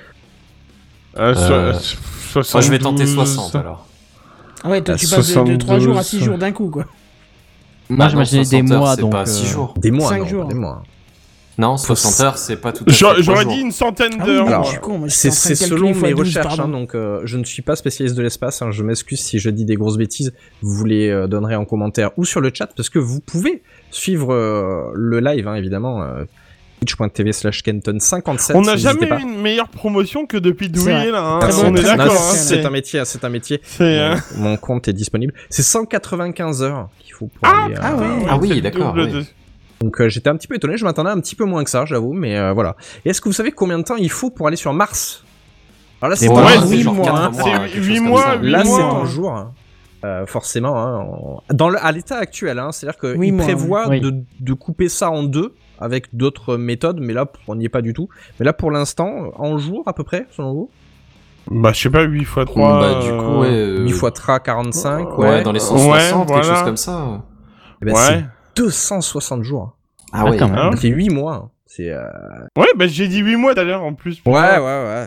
Je vais tenter 60 alors. Ah ouais, toi tu passes de 3 jours à 6 jours d'un coup, quoi. Moi j'imaginais des mois, donc... C'est pas 6 jours. Des mois, 5 jours. Des mois. Non, 60 heures, c'est pas tout à fait. J'aurais dit une centaine d'heures. Alors, c'est selon mes recherches, donc je ne suis pas spécialiste de l'espace, je m'excuse si je dis des grosses bêtises, vous les donnerez en commentaire ou sur le chat, parce que vous pouvez suivre le live, évidemment, twitch.tv/Kenton57. On n'a jamais eu une meilleure promotion que depuis Douillet, là. On est d'accord. C'est un métier. Mon compte est disponible. C'est 195 heures qu'il faut pour aller... Ah oui, d'accord. Donc j'étais un petit peu étonné, je m'attendais un petit peu moins que ça, j'avoue, mais voilà. Et est-ce que vous savez combien de temps il faut pour aller sur Mars? Alors là, c'est 8 mois. C'est 8 mois. Là, c'est en jours. Forcément, à l'état actuel, c'est-à-dire qu'il prévoit de couper ça en deux avec d'autres méthodes, mais là, on n'y est pas du tout. Mais là, pour l'instant, en jours à peu près, selon vous? Bah, je sais pas, 8 x 3... Bah, du coup, 8 x 3, 45, ouais, dans les 160, quelque chose comme ça. Et ben, c'est 260 jours. Ah ouais, quand même. Ça fait 8 mois. C'est Ouais, bah j'ai dit 8 mois d'ailleurs en plus. Ouais.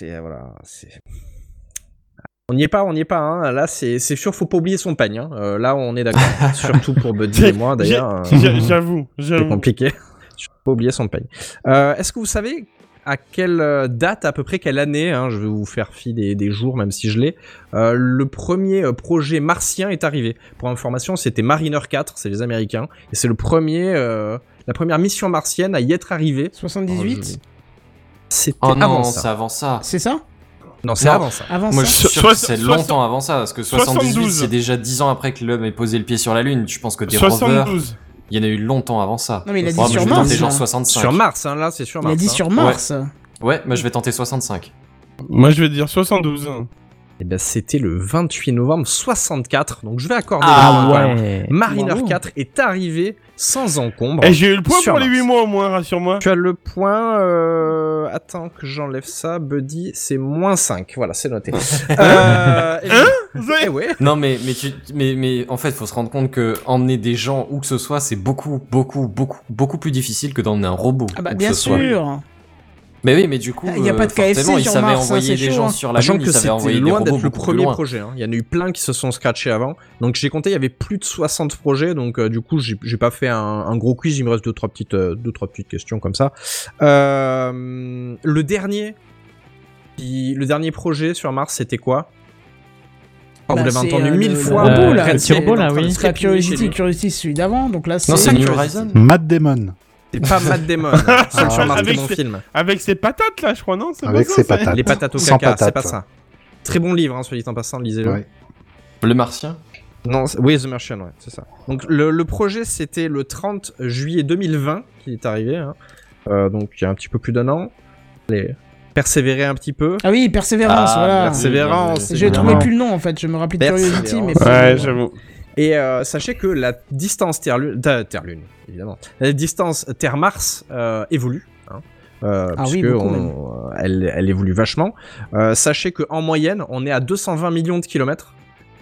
On n'y est pas. Là, c'est sûr, faut pas oublier son peigne. Là, on est d'accord. Surtout pour Buddy et moi, d'ailleurs. J'avoue. C'est compliqué. Faut pas oublier son peigne. Est-ce que vous savez à quelle date, à peu près quelle année, je vais vous faire fi des jours, même si je l'ai, le premier projet martien est arrivé. Pour information, c'était Mariner 4, c'est les Américains, et c'est la première mission martienne à y être arrivée. 78 C'était avant ça. C'est avant ça. C'est ça? Non, c'est avant ça. Moi, je suis sûr que c'est longtemps avant ça, parce que 78, c'est déjà 10 ans après que l'homme ait posé le pied sur la Lune. Je pense que des 72. Il y en a eu longtemps avant ça. Non, mais il a dit sur Mars. Genre 65. Sur Mars, hein, là, c'est sur Mars. Il a dit sur Mars. Ouais, moi je vais tenter 65. Moi, je vais dire 72. Et ben, c'était le 28 novembre 64, donc je vais accorder. Mariner Bravo. 4 est arrivé sans encombre. Et j'ai eu le point sur pour les Mars. 8 mois au moins, rassure-moi. Tu as le point. Attends que j'enlève ça, Buddy. C'est -5. Voilà, c'est noté. Eh ouais. Non, mais en fait, faut se rendre compte que emmener des gens où que ce soit, c'est beaucoup plus difficile que d'emmener un robot. Ah bah où bien que ce soit. sûr. Mais oui, mais du coup, Il y a pas de KFC forcément, ils sur savaient Mars, envoyer c'est des chaud, gens hein. sur la Sachant Lune, que ils savaient c'était envoyer des loin robots d'être le beaucoup plus premier loin. projet. Hein. Il y en a eu plein qui se sont scratchés avant. Donc j'ai compté, il y avait plus de 60 projets. Donc du coup, j'ai pas fait un gros quiz. Il me reste deux trois petites questions comme ça. Le dernier projet sur Mars, c'était quoi? Vous l'avez entendu 1000 fois. Le turbo, là, oui. C'est Curiosity, celui d'avant. Donc là, Non, c'est c'est New Horizon. Matt Damon. C'est pas Matt Damon. Seul sur Mars, c'est mon film. Avec ses patates, là, je crois, non? C'est Avec pas ça, ses c'est- patates. Les patates au Sans caca, c'est patates. pas ça. Très bon livre, hein, soit dit en passant, lisez-le. Ouais. Le Martien. Non, oui, The Martian, ouais, c'est ça. Donc le projet, c'était le 30 juillet 2020 qui est arrivé, hein. Donc il y a un petit peu plus d'un an. Allez, persévérer un petit peu. Ah oui, Persévérance, voilà. Persévérance. J'ai évidemment. trouvé plus le nom en fait, je me rappelais de Curiosity, mais Ouais, j'avoue. Et sachez que la distance Terre-Lune, évidemment, la distance Terre-Mars évolue. Hein, oui, puisque beaucoup même. elle évolue vachement. Sachez qu'en moyenne, on est à 220 millions de kilomètres.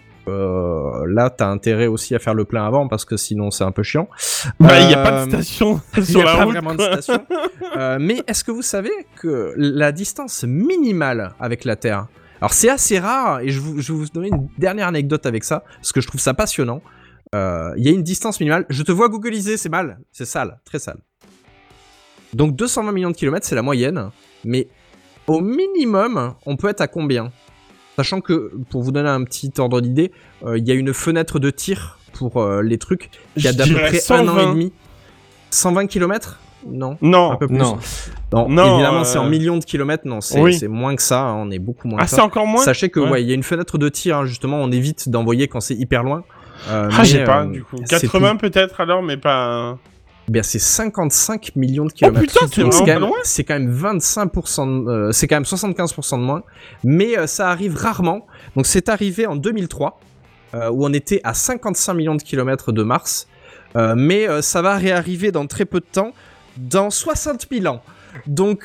Là, t'as intérêt aussi à faire le plein avant parce que sinon c'est un peu chiant. Bah, il n'y a pas de station Il sur n'y a la pas route. vraiment de quoi. station. Mais est-ce que vous savez que la distance minimale avec la Terre, alors c'est assez rare, et je vais vous donner une dernière anecdote avec ça, parce que je trouve ça passionnant. Il y a une distance minimale, je te vois googliser, c'est mal, c'est sale, très sale. Donc 220 millions de kilomètres, c'est la moyenne, mais au minimum, on peut être à combien? Sachant que, pour vous donner un petit ordre d'idée, il y a une fenêtre de tir pour les trucs qui a d'à peu près 1 an et demi. 120 km? Non. Non. Un peu plus. Non. Non, évidemment, c'est en millions de kilomètres. Non, c'est Oui. c'est moins que ça. Hein, on est beaucoup moins Ah, que ça. c'est encore moins? Sachez que, Ouais. ouais, il y a une fenêtre de tir, hein, justement. On évite d'envoyer quand c'est hyper loin. Ah, j'ai pas, du coup. c'est 80 peut-être alors, mais pas... Bien, c'est 55 millions de kilomètres. putain, c'est Donc, vraiment quand pas même- loin. C'est quand même 25%, c'est quand même 75% de moins. Mais ça arrive rarement. Donc c'est arrivé en 2003, où on était à 55 millions de kilomètres de Mars. Mais ça va réarriver dans très peu de temps, dans 60 000 ans. Donc,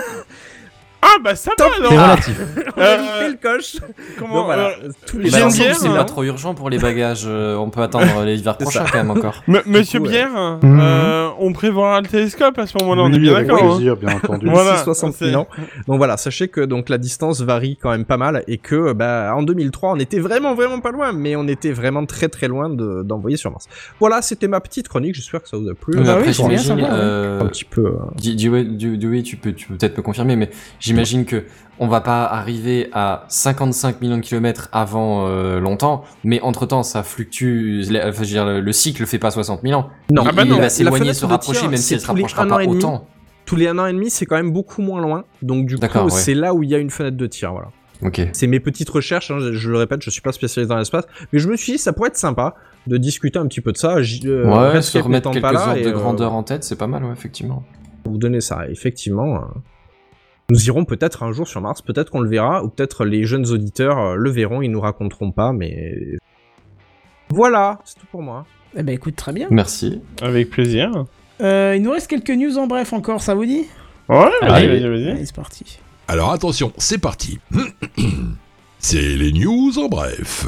Ah, bah ça va Top. C'est alors! relatif. on a loupé le coche. Comment... Donc voilà, tous les Bah, J'ai dans une le sens bière, où c'est hein. pas trop urgent pour les bagages. On peut attendre l'hiver C'est prochain ça. quand même encore. Monsieur Du coup, Bière, Mhm. on prévoira le télescope à ce moment-là, on est Oui, bien avec d'accord. hein. plaisir, bien entendu. Voilà, 60 c'est- 000 ans. Donc voilà, sachez que donc la distance varie quand même pas mal et que bah en 2003 on était vraiment pas loin, mais on était vraiment très loin d'envoyer sur Mars. Voilà, c'était ma petite chronique. J'espère que ça vous a plu. Mais bah oui, après, c'est bien j'imagine, sympa, Un petit peu. Dewey, tu peux peut-être me confirmer, mais j'imagine que on va pas arriver à 55 millions de kilomètres avant longtemps, mais entre-temps, ça fluctue. Enfin, je veux dire, le cycle fait pas 60 000 ans. Non, Ah bah il non, va la s'éloigner, fenêtre se de rapprocher, tir, même si c'est elle se tous les rapprochera 1 an pas et demi. autant. Tous les 1 an et demi, c'est quand même beaucoup moins loin. Donc du D'accord, coup, ouais. c'est là où il y a une fenêtre de tir. Voilà. Ok. C'est mes petites recherches. Hein, je le répète, je suis pas spécialisé dans l'espace, mais je me suis dit ça pourrait être sympa de discuter un petit peu de ça. Ouais, se Redscape remettre n'étant quelques pas là, ordres et, de grandeur en tête, c'est pas mal, ouais, effectivement. vous donner ça. Effectivement, nous irons peut-être un jour sur Mars, peut-être qu'on le verra, ou peut-être les jeunes auditeurs le verront, ils nous raconteront pas, mais voilà, c'est tout pour moi. Eh ben écoute, très bien. Merci. Avec plaisir. Il nous reste quelques news en bref encore, ça vous dit? Ouais, Allez. vas-y. Allez, c'est parti. Alors attention, c'est parti. C'est les news en bref.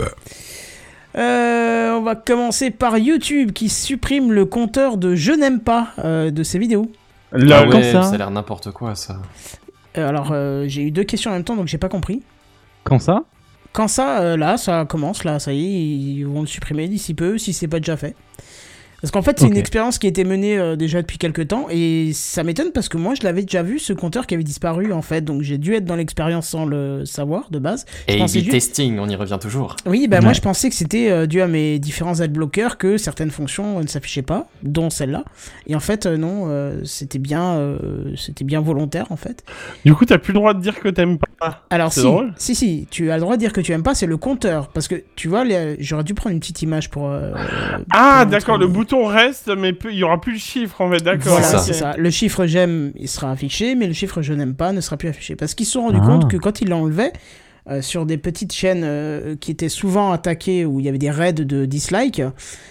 On va commencer par YouTube qui supprime le compteur de je n'aime pas de ses vidéos. Là, Ah ouais. ouais, ça ça a l'air n'importe quoi, ça. Alors j'ai eu deux questions en même temps donc j'ai pas compris. Quand ça? Quand ça, là, ça commence, là, ça y est, ils vont le supprimer d'ici peu si c'est pas déjà fait. Parce qu'en fait, c'est Ok. une expérience qui a été menée déjà depuis quelques temps et ça m'étonne parce que moi, je l'avais déjà vu, ce compteur qui avait disparu en fait, donc j'ai dû être dans l'expérience sans le savoir de base. Et pensais A/B juste- testing, on y revient toujours. Oui, bah moi Ouais. je pensais que c'était dû à mes différents adblockers que certaines fonctions ne s'affichaient pas, dont celle-là. Et en fait, non, c'était bien volontaire en fait. Du coup, t'as plus le droit de dire que t'aimes pas. Alors C'est si, drôle. si, tu as le droit de dire que tu aimes pas, c'est le compteur. Parce que tu vois, j'aurais dû prendre une petite image pour... Ah, pour d'accord, montrer. le bouton bouton reste, mais il y aura plus le chiffre, en fait, d'accord. Voilà, c'est ça. Le chiffre j'aime, il sera affiché, mais le chiffre je n'aime pas ne sera plus affiché. Parce qu'ils se sont rendus compte que quand ils l'enlevaient, sur des petites chaînes qui étaient souvent attaquées, où il y avait des raids de dislike,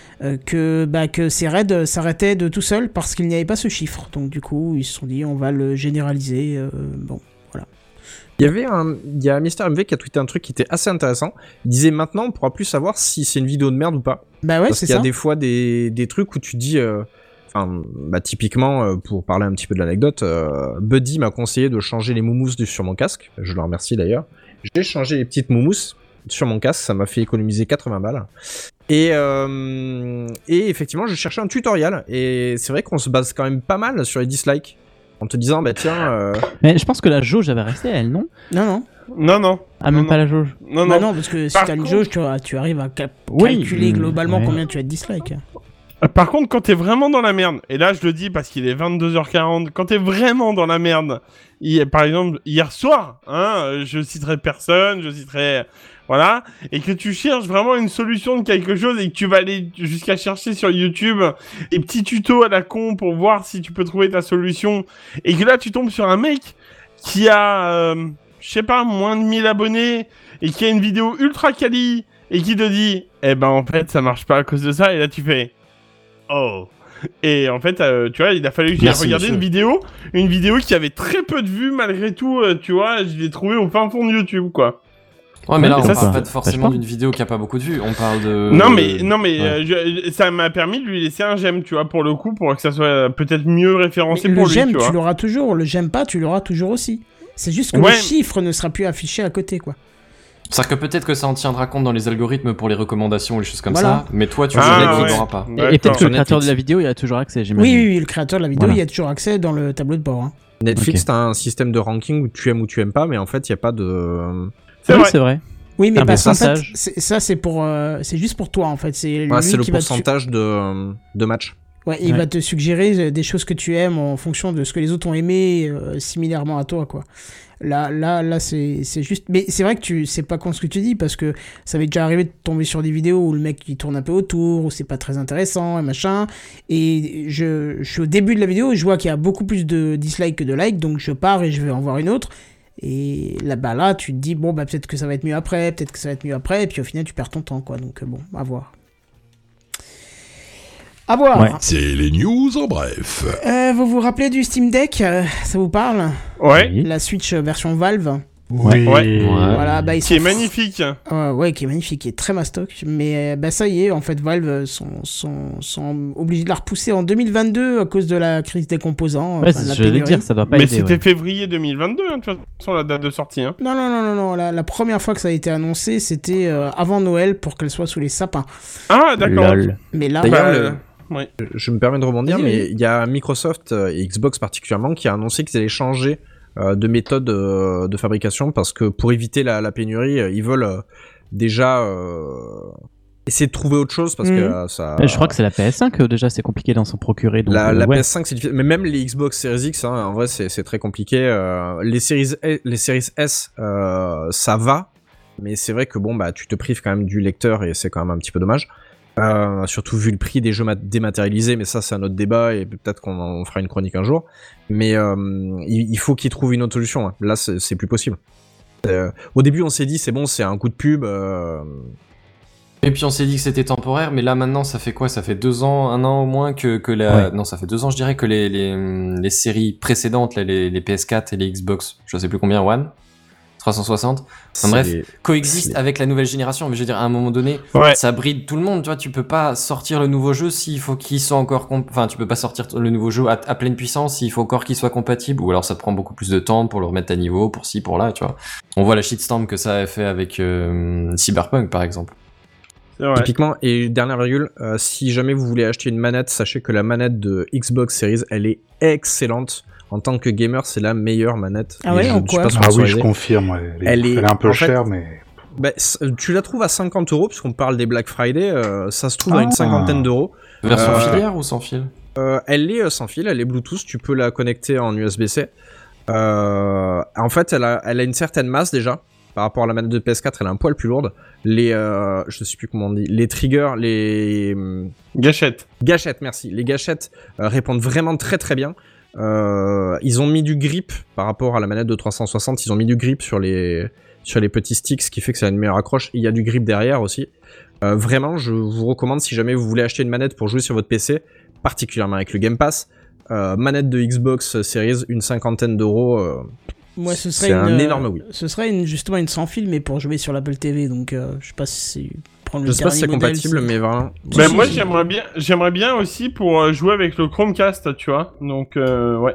que ces raids s'arrêtaient de tout seul parce qu'il n'y avait pas ce chiffre. Donc du coup, ils se sont dit, on va le généraliser. Bon, voilà. Il y a Mister MV qui a tweeté un truc qui était assez intéressant. Il disait maintenant on pourra plus savoir si c'est une vidéo de merde ou pas. Bah ouais, parce c'est qu'il y a ça. des fois des trucs où tu dis, typiquement pour parler un petit peu de l'anecdote, Buddy m'a conseillé de changer les moumous sur mon casque. Je le remercie d'ailleurs. J'ai changé les petites moumous sur mon casque, ça m'a fait économiser 80 balles. Et effectivement, je cherchais un tutoriel et c'est vrai qu'on se base quand même pas mal sur les dislikes. En te disant, bah tiens... Mais je pense que la jauge avait resté, elle, non ? Non. Ah, même pas la jauge ? Non, parce que si t'as une jauge, tu arrives à calculer globalement combien tu as de dislikes. Par contre, quand t'es vraiment dans la merde, et là je le dis parce qu'il est 22h40, quand t'es vraiment dans la merde, par exemple, hier soir, je citerai personne, voilà, et que tu cherches vraiment une solution de quelque chose et que tu vas aller jusqu'à chercher sur YouTube des petits tutos à la con pour voir si tu peux trouver ta solution, et que là tu tombes sur un mec qui a, moins de 1000 abonnés, et qui a une vidéo ultra quali, et qui te dit, en fait ça marche pas à cause de ça, et là tu fais... Oh. Et en fait, tu vois, il a fallu que j'ai regardé une vidéo qui avait très peu de vues malgré tout, tu vois, je l'ai trouvée au fin fond de YouTube, quoi. Ouais, mais là, on parle pas forcément d'une vidéo qui a pas beaucoup de vues, on parle de... Non, mais ça m'a permis de lui laisser un j'aime, tu vois, pour le coup, pour que ça soit peut-être mieux référencé pour lui, tu vois. Le j'aime, tu l'auras toujours, le j'aime pas, tu l'auras toujours aussi. C'est juste que le chiffre ne sera plus affiché à côté, quoi. C'est-à-dire que peut-être que ça en tiendra compte dans les algorithmes pour les recommandations ou les choses comme ça, mais toi tu l'auras pas. Et peut-être que le créateur de la vidéo il a toujours accès, j'imagine. Oui, le créateur de la vidéo il a toujours accès dans le tableau de bord. Netflix t'as un système de ranking où tu aimes ou tu aimes pas, mais en fait il y a pas de... C'est vrai. Oui, mais parce qu'en fait, ça c'est juste pour toi en fait. C'est le pourcentage de matchs. Ouais, il va te suggérer des choses que tu aimes en fonction de ce que les autres ont aimé similairement à toi, quoi. Là, c'est juste... Mais c'est vrai que c'est pas con ce que tu dis, parce que ça m'est déjà arrivé de tomber sur des vidéos où le mec il tourne un peu autour, où c'est pas très intéressant, et machin, et je suis au début de la vidéo, et je vois qu'il y a beaucoup plus de dislikes que de likes, donc je pars et je vais en voir une autre, et là, tu te dis, bon, bah peut-être que ça va être mieux après, et puis au final, tu perds ton temps, quoi, donc bon, à voir. À voir. Ouais. C'est les news en bref. Vous vous rappelez du Steam Deck ça vous parle ? Ouais. La Switch version Valve. Ouais. Voilà, qui est magnifique. Ouais, qui est magnifique, qui est très mastoc. Mais ça y est, en fait, Valve sont obligés de la repousser en 2022 à cause de la crise des composants. Ouais, je vais dire, ça doit pas aider. Mais c'était février 2022, de toute façon, la date de sortie. Hein. Non. La première fois que ça a été annoncé, c'était avant Noël pour qu'elle soit sous les sapins. Ah, d'accord. Lol. Mais là... D'ailleurs, je me permets de rebondir, mais il y a Microsoft et Xbox particulièrement qui a annoncé qu'ils allaient changer de méthode de fabrication parce que pour éviter la pénurie, ils veulent déjà essayer de trouver autre chose parce que ça... Je crois que c'est la PS5 déjà, c'est compliqué d'en s'en procurer. Donc, la PS5 c'est difficile, mais même les Xbox Series X, en vrai c'est très compliqué. Les Series S, ça va, mais c'est vrai que tu te prives quand même du lecteur et c'est quand même un petit peu dommage. Surtout vu le prix des jeux dématérialisés, mais ça c'est un autre débat et peut-être qu'on fera une chronique un jour. Mais il faut qu'ils trouvent une autre solution. Hein. Là c'est plus possible. Au début on s'est dit c'est bon, c'est un coup de pub. Et puis on s'est dit que c'était temporaire, mais là maintenant ça fait quoi ? Ça fait 2 ans, 1 an au moins que la... Ouais. Non, ça fait 2 ans je dirais que les séries précédentes, là, les PS4 et les Xbox, je sais plus combien, One 360. Bref, coexistent avec la nouvelle génération. Mais je veux dire, à un moment donné, ça bride tout le monde. Tu vois, tu peux pas sortir le nouveau jeu s'il faut qu'il soit encore... Enfin, tu peux pas sortir le nouveau jeu à pleine puissance s'il faut encore qu'il soit compatible. Ou alors ça te prend beaucoup plus de temps pour le remettre à niveau, pour ci, pour là, tu vois. On voit la shitstorm que ça a fait avec Cyberpunk, par exemple. Typiquement, et dernière virgule, si jamais vous voulez acheter une manette, sachez que la manette de Xbox Series, elle est excellente. En tant que gamer, c'est la meilleure manette. Ah ouais, en quoi ? Ah oui, je confirme. Elle est un peu chère, mais... tu la trouves à 50 €, puisqu'on parle des Black Friday, ça se trouve à une cinquantaine d'euros. Version filière ou sans fil ? Elle est sans fil, elle est Bluetooth, tu peux la connecter en USB-C. En fait, elle a une certaine masse déjà. par rapport à la manette de PS4, elle est un poil plus lourde. Je sais plus comment on dit, les triggers, les gâchettes, merci. Les gâchettes répondent vraiment très très bien. Ils ont mis du grip par rapport à la manette de 360, ils ont mis du grip sur les petits sticks, ce qui fait que ça a une meilleure accroche. Il y a du grip derrière aussi. Vraiment, je vous recommande, si jamais vous voulez acheter une manette pour jouer sur votre PC, particulièrement avec le Game Pass, manette de Xbox Series, une 50aine d'euros. Moi, c'est un énorme oui. Ce serait justement une sans fil, mais pour jouer sur l'Apple TV, donc je sais pas si je sais pas si c'est compatible, mais vraiment. Moi, j'aimerais bien aussi pour jouer avec le Chromecast, tu vois. Donc, ouais.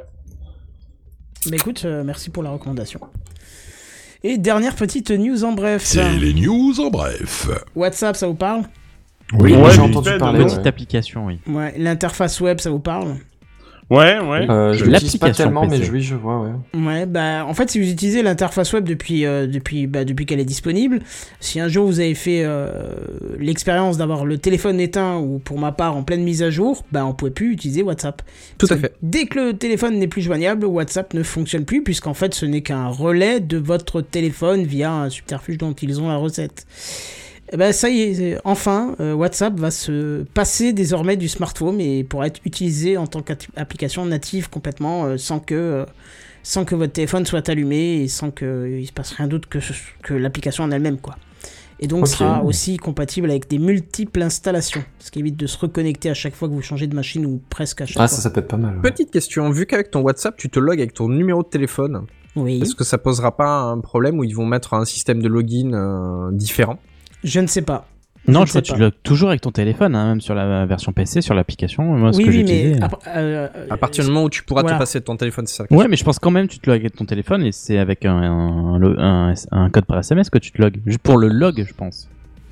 Bah écoute, merci pour la recommandation. Et dernière petite news en bref. C'est les news en bref. WhatsApp, ça vous parle ? Oui, j'ai entendu parler. Petite application, oui. Ouais, l'interface web, ça vous parle ? Ouais. Je l'utilise pas tellement, mais oui, je vois, ouais. Ouais, bah, en fait, si vous utilisez l'interface web depuis qu'elle est disponible, si un jour vous avez fait l'expérience d'avoir le téléphone éteint, ou pour ma part en pleine mise à jour, bah, on pouvait plus utiliser WhatsApp. Tout à fait. Dès que le téléphone n'est plus joignable, WhatsApp ne fonctionne plus, puisqu'en fait, ce n'est qu'un relais de votre téléphone via un subterfuge dont ils ont la recette. Eh ben ça y est, enfin, WhatsApp va se passer désormais du smartphone et pour être utilisé en tant qu'application native complètement sans que votre téléphone soit allumé et sans qu'il se passe rien d'autre que l'application en elle-même, quoi. Et donc sera aussi compatible avec des multiples installations, ce qui évite de se reconnecter à chaque fois que vous changez de machine ou presque à chaque fois. Ça peut être pas mal. Ouais. Petite question, vu qu'avec ton WhatsApp, tu te logs avec ton numéro de téléphone, oui. Est-ce que ça posera pas un problème où ils vont mettre un système de login différent ? Je ne sais pas. Non, je crois que tu logs toujours avec ton téléphone, hein, même sur la version PC, sur l'application. Moi, mais à partir du moment où tu pourras te passer de ton téléphone, c'est ça. Ouais, mais je pense quand même que tu te logs avec ton téléphone et c'est avec un code par SMS que tu te logs. Juste pour le log, je pense.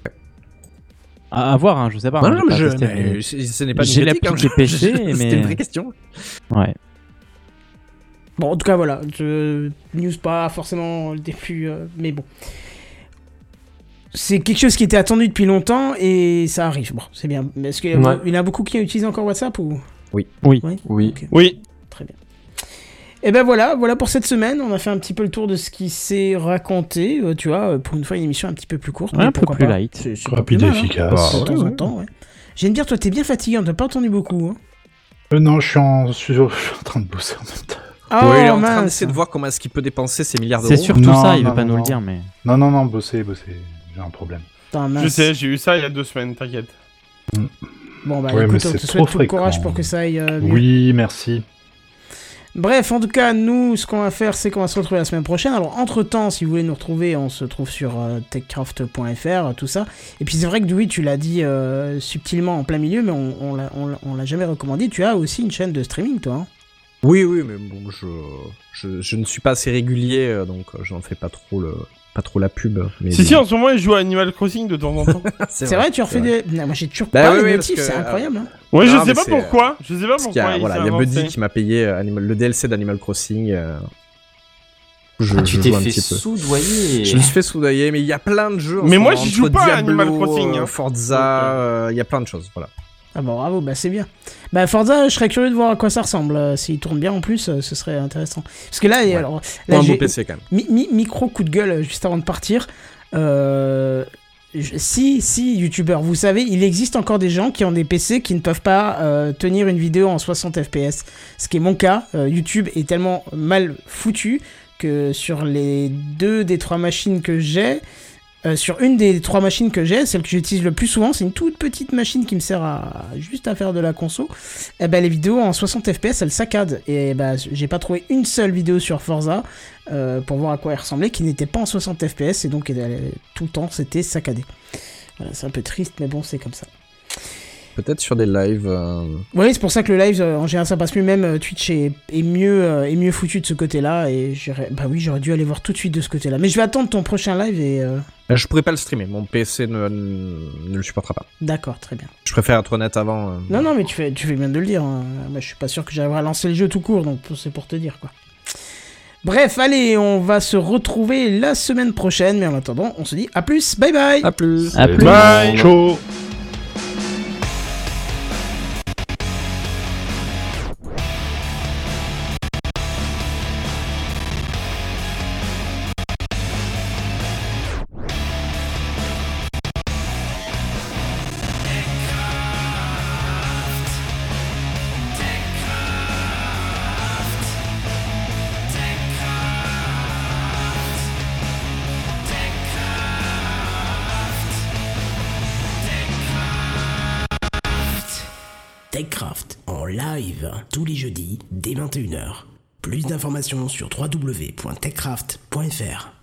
À voir, hein, je sais pas. Non, ce n'est pas j'ai l'appli PC, mais c'était une vraie question. Ouais. Bon, en tout cas, voilà. News pas forcément le début, mais bon. C'est quelque chose qui était attendu depuis longtemps et ça arrive. Bon, c'est bien. Est-ce qu'il y en a beaucoup qui utilisent encore WhatsApp ou... Oui. Okay. Oui. Très bien. Et ben voilà pour cette semaine. On a fait un petit peu le tour de ce qui s'est raconté. Tu vois, pour une fois, une émission un petit peu plus courte. Ouais, un peu plus light. C'est rapide et efficace. De temps en temps, ouais. J'ai une dire, toi, t'es bien fatigué. On t'a pas entendu beaucoup. Hein. Non, je suis en train de bosser en même temps. Oh, il est en train d'essayer de voir comment est-ce qu'il peut dépenser ses milliards d'euros. C'est surtout ça, il veut pas nous le dire, mais... Non, bosser. J'ai un problème. Je sais, j'ai eu ça il y a 2 semaines, t'inquiète. Bon, bah écoute, on te souhaite tout le courage pour que ça aille mieux. Oui, merci. Bref, en tout cas, nous, ce qu'on va faire, c'est qu'on va se retrouver la semaine prochaine. Alors, entre-temps, si vous voulez nous retrouver, on se trouve sur techcraft.fr, tout ça. Et puis, c'est vrai que, oui, tu l'as dit subtilement en plein milieu, mais on l'a jamais recommandé. Tu as aussi une chaîne de streaming, toi, hein. Oui, mais bon, je ne suis pas assez régulier, donc j'en fais pas trop la pub. Mais si, en ce moment, je joue à Animal Crossing de temps en temps. c'est vrai, tu refais des... Non, moi, j'ai toujours pas les motifs, c'est incroyable. Hein. Ouais, je sais pas pourquoi. Il y a Buddy qui m'a payé le DLC d'Animal Crossing. Tu t'es fait soudoyer. Je me suis fait soudoyer, mais il y a plein de jeux. Mais moi, j'y joue pas à Animal Crossing. Forza, il y a plein de choses, voilà. Ah bon, bravo, bah c'est bien. Bah Forza, je serais curieux de voir à quoi ça ressemble. S'il tourne bien en plus, ce serait intéressant. Parce que là, alors, là un beau PC quand même. Micro coup de gueule juste avant de partir. Si youtubeurs, vous savez, il existe encore des gens qui ont des PC qui ne peuvent pas tenir une vidéo en 60 fps. Ce qui est mon cas. YouTube est tellement mal foutu que sur les 2 des 3 machines que j'ai, sur une des 3 machines que j'ai, celle que j'utilise le plus souvent, c'est une toute petite machine qui me sert juste à faire de la conso. Et ben les vidéos en 60 fps, elles saccadent. Et ben j'ai pas trouvé une seule vidéo sur Forza pour voir à quoi elle ressemblait qui n'était pas en 60 fps et donc tout le temps c'était saccadé. Voilà, c'est un peu triste, mais bon, c'est comme ça. Peut-être sur des lives. Oui, c'est pour ça que le live, en général, ça passe mieux. Même Twitch est mieux foutu de ce côté-là. Et j'aurais dû aller voir tout de suite de ce côté-là. Mais je vais attendre ton prochain live et... Je pourrais pas le streamer. Mon PC ne le supportera pas. D'accord, très bien. Je préfère être honnête avant. Non, mais tu fais bien de le dire. Hein. Moi, je suis pas sûr que j'arriverai à lancer le jeu tout court. Donc, c'est pour te dire, quoi. Bref, allez, on va se retrouver la semaine prochaine. Mais en attendant, on se dit à plus. Bye bye. À plus. Bye. Ciao. TechCraft en live tous les jeudis dès 21h. Plus d'informations sur www.techcraft.fr.